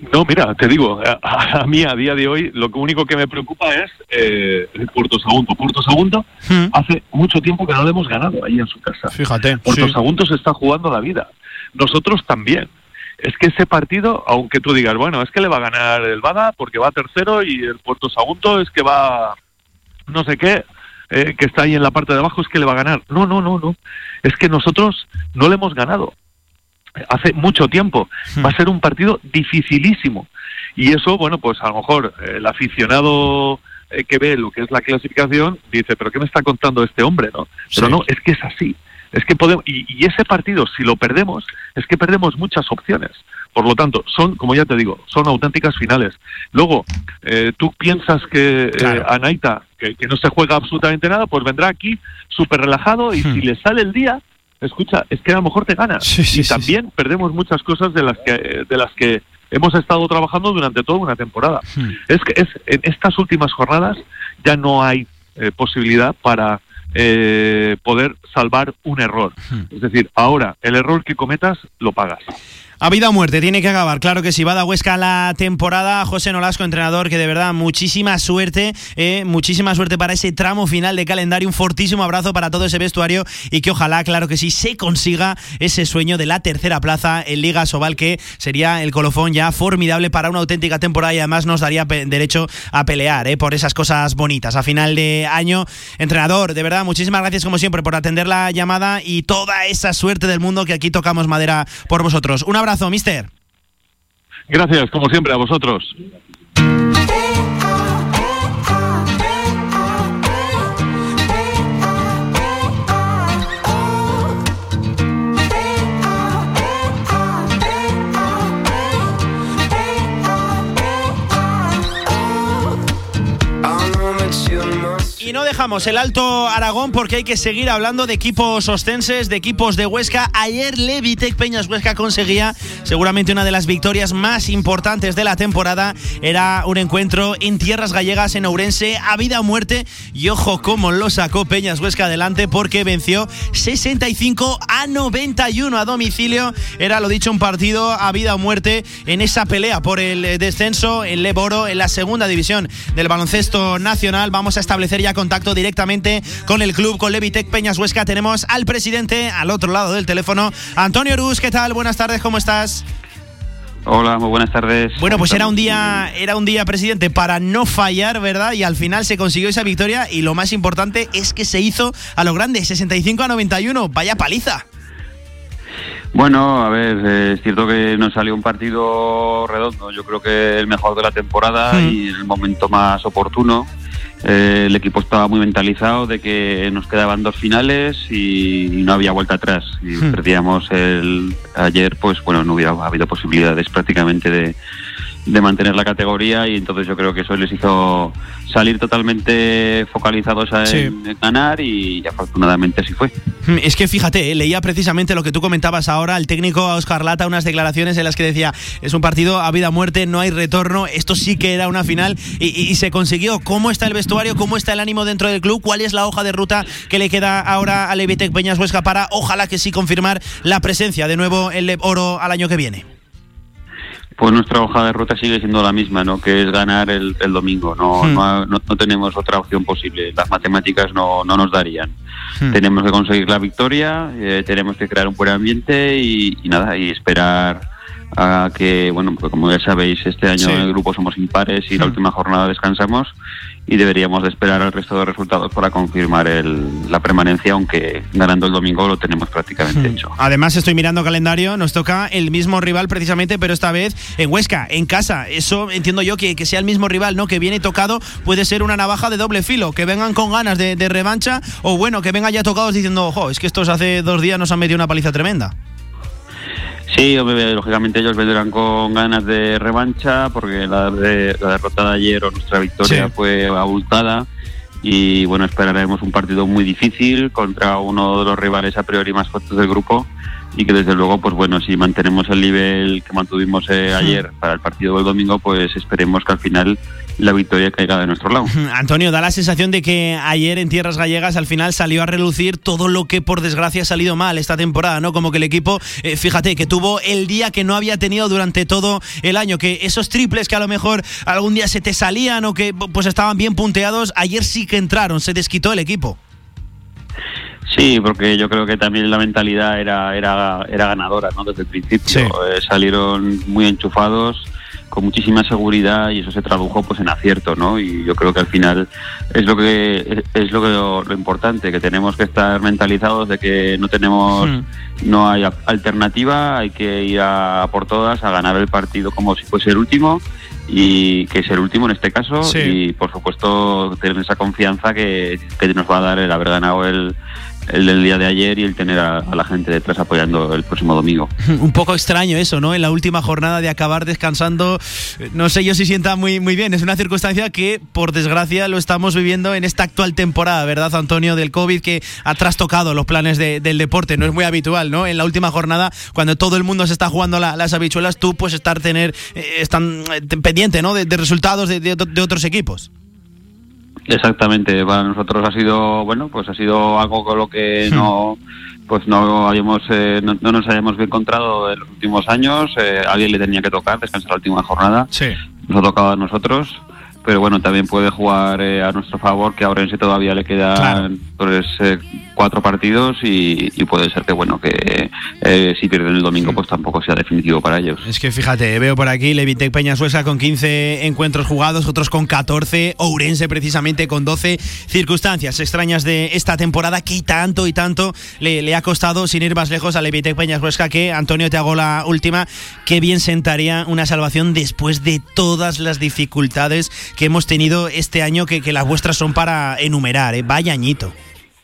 No, mira, te digo, a, a mí a día de hoy lo único que me preocupa es eh, el Puerto Sagunto. Puerto Sagunto hmm. hace mucho tiempo que no le hemos ganado ahí en su casa. Fíjate. Puerto sí. Sagunto se está jugando la vida. Nosotros también. Es que ese partido, aunque tú digas, bueno, es que le va a ganar el Bada porque va tercero y el Puerto Sagunto es que va no sé qué, eh, que está ahí en la parte de abajo, es que le va a ganar. No, no, no, no. Es que nosotros no le hemos ganado hace mucho tiempo. Va a ser un partido dificilísimo. Y eso, bueno, pues a lo mejor eh, el aficionado eh, que ve lo que es la clasificación dice, pero ¿qué me está contando este hombre? ¿No? Pero sí. no, es que es así. Es que podemos, y, y ese partido, si lo perdemos, es que perdemos muchas opciones. Por lo tanto, son, como ya te digo, son auténticas finales. Luego, eh, tú piensas que claro. eh, Anaita, que, que no se juega absolutamente nada, pues vendrá aquí súper relajado y hmm. si le sale el día, escucha, es que a lo mejor te gana. Sí, sí, y sí, también sí. perdemos muchas cosas de las que de las que hemos estado trabajando durante toda una temporada. Hmm. Es que es en estas últimas jornadas ya no hay eh, posibilidad para eh, poder salvar un error. Hmm. Es decir, ahora el error que cometas lo pagas. A vida o muerte, tiene que acabar. Claro que sí, Bada Huesca la temporada. José Nolasco, entrenador, que de verdad muchísima suerte, eh, muchísima suerte para ese tramo final de calendario. Un fortísimo abrazo para todo ese vestuario y que ojalá, claro que sí, se consiga ese sueño de la tercera plaza en Liga Sobal, que sería el colofón ya formidable para una auténtica temporada y además nos daría pe- derecho a pelear eh, por esas cosas bonitas a final de año. Entrenador, de verdad, muchísimas gracias como siempre por atender la llamada y toda esa suerte del mundo, que aquí tocamos madera por vosotros. Un abrazo. Abrazo, mister. Gracias, como siempre, a vosotros. Y no dejamos el Alto Aragón porque hay que seguir hablando de equipos ostenses, de equipos de Huesca. Ayer Levitec Peñas Huesca conseguía seguramente una de las victorias más importantes de la temporada. Era un encuentro en tierras gallegas, en Ourense, a vida o muerte. Y ojo cómo lo sacó Peñas Huesca adelante, porque venció sesenta y cinco a noventa y uno a domicilio. Era, lo dicho, un partido a vida o muerte en esa pelea por el descenso en Leboro, en la segunda división del baloncesto nacional. Vamos a establecer ya contacto directamente con el club, con Levitec Peñas Huesca. Tenemos al presidente al otro lado del teléfono, Antonio Orús. ¿Qué tal? Buenas tardes, ¿cómo estás? Hola, muy buenas tardes. Bueno, pues era un día, era un día, presidente, para no fallar, ¿verdad? Y al final se consiguió esa victoria y lo más importante es que se hizo a lo grande, sesenta y cinco a noventa y uno. Vaya paliza. Bueno, a ver, eh, es cierto que nos salió un partido redondo. Yo creo que el mejor de la temporada mm. y el momento más oportuno. Eh, el equipo estaba muy mentalizado de que nos quedaban dos finales y, y no había vuelta atrás. Y hmm. perdíamos el ayer, pues bueno, no hubiera habido posibilidades prácticamente de, de mantener la categoría, y entonces yo creo que eso les hizo salir totalmente focalizados en, sí. en ganar, y afortunadamente así fue. Es que fíjate, eh, leía precisamente lo que tú comentabas ahora, el técnico Óscar Lata, unas declaraciones en las que decía, es un partido a vida o muerte, no hay retorno, esto sí que era una final y, y, y se consiguió. ¿Cómo está el vestuario? ¿Cómo está el ánimo dentro del club? ¿Cuál es la hoja de ruta que le queda ahora a Levitec Peñas Huesca para, ojalá que sí, confirmar la presencia de nuevo en Leboro al año que viene? Pues nuestra hoja de ruta sigue siendo la misma, ¿no? Que es ganar el, el domingo. No, hmm. no, no, no tenemos otra opción posible. Las matemáticas no, no nos darían. Hmm. Tenemos que conseguir la victoria, eh, tenemos que crear un buen ambiente y, y nada, y esperar a que, bueno, pues como ya sabéis, este año sí. en el grupo somos impares y hmm. la última jornada descansamos, y deberíamos de esperar al resto de resultados para confirmar el, la permanencia, aunque ganando el domingo lo tenemos prácticamente hmm. hecho. Además, estoy mirando calendario, nos toca el mismo rival precisamente, pero esta vez en Huesca, en casa. Eso entiendo yo que, que sea el mismo rival, ¿no? Que viene tocado, puede ser una navaja de doble filo, que vengan con ganas de, de revancha, o bueno, que vengan ya tocados diciendo, ojo, es que estos hace dos días nos han metido una paliza tremenda. Sí, lógicamente ellos vendrán con ganas de revancha, porque la, de, la derrota de ayer o nuestra victoria sí. fue abultada, y bueno, esperaremos un partido muy difícil contra uno de los rivales a priori más fuertes del grupo, y que desde luego, pues bueno, si mantenemos el nivel que mantuvimos eh, ayer para el partido del domingo, pues esperemos que al final la victoria caiga de nuestro lado. Antonio, da la sensación de que ayer en tierras gallegas al final salió a relucir todo lo que por desgracia ha salido mal esta temporada, ¿no? Como que el equipo, eh, fíjate, que tuvo el día que no había tenido durante todo el año, que esos triples que a lo mejor algún día se te salían o que pues estaban bien punteados, ayer sí que entraron, se desquitó el equipo. Sí, porque yo creo que también la mentalidad era era era ganadora, ¿no? Desde el principio. Sí. Eh, salieron muy enchufados, con muchísima seguridad, y eso se tradujo pues en acierto, ¿no? Y yo creo que al final es lo que es lo que lo, lo importante, que tenemos que estar mentalizados de que no tenemos hmm. no hay alternativa, hay que ir a, a por todas, a ganar el partido como si fuese el último, y que es el último en este caso, sí. Y por supuesto tener esa confianza que, que nos va a dar el haber ganado el el del día de ayer y el tener a, a la gente detrás apoyando el próximo domingo. Un poco extraño eso, ¿no? En la última jornada de acabar descansando, no sé yo si sienta muy, muy bien. Es una circunstancia que, por desgracia, lo estamos viviendo en esta actual temporada, ¿verdad, Antonio? Del COVID, que ha trastocado los planes de, del deporte. No es muy habitual, ¿no? En la última jornada, cuando todo el mundo se está jugando la, las habichuelas, tú pues estar tener eh, están eh, pendiente, ¿no? De, de resultados de, de, de otros equipos. Exactamente, para nosotros ha sido, bueno, pues ha sido algo con lo que no, pues no habíamos, eh, no, no nos habíamos encontrado en los últimos años. Eh, a alguien le tenía que tocar descansar la última jornada. Sí. Nos ha tocado a nosotros, pero bueno, también puede jugar eh, a nuestro favor, que a Ourense todavía le quedan claro. pues, eh, cuatro partidos y, y puede ser que, bueno, que eh, si pierden el domingo, pues tampoco sea definitivo para ellos. Es que fíjate, veo por aquí Levitec Peñas Huesca con quince encuentros jugados, otros con catorce, Ourense precisamente con doce. Circunstancias extrañas de esta temporada que tanto y tanto le, le ha costado, sin ir más lejos, a Levitec Peñas Huesca, que, Antonio, te hago la última, qué bien sentaría una salvación después de todas las dificultades que hemos tenido este año, que, que las vuestras son para enumerar, ¿eh? Vaya añito.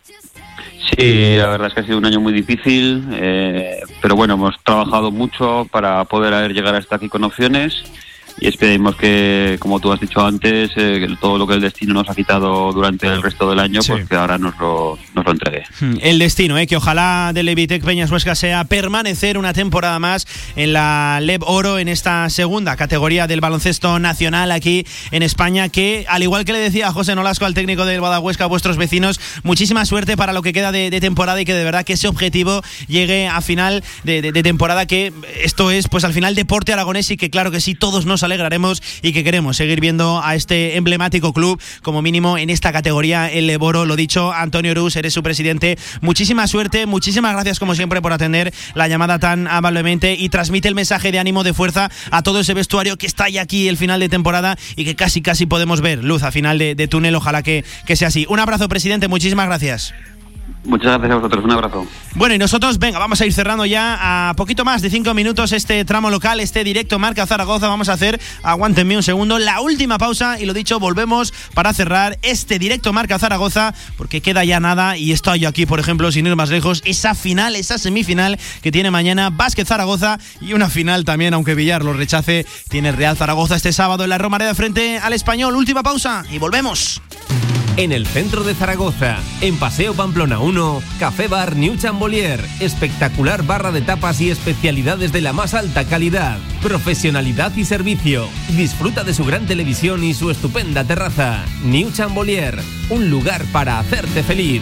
Sí, la verdad es que ha sido un año muy difícil, eh, pero bueno, hemos trabajado mucho para poder llegar hasta aquí con opciones, y esperemos que, como tú has dicho antes, eh, todo lo que el destino nos ha quitado durante el resto del año, sí. pues que ahora nos lo, nos lo entregue. El destino, eh, que ojalá del Levitec Peñas Huesca sea permanecer una temporada más en la L E B Oro, en esta segunda categoría del baloncesto nacional aquí en España, que, al igual que le decía a José Nolasco, al técnico del Badahuesca, a vuestros vecinos, muchísima suerte para lo que queda de, de temporada, y que de verdad que ese objetivo llegue a final de, de, de temporada, que esto es pues al final deporte aragonés, y que claro que sí, todos nos alegraremos y que queremos seguir viendo a este emblemático club como mínimo en esta categoría, el Eboro. Lo dicho, Antonio Rus, eres su presidente, muchísima suerte, muchísimas gracias como siempre por atender la llamada tan amablemente, y transmite el mensaje de ánimo, de fuerza a todo ese vestuario que está ya aquí el final de temporada y que casi casi podemos ver luz a final de, de túnel. Ojalá que, que sea así. Un abrazo, presidente, muchísimas gracias. Muchas gracias a vosotros, un abrazo. Bueno, y nosotros, venga, vamos a ir cerrando ya a poquito más de cinco minutos este tramo local, este directo Marca Zaragoza. Vamos a hacer, aguántenme un segundo, la última pausa, y lo dicho, volvemos para cerrar este directo Marca Zaragoza, porque queda ya nada, y estoy yo aquí, por ejemplo, sin ir más lejos, esa final, esa semifinal que tiene mañana Básquet Zaragoza, y una final también, aunque Villar lo rechace, tiene Real Zaragoza este sábado en la Romareda frente al Español. Última pausa y volvemos. En el centro de Zaragoza, en Paseo Pamplona uno, Café Bar New Chambolier. Espectacular barra de tapas y especialidades de la más alta calidad, profesionalidad y servicio. Disfruta de su gran televisión y su estupenda terraza. New Chambolier, un lugar para hacerte feliz.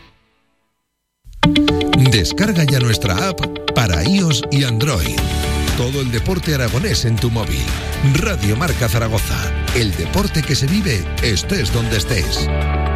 Descarga ya nuestra app para iOS y Android. Todo el deporte aragonés en tu móvil. Radio Marca Zaragoza. El deporte que se vive, estés donde estés.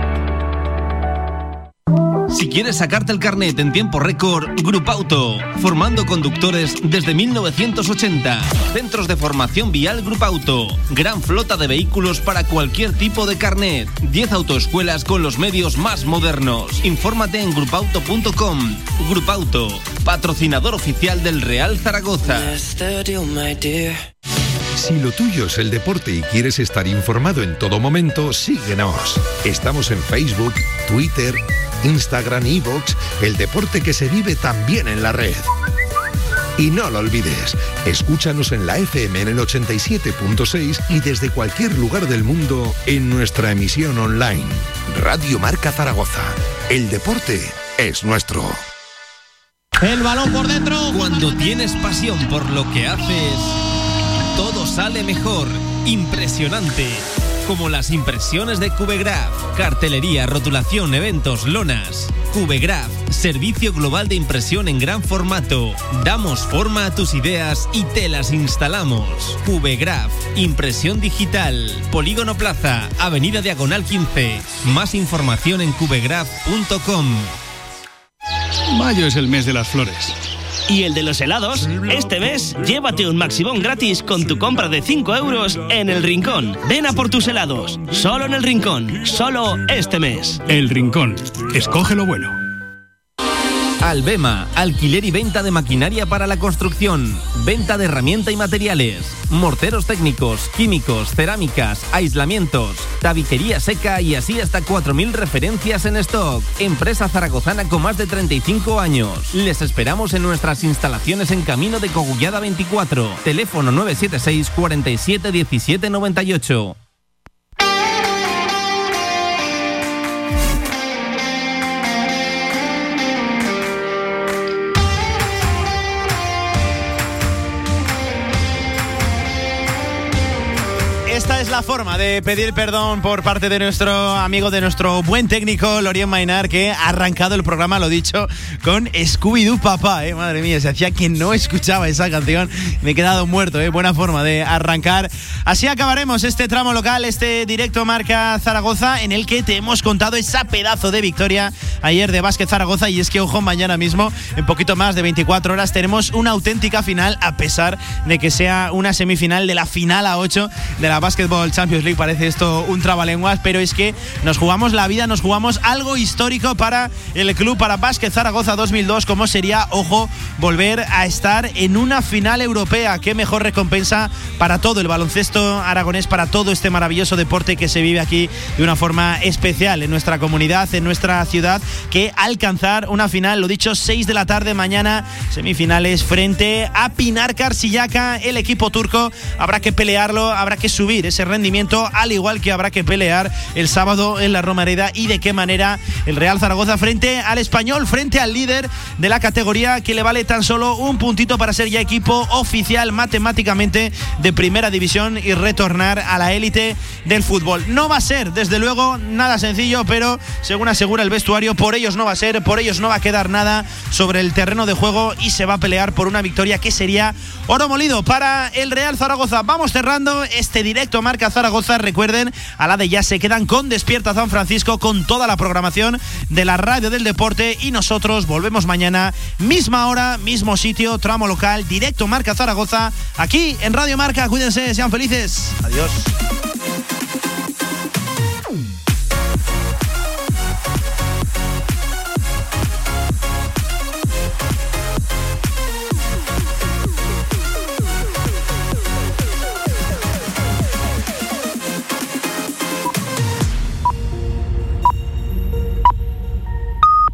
Si quieres sacarte el carnet en tiempo récord, Grupauto, formando conductores desde mil novecientos ochenta. Centros de formación vial Grupauto. Gran flota de vehículos para cualquier tipo de carnet. diez autoescuelas con los medios más modernos. Infórmate en grupauto punto com. Grupauto, patrocinador oficial del Real Zaragoza. Si lo tuyo es el deporte y quieres estar informado en todo momento, síguenos. Estamos en Facebook, Twitter, Instagram, iVoox, el deporte que se vive también en la red. Y no lo olvides, escúchanos en la F M en el ochenta y siete punto seis y desde cualquier lugar del mundo en nuestra emisión online. Radio Marca Zaragoza. El deporte es nuestro. El balón por dentro. Cuando tienes pasión por lo que haces, todo sale mejor. Impresionante. como las impresiones de Cubegraph, cartelería, rotulación, eventos, lonas. Cubegraph, servicio global de impresión en gran formato. Damos forma a tus ideas y te las instalamos. Cubegraph, impresión digital. Polígono Plaza, Avenida Diagonal quince. Más información en cubegraph punto com. Mayo es el mes de las flores. ¿Y el de los helados? Este mes, llévate un Maxibón gratis con tu compra de cinco euros en El Rincón. Ven a por tus helados. Solo en El Rincón. Solo este mes. El Rincón. Escoge lo bueno. Albema, alquiler y venta de maquinaria para la construcción, venta de herramienta y materiales, morteros técnicos, químicos, cerámicas, aislamientos, tabiquería seca y así hasta cuatro mil referencias en stock. Empresa zaragozana con más de treinta y cinco años. Les esperamos en nuestras instalaciones en Camino de Cogullada veinticuatro. Teléfono nueve siete seis, cuarenta y siete, diecisiete noventa y ocho. Esta es la forma de pedir perdón por parte de nuestro amigo, de nuestro buen técnico, Lorien Mainar, que ha arrancado el programa, lo dicho, con Scooby-Doo Papá, eh, madre mía, se hacía que no escuchaba esa canción, me he quedado muerto, eh, buena forma de arrancar. Así acabaremos este tramo local, este directo Marca Zaragoza, en el que te hemos contado esa pedazo de victoria ayer de Básquet Zaragoza, y es que, ojo, mañana mismo, en poquito más de veinticuatro horas, tenemos una auténtica final, a pesar de que sea una semifinal de la final a ocho de la Basketball Champions League. Parece esto un trabalenguas, pero es que nos jugamos la vida, nos jugamos algo histórico para el club, para Básquet Zaragoza dos mil dos, como sería, ojo, volver a estar en una final europea. Qué mejor recompensa para todo el baloncesto aragonés, para todo este maravilloso deporte que se vive aquí de una forma especial en nuestra comunidad, en nuestra ciudad, que alcanzar una final, lo dicho, seis de la tarde mañana, semifinales frente a Pinarca Arsillaca, el equipo turco. Habrá que pelearlo, habrá que subir ese rendimiento, al igual que habrá que pelear el sábado en la Romareda, y de qué manera el Real Zaragoza frente al Español, frente al líder de la categoría, que le vale tan solo un puntito para ser ya equipo oficial matemáticamente de primera división y retornar a la élite del fútbol. No va a ser, desde luego, nada sencillo, pero según asegura el vestuario, por ellos no va a ser, por ellos no va a quedar nada sobre el terreno de juego, y se va a pelear por una victoria que sería oro molido para el Real Zaragoza. Vamos cerrando este directo Marca Zaragoza. Recuerden, a la de ya se quedan con Despierta San Francisco, con toda la programación de la radio del deporte, y nosotros volvemos mañana, misma hora, mismo sitio, tramo local, directo Marca Zaragoza, aquí en Radio Marca. Cuídense, sean felices. Adiós.